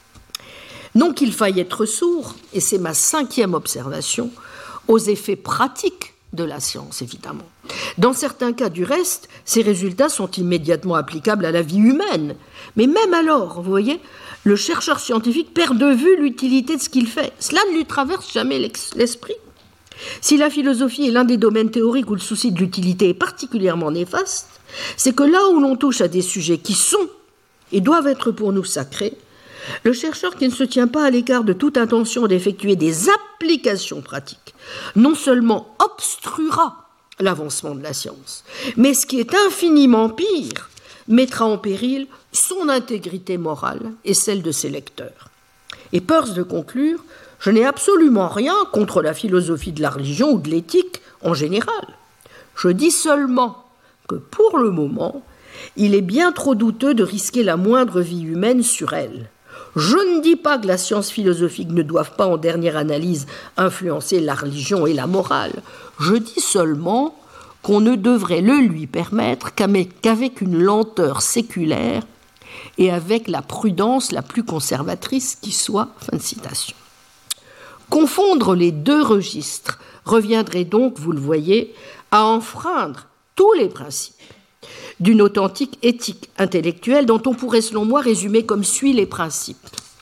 Non qu'il faille être sourd, et c'est ma 5e observation, aux effets pratiques de la science, évidemment. Dans certains cas, du reste, ces résultats sont immédiatement applicables à la vie humaine. Mais même alors, vous voyez, le chercheur scientifique perd de vue l'utilité de ce qu'il fait. Cela ne lui traverse jamais l'esprit. Si la philosophie est l'un des domaines théoriques où le souci de l'utilité est particulièrement néfaste, c'est que là où l'on touche à des sujets qui sont et doivent être pour nous sacrés, le chercheur qui ne se tient pas à l'écart de toute intention d'effectuer des applications pratiques, non seulement obstruera l'avancement de la science, mais ce qui est infiniment pire, mettra en péril son intégrité morale et celle de ses lecteurs. Et Peirce de conclure, je n'ai absolument rien contre la philosophie de la religion ou de l'éthique en général. Je dis seulement que pour le moment, il est bien trop douteux de risquer la moindre vie humaine sur elle. Je ne dis pas que la science philosophique ne doive pas, en dernière analyse, influencer la religion et la morale. Je dis seulement qu'on ne devrait le lui permettre qu'avec une lenteur séculaire et avec la prudence la plus conservatrice qui soit. Fin de citation. Confondre les deux registres reviendrait donc, vous le voyez, à enfreindre tous les principes d'une authentique éthique intellectuelle dont on pourrait, selon moi, résumer comme suit les principes.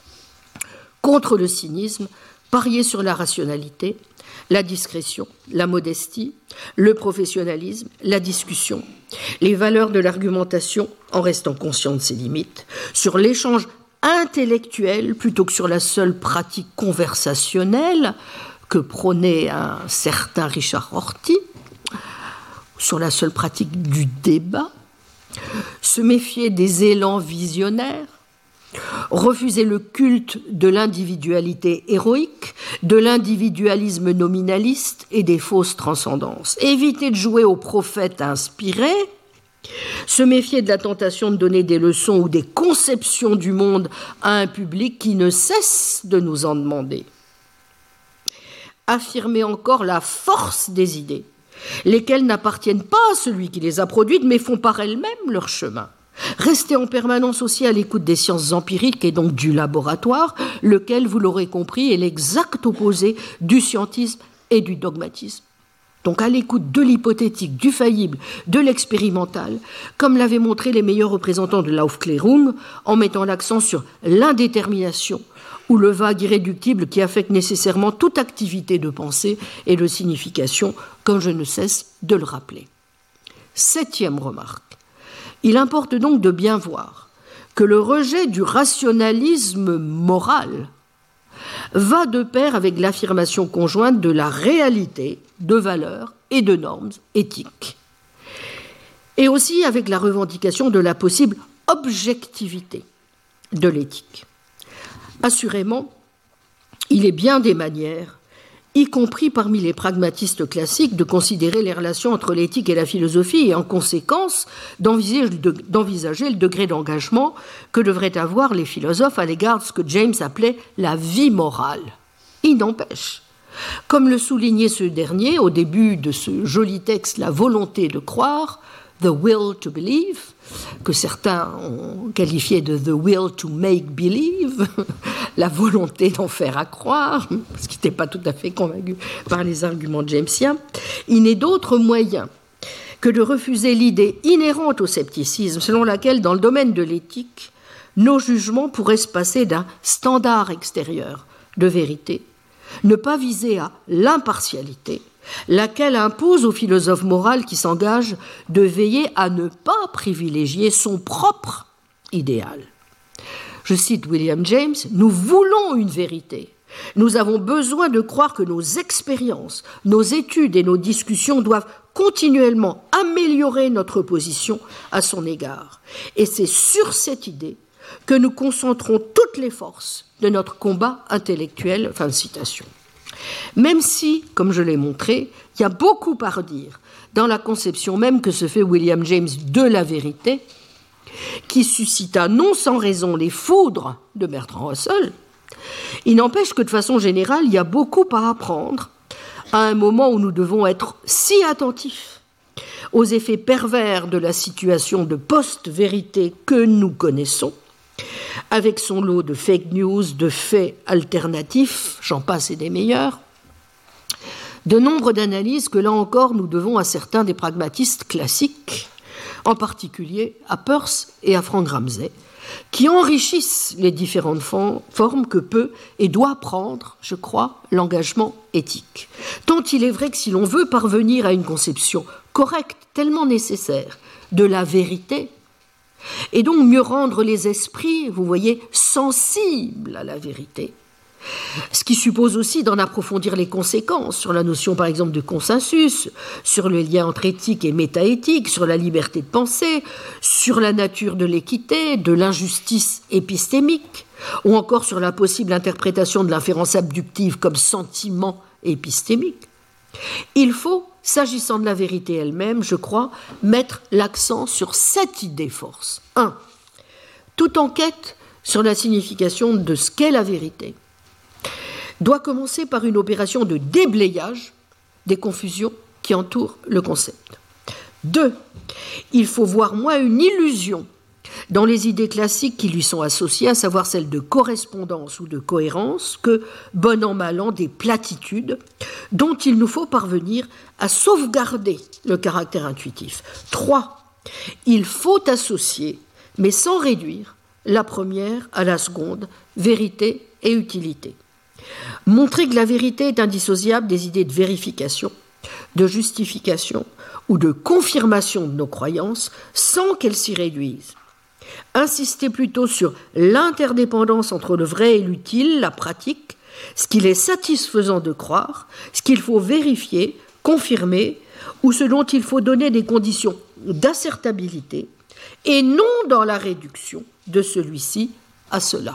Contre le cynisme, parier sur la rationalité, la discrétion, la modestie, le professionnalisme, la discussion, les valeurs de l'argumentation en restant conscient de ses limites, sur l'échange intellectuel plutôt que sur la seule pratique conversationnelle que prônait un certain Richard Rorty, sur la seule pratique du débat, se méfier des élans visionnaires, refuser le culte de l'individualité héroïque, de l'individualisme nominaliste et des fausses transcendances, éviter de jouer au prophète inspiré, se méfier de la tentation de donner des leçons ou des conceptions du monde à un public qui ne cesse de nous en demander. Affirmer encore la force des idées, lesquelles n'appartiennent pas à celui qui les a produites, mais font par elles-mêmes leur chemin. Rester en permanence aussi à l'écoute des sciences empiriques et donc du laboratoire, lequel, vous l'aurez compris, est l'exact opposé du scientisme et du dogmatisme. Donc à l'écoute de l'hypothétique, du faillible, de l'expérimental, comme l'avaient montré les meilleurs représentants de l'Aufklärung, en mettant l'accent sur l'indétermination ou le vague irréductible qui affecte nécessairement toute activité de pensée et de signification, comme je ne cesse de le rappeler. 7e remarque. Il importe donc de bien voir que le rejet du rationalisme moral va de pair avec l'affirmation conjointe de la réalité de valeurs et de normes éthiques, et aussi avec la revendication de la possible objectivité de l'éthique. Assurément, il est bien des manières, y compris parmi les pragmatistes classiques, de considérer les relations entre l'éthique et la philosophie et en conséquence d'envisager le degré d'engagement que devraient avoir les philosophes à l'égard de ce que James appelait la vie morale. Il n'empêche, comme le soulignait ce dernier au début de ce joli texte « La volonté de croire », « The will to believe », que certains ont qualifié de « the will to make believe », la volonté d'en faire à croire, parce qu'il n'était pas tout à fait convaincu par les arguments jamesiens, il n'est d'autre moyen que de refuser l'idée inhérente au scepticisme, selon laquelle, dans le domaine de l'éthique, nos jugements pourraient se passer d'un standard extérieur de vérité, ne pas viser à l'impartialité, laquelle impose au philosophe moral qui s'engage de veiller à ne pas privilégier son propre idéal. Je cite William James, « Nous voulons une vérité. Nous avons besoin de croire que nos expériences, nos études et nos discussions doivent continuellement améliorer notre position à son égard. Et c'est sur cette idée que nous concentrons toutes les forces de notre combat intellectuel. » Fin de citation. Même si, comme je l'ai montré, il y a beaucoup à redire dans la conception même que se fait William James de la vérité, qui suscita non sans raison les foudres de Bertrand Russell, il n'empêche que de façon générale, il y a beaucoup à apprendre à un moment où nous devons être si attentifs aux effets pervers de la situation de post-vérité que nous connaissons, avec son lot de fake news, de faits alternatifs, j'en passe et des meilleurs, de nombre d'analyses que là encore nous devons à certains des pragmatistes classiques, en particulier à Peirce et à Frank Ramsey, qui enrichissent les différentes formes que peut et doit prendre, je crois, l'engagement éthique. Tant il est vrai que si l'on veut parvenir à une conception correcte, tellement nécessaire, de la vérité, et donc mieux rendre les esprits, vous voyez, sensibles à la vérité, ce qui suppose aussi d'en approfondir les conséquences sur la notion, par exemple, de consensus, sur le lien entre éthique et métaéthique, sur la liberté de penser, sur la nature de l'équité, de l'injustice épistémique, ou encore sur la possible interprétation de l'inférence abductive comme sentiment épistémique. Il faut, s'agissant de la vérité elle-même, je crois, mettre l'accent sur cette idée force. 1. Toute enquête sur la signification de ce qu'est la vérité doit commencer par une opération de déblayage des confusions qui entourent le concept. 2. Il faut voir moins une illusion dans les idées classiques qui lui sont associées, à savoir celles de correspondance ou de cohérence, que, bon an mal an, des platitudes dont il nous faut parvenir à sauvegarder le caractère intuitif. 3. Il faut associer, mais sans réduire, la première à la seconde, vérité et utilité. Montrer que la vérité est indissociable des idées de vérification, de justification ou de confirmation de nos croyances sans qu'elles s'y réduisent. Insister plutôt sur l'interdépendance entre le vrai et l'utile, la pratique, ce qu'il est satisfaisant de croire, ce qu'il faut vérifier, confirmer, ou ce dont il faut donner des conditions d'assertabilité, et non dans la réduction de celui-ci à cela.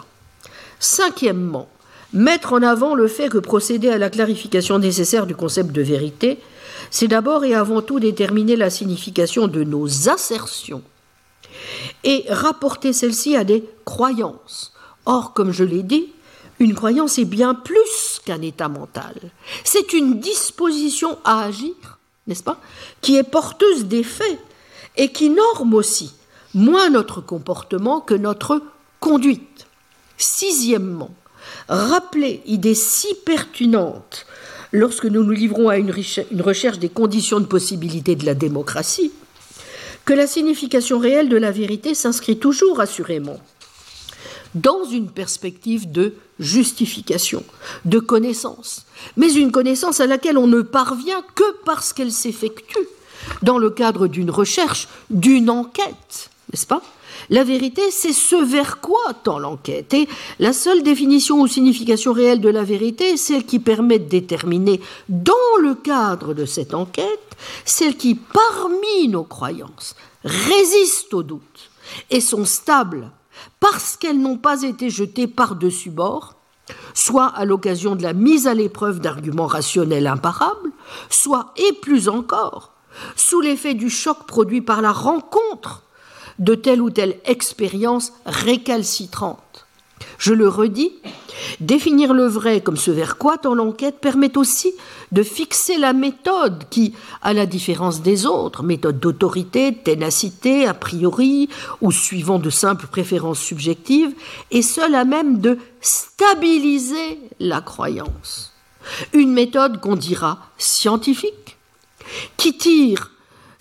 5e, mettre en avant le fait que procéder à la clarification nécessaire du concept de vérité, c'est d'abord et avant tout déterminer la signification de nos assertions et rapporter celle-ci à des croyances. Or, comme je l'ai dit, une croyance est bien plus qu'un état mental. C'est une disposition à agir, n'est-ce pas, qui est porteuse d'effets et qui norme aussi moins notre comportement que notre conduite. 6e, rappeler, idée si pertinente lorsque nous nous livrons à une recherche des conditions de possibilité de la démocratie, que la signification réelle de la vérité s'inscrit toujours assurément dans une perspective de justification, de connaissance, mais une connaissance à laquelle on ne parvient que parce qu'elle s'effectue dans le cadre d'une recherche, d'une enquête, n'est-ce pas ? La vérité, c'est ce vers quoi tend l'enquête. Et la seule définition ou signification réelle de la vérité est celle qui permet de déterminer, dans le cadre de cette enquête, celle qui, parmi nos croyances, résistent au doute et sont stables parce qu'elles n'ont pas été jetées par-dessus bord, soit à l'occasion de la mise à l'épreuve d'arguments rationnels imparables, soit, et plus encore, sous l'effet du choc produit par la rencontre de telle ou telle expérience récalcitrante. Je le redis, définir le vrai comme ce vers quoi tend l'enquête permet aussi de fixer la méthode qui, à la différence des autres, méthode d'autorité, de ténacité, a priori, ou suivant de simples préférences subjectives, est seule à même de stabiliser la croyance. Une méthode qu'on dira scientifique, qui tire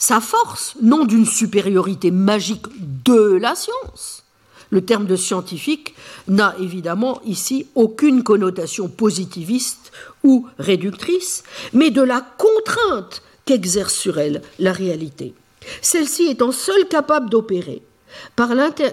sa force, non d'une supériorité magique de la science. Le terme de scientifique n'a évidemment ici aucune connotation positiviste ou réductrice, mais de la contrainte qu'exerce sur elle la réalité. Celle-ci étant seule capable d'opérer par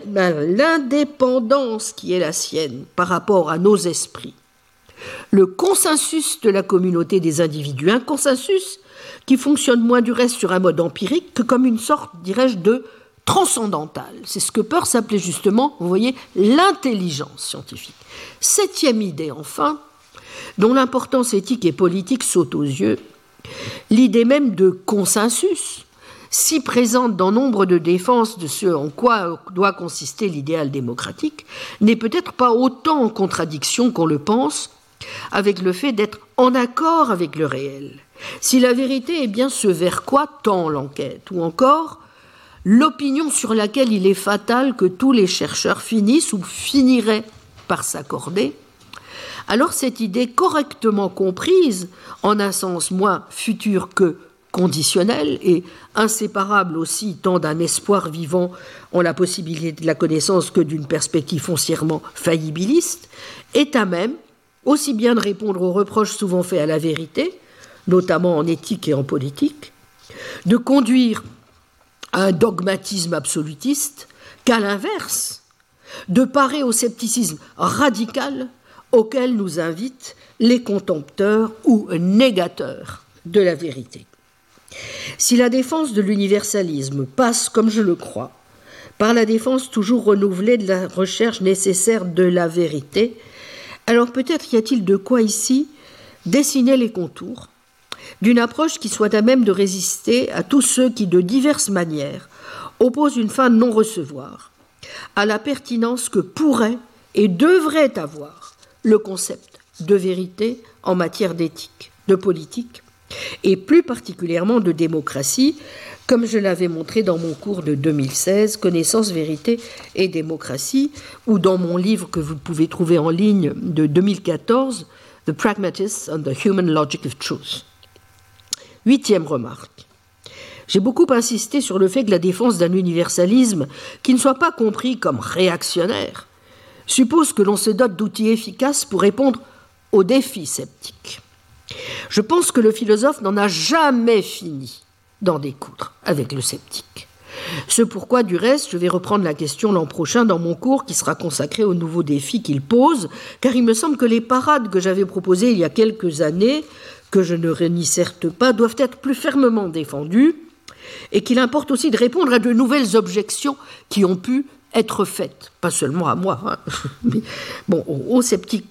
l'indépendance qui est la sienne par rapport à nos esprits, le consensus de la communauté des individus, un consensus qui fonctionne moins du reste sur un mode empirique que comme une sorte, dirais-je, de transcendantal. C'est ce que Peirce appelait justement, vous voyez, l'intelligence scientifique. Septième idée, enfin, dont l'importance éthique et politique saute aux yeux, l'idée même de consensus, si présente dans nombre de défenses de ce en quoi doit consister l'idéal démocratique, n'est peut-être pas autant en contradiction qu'on le pense avec le fait d'être en accord avec le réel. Si la vérité est bien ce vers quoi tend l'enquête, ou encore l'opinion sur laquelle il est fatal que tous les chercheurs finissent ou finiraient par s'accorder, alors cette idée correctement comprise, en un sens moins futur que conditionnel et inséparable aussi tant d'un espoir vivant en la possibilité de la connaissance que d'une perspective foncièrement faillibiliste, est à même aussi bien de répondre aux reproches souvent faits à la vérité, notamment en éthique et en politique, de conduire à un dogmatisme absolutiste, qu'à l'inverse, de parer au scepticisme radical auquel nous invitent les contempteurs ou négateurs de la vérité. Si la défense de l'universalisme passe, comme je le crois, par la défense toujours renouvelée de la recherche nécessaire de la vérité, alors peut-être y a-t-il de quoi ici dessiner les contours d'une approche qui soit à même de résister à tous ceux qui, de diverses manières, opposent une fin de non-recevoir à la pertinence que pourrait et devrait avoir le concept de vérité en matière d'éthique, de politique, et plus particulièrement de démocratie, comme je l'avais montré dans mon cours de 2016, Connaissance, vérité et démocratie, ou dans mon livre que vous pouvez trouver en ligne de 2014, The Pragmatists on the Human Logic of Truth. Huitième remarque. J'ai beaucoup insisté sur le fait que la défense d'un universalisme qui ne soit pas compris comme réactionnaire suppose que l'on se dote d'outils efficaces pour répondre aux défis sceptiques. Je pense que le philosophe n'en a jamais fini d'en découdre avec le sceptique. Ce pourquoi, du reste, je vais reprendre la question l'an prochain dans mon cours qui sera consacré aux nouveaux défis qu'il pose, car il me semble que les parades que j'avais proposées il y a quelques années, que je ne renie certes pas, doivent être plus fermement défendues, et qu'il importe aussi de répondre à de nouvelles objections qui ont pu être faites, pas seulement à moi, mais bon, aux sceptiques,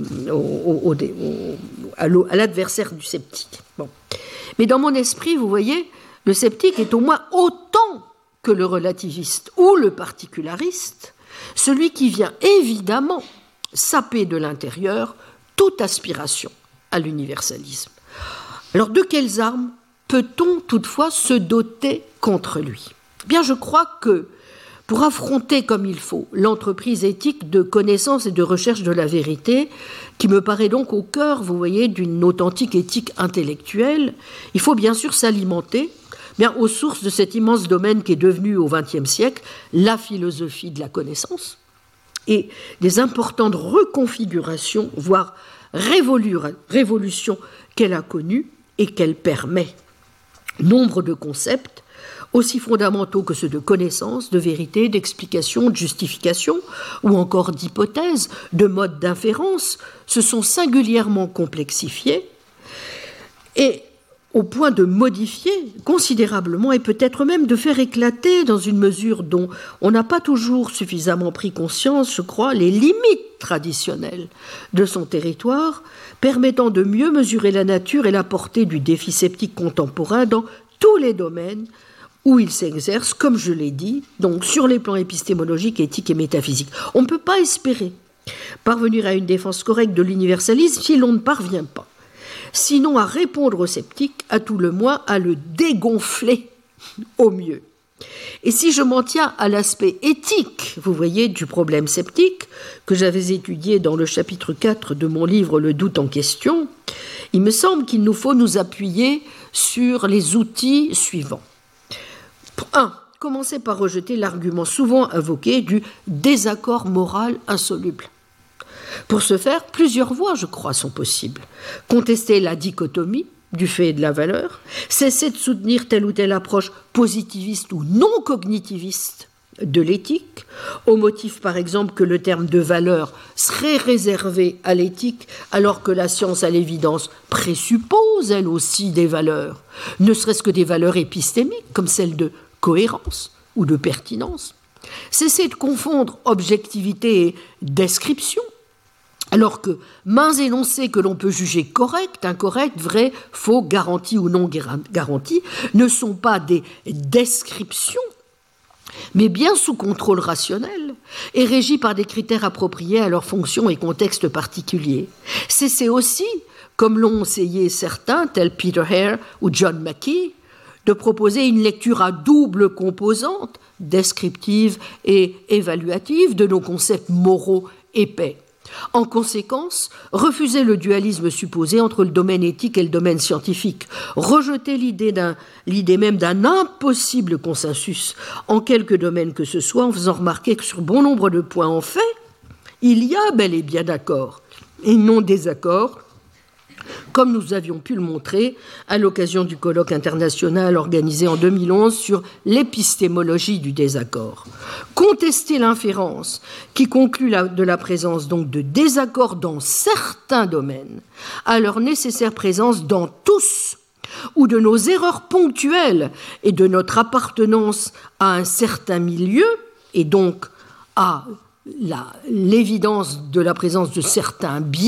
à l'adversaire du sceptique. Bon. Mais dans mon esprit, vous voyez, le sceptique est au moins autant que le relativiste ou le particulariste, celui qui vient évidemment saper de l'intérieur toute aspiration à l'universalisme. Alors, de quelles armes peut-on toutefois se doter contre lui ? Bien, je crois que pour affronter comme il faut l'entreprise éthique de connaissance et de recherche de la vérité, qui me paraît donc au cœur, vous voyez, d'une authentique éthique intellectuelle, il faut bien sûr s'alimenter aux sources de cet immense domaine qui est devenu au XXe siècle la philosophie de la connaissance et des importantes reconfigurations, voire révolutions qu'elle a connues et qu'elle permet. Nombre de concepts aussi fondamentaux que ceux de connaissance, de vérité, d'explication, de justification, ou encore d'hypothèse, de mode d'inférence, se sont singulièrement complexifiés et au point de modifier considérablement et peut-être même de faire éclater, dans une mesure dont on n'a pas toujours suffisamment pris conscience, je crois, les limites traditionnelles de son territoire, permettant de mieux mesurer la nature et la portée du défi sceptique contemporain dans tous les domaines où il s'exerce, comme je l'ai dit, donc sur les plans épistémologiques, éthiques et métaphysiques. On ne peut pas espérer parvenir à une défense correcte de l'universalisme si l'on ne parvient pas, sinon à répondre aux sceptiques, à tout le moins à le dégonfler au mieux. Et si je m'en tiens à l'aspect éthique, vous voyez, du problème sceptique, que j'avais étudié dans le chapitre 4 de mon livre « Le doute en question », il me semble qu'il nous faut nous appuyer sur les outils suivants. 1. Commencez par rejeter l'argument souvent invoqué du désaccord moral insoluble. Pour ce faire, plusieurs voies, je crois, sont possibles. Contester la dichotomie du fait et de la valeur, cesser de soutenir telle ou telle approche positiviste ou non cognitiviste de l'éthique, au motif par exemple que le terme de valeur serait réservé à l'éthique alors que la science à l'évidence présuppose elle aussi des valeurs, ne serait-ce que des valeurs épistémiques comme celle de cohérence ou de pertinence. Cesser de confondre objectivité et description, alors que mains énoncés que l'on peut juger corrects, incorrects, vrais, faux, garantis ou non garantis, ne sont pas des descriptions, mais bien sous contrôle rationnel et régis par des critères appropriés à leurs fonctions et contextes particuliers. Cesser aussi, comme l'ont essayé certains, tels Peter Hare ou John Mackey, de proposer une lecture à double composante, descriptive et évaluative, de nos concepts moraux épais. En conséquence, refuser le dualisme supposé entre le domaine éthique et le domaine scientifique, rejeter l'idée même d'un impossible consensus en quelque domaine que ce soit, en faisant remarquer que sur bon nombre de points, en fait, il y a bel et bien d'accord et non désaccord, comme nous avions pu le montrer à l'occasion du colloque international organisé en 2011 sur l'épistémologie du désaccord. Contester l'inférence qui conclut de la présence donc de désaccords dans certains domaines, à leur nécessaire présence dans tous, ou de nos erreurs ponctuelles et de notre appartenance à un certain milieu, et donc à l'évidence de la présence de certains biais,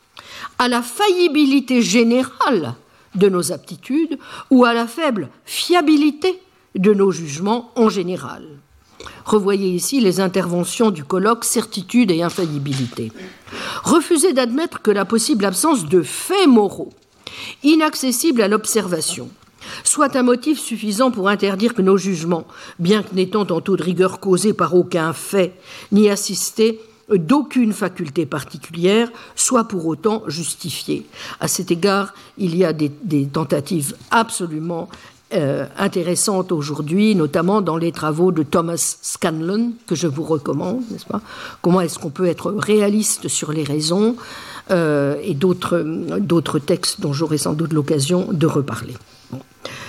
à la faillibilité générale de nos aptitudes ou à la faible fiabilité de nos jugements en général. Revoyez ici les interventions du colloque certitude et infaillibilité. Refuser d'admettre que la possible absence de faits moraux, inaccessibles à l'observation, soit un motif suffisant pour interdire que nos jugements, bien que n'étant en taux de rigueur causés par aucun fait, ni assistés d'aucune faculté particulière, soit pour autant justifiée. À cet égard, il y a des tentatives absolument intéressantes aujourd'hui, notamment dans les travaux de Thomas Scanlon, que je vous recommande, n'est-ce pas ? Comment est-ce qu'on peut être réaliste sur les raisons, et d'autres textes dont j'aurai sans doute l'occasion de reparler. Bon.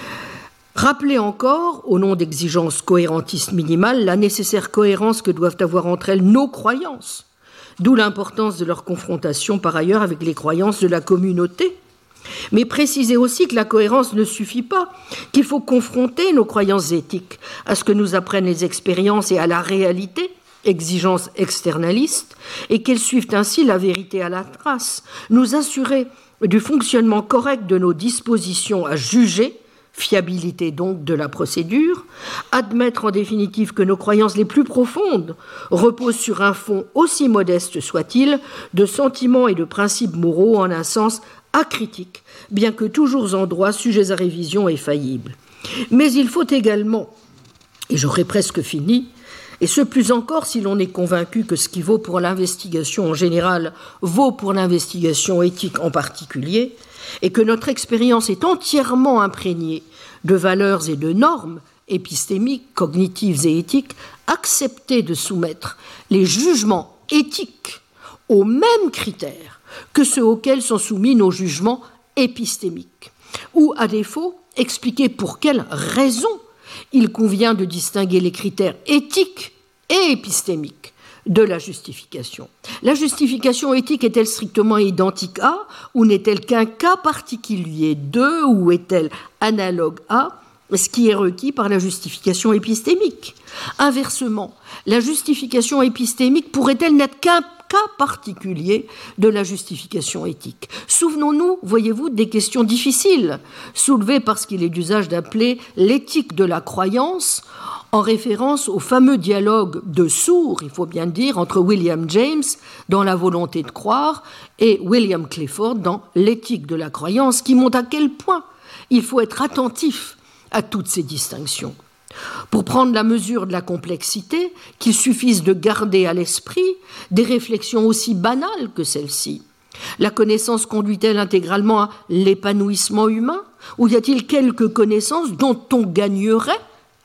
Rappelez encore, au nom d'exigences cohérentistes minimales, la nécessaire cohérence que doivent avoir entre elles nos croyances, d'où l'importance de leur confrontation par ailleurs avec les croyances de la communauté. Mais précisez aussi que la cohérence ne suffit pas, qu'il faut confronter nos croyances éthiques à ce que nous apprennent les expériences et à la réalité, exigences externalistes, et qu'elles suivent ainsi la vérité à la trace, nous assurer du fonctionnement correct de nos dispositions à juger, fiabilité donc de la procédure, admettre en définitive que nos croyances les plus profondes reposent sur un fond aussi modeste soit-il de sentiments et de principes moraux en un sens acritique, bien que toujours en droit, sujets à révision et faillibles. Mais il faut également, et j'aurai presque fini, et ce plus encore si l'on est convaincu que ce qui vaut pour l'investigation en général vaut pour l'investigation éthique en particulier, et que notre expérience est entièrement imprégnée de valeurs et de normes épistémiques, cognitives et éthiques, accepter de soumettre les jugements éthiques aux mêmes critères que ceux auxquels sont soumis nos jugements épistémiques, ou à défaut, expliquer pour quelles raisons il convient de distinguer les critères éthiques et épistémiques de la justification. La justification éthique est-elle strictement identique à, ou n'est-elle qu'un cas particulier de, ou est-elle analogue à ce qui est requis par la justification épistémique ? Inversement, la justification épistémique pourrait-elle n'être qu'un cas particulier de la justification éthique ? Souvenons-nous, voyez-vous, des questions difficiles soulevées par ce qu'il est d'usage d'appeler l'éthique de la croyance, en référence au fameux dialogue de sourds, il faut bien le dire, entre William James dans La volonté de croire et William Clifford dans L'éthique de la croyance, qui montre à quel point il faut être attentif à toutes ces distinctions. Pour prendre la mesure de la complexité, qu'il suffise de garder à l'esprit des réflexions aussi banales que celles-ci. La connaissance conduit-elle intégralement à l'épanouissement humain, ou y a-t-il quelques connaissances dont on gagnerait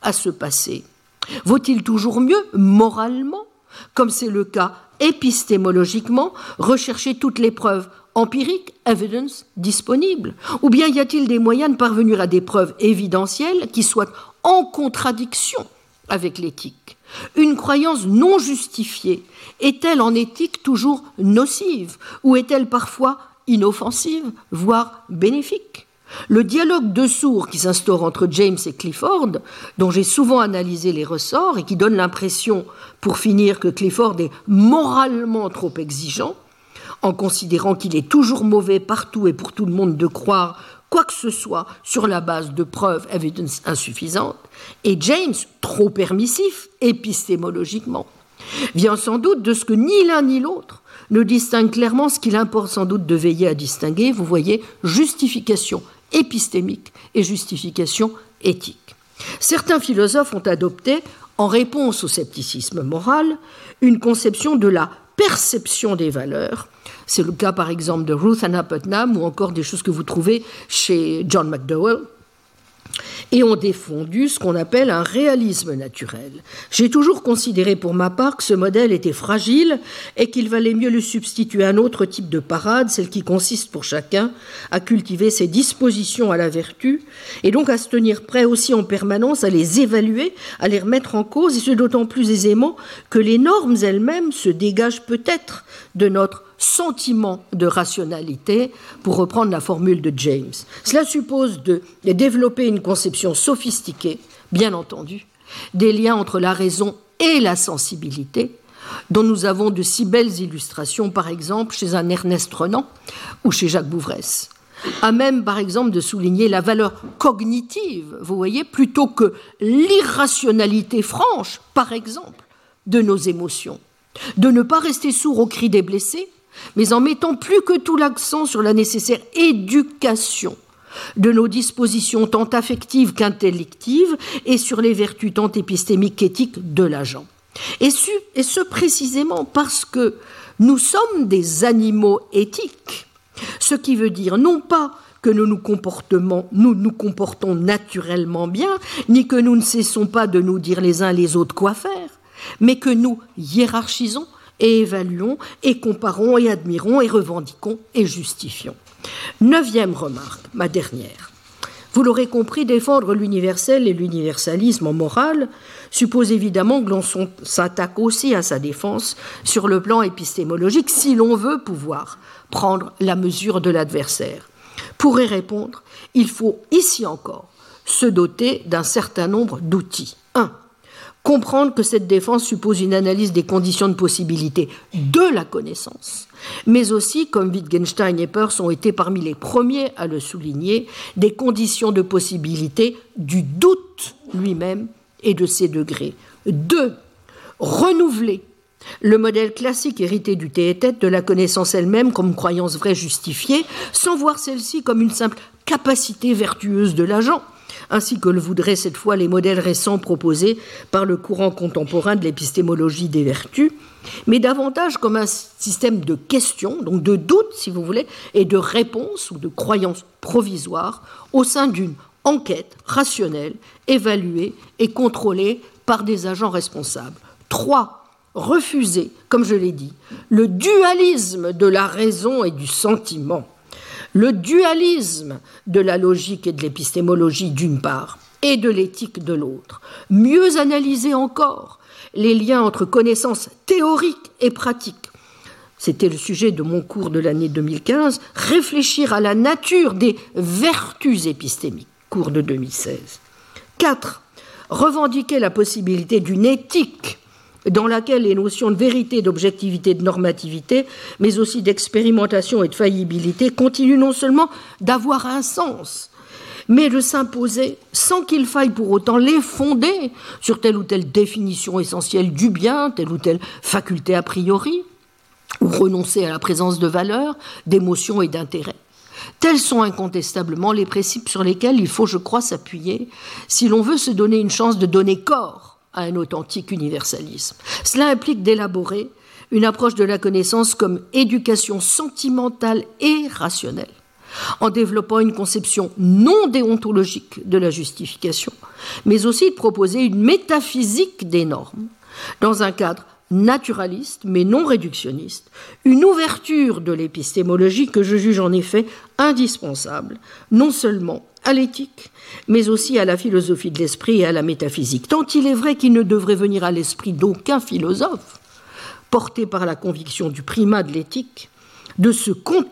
à se passer? Vaut-il toujours mieux, moralement, comme c'est le cas épistémologiquement, rechercher toutes les preuves empiriques, evidence, disponibles? Ou bien y a-t-il des moyens de parvenir à des preuves évidentielles qui soient en contradiction avec l'éthique? Une croyance non justifiée est-elle en éthique toujours nocive ou est-elle parfois inoffensive, voire bénéfique? Le dialogue de sourds qui s'instaure entre James et Clifford, dont j'ai souvent analysé les ressorts et qui donne l'impression, pour finir, que Clifford est moralement trop exigeant, en considérant qu'il est toujours mauvais partout et pour tout le monde de croire quoi que ce soit sur la base de preuves evidence insuffisantes, et James trop permissif épistémologiquement, vient sans doute de ce que ni l'un ni l'autre ne distingue clairement ce qu'il importe sans doute de veiller à distinguer, vous voyez, justification épistémique et justification éthique. Certains philosophes ont adopté, en réponse au scepticisme moral, une conception de la perception des valeurs. C'est le cas par exemple de Ruth Anna Putnam ou encore des choses que vous trouvez chez John McDowell, et ont défendu ce qu'on appelle un réalisme naturel. J'ai toujours considéré pour ma part que ce modèle était fragile et qu'il valait mieux le substituer à un autre type de parade, celle qui consiste pour chacun à cultiver ses dispositions à la vertu et donc à se tenir prêt aussi en permanence à les évaluer, à les remettre en cause, et ce d'autant plus aisément que les normes elles-mêmes se dégagent peut-être de notre sentiment de rationalité, pour reprendre la formule de James. Cela suppose de développer une conception sophistiquée, bien entendu, des liens entre la raison et la sensibilité, dont nous avons de si belles illustrations, par exemple, chez un Ernest Renan ou chez Jacques Bouvresse, à même, par exemple, de souligner la valeur cognitive, vous voyez, plutôt que l'irrationalité franche, par exemple, de nos émotions, de ne pas rester sourd aux cris des blessés, mais en mettant plus que tout l'accent sur la nécessaire éducation de nos dispositions tant affectives qu'intellectives et sur les vertus tant épistémiques qu'éthiques de l'agent. Et ce précisément parce que nous sommes des animaux éthiques, ce qui veut dire non pas que nous nous comportons naturellement bien, ni que nous ne cessons pas de nous dire les uns les autres quoi faire, mais que nous hiérarchisons et évaluons et comparons et admirons et revendiquons et justifions. 9e remarque, ma dernière. Vous l'aurez compris, défendre l'universel et l'universalisme en morale suppose évidemment que l'on s'attaque aussi à sa défense sur le plan épistémologique si l'on veut pouvoir prendre la mesure de l'adversaire. Pour y répondre, il faut ici encore se doter d'un certain nombre d'outils. 1. Comprendre que cette défense suppose une analyse des conditions de possibilité de la connaissance, mais aussi, comme Wittgenstein et Peirce ont été parmi les premiers à le souligner, des conditions de possibilité du doute lui-même et de ses degrés. 2. Renouveler le modèle classique hérité du tête-à-tête de la connaissance elle-même comme croyance vraie justifiée, sans voir celle-ci comme une simple capacité vertueuse de l'agent, ainsi que le voudraient cette fois les modèles récents proposés par le courant contemporain de l'épistémologie des vertus, mais davantage comme un système de questions, donc de doutes, si vous voulez, et de réponses ou de croyances provisoires au sein d'une enquête rationnelle, évaluée et contrôlée par des agents responsables. 3. Refuser, comme je l'ai dit, le dualisme de la raison et du sentiment, le dualisme de la logique et de l'épistémologie d'une part et de l'éthique de l'autre. Mieux analyser encore les liens entre connaissances théoriques et pratiques. C'était le sujet de mon cours de l'année 2015. Réfléchir à la nature des vertus épistémiques, cours de 2016. 4. Revendiquer la possibilité d'une éthique dans laquelle les notions de vérité, d'objectivité, de normativité, mais aussi d'expérimentation et de faillibilité continuent non seulement d'avoir un sens, mais de s'imposer sans qu'il faille pour autant les fonder sur telle ou telle définition essentielle du bien, telle ou telle faculté a priori, ou renoncer à la présence de valeurs, d'émotions et d'intérêts. Tels sont incontestablement les principes sur lesquels il faut, je crois, s'appuyer si l'on veut se donner une chance de donner corps à un authentique universalisme. Cela implique d'élaborer une approche de la connaissance comme éducation sentimentale et rationnelle, en développant une conception non déontologique de la justification, mais aussi de proposer une métaphysique des normes, dans un cadre naturaliste mais non réductionniste, une ouverture de l'épistémologie que je juge en effet indispensable, non seulement à l'éthique, mais aussi à la philosophie de l'esprit et à la métaphysique, tant il est vrai qu'il ne devrait venir à l'esprit d'aucun philosophe, porté par la conviction du primat de l'éthique, de se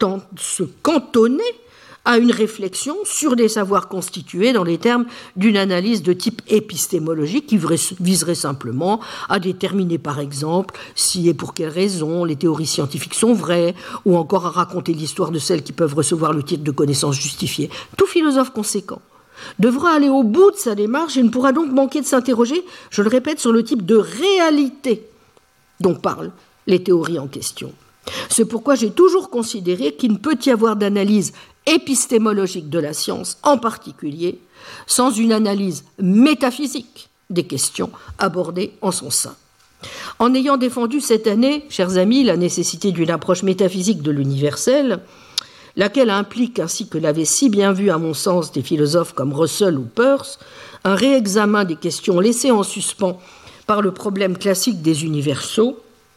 cantonner à une réflexion sur des savoirs constitués dans les termes d'une analyse de type épistémologique qui viserait simplement à déterminer, par exemple, si et pour quelles raisons les théories scientifiques sont vraies, ou encore à raconter l'histoire de celles qui peuvent recevoir le titre de connaissance justifiée. Tout philosophe conséquent devra aller au bout de sa démarche et ne pourra donc manquer de s'interroger, je le répète, sur le type de réalité dont parlent les théories en question. C'est pourquoi j'ai toujours considéré qu'il ne peut y avoir d'analyse épistémologique de la science, en particulier, sans une analyse métaphysique des questions abordées en son sein. En ayant défendu cette année, chers amis, la nécessité d'une approche métaphysique de l'universel, laquelle implique, ainsi que l'avaient si bien vu à mon sens des philosophes comme Russell ou Peirce, un réexamen des questions laissées en suspens par le problème classique des universaux,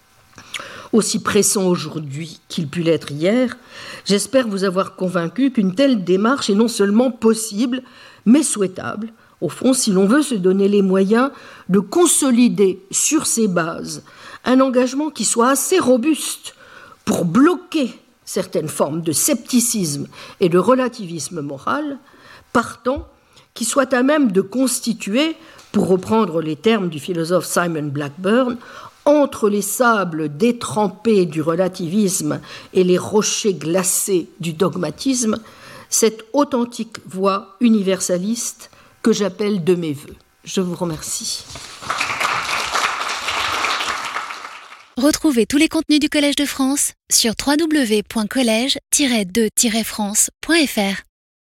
aussi pressant aujourd'hui qu'il put l'être hier, j'espère vous avoir convaincu qu'une telle démarche est non seulement possible, mais souhaitable, au fond, si l'on veut se donner les moyens de consolider sur ses bases un engagement qui soit assez robuste pour bloquer certaines formes de scepticisme et de relativisme moral, partant, qui soit à même de constituer, pour reprendre les termes du philosophe Simon Blackburn, entre les sables détrempés du relativisme et les rochers glacés du dogmatisme, cette authentique voie universaliste que j'appelle de mes vœux. Je vous remercie. Retrouvez tous les contenus du Collège de France sur www.collège-2-france.fr.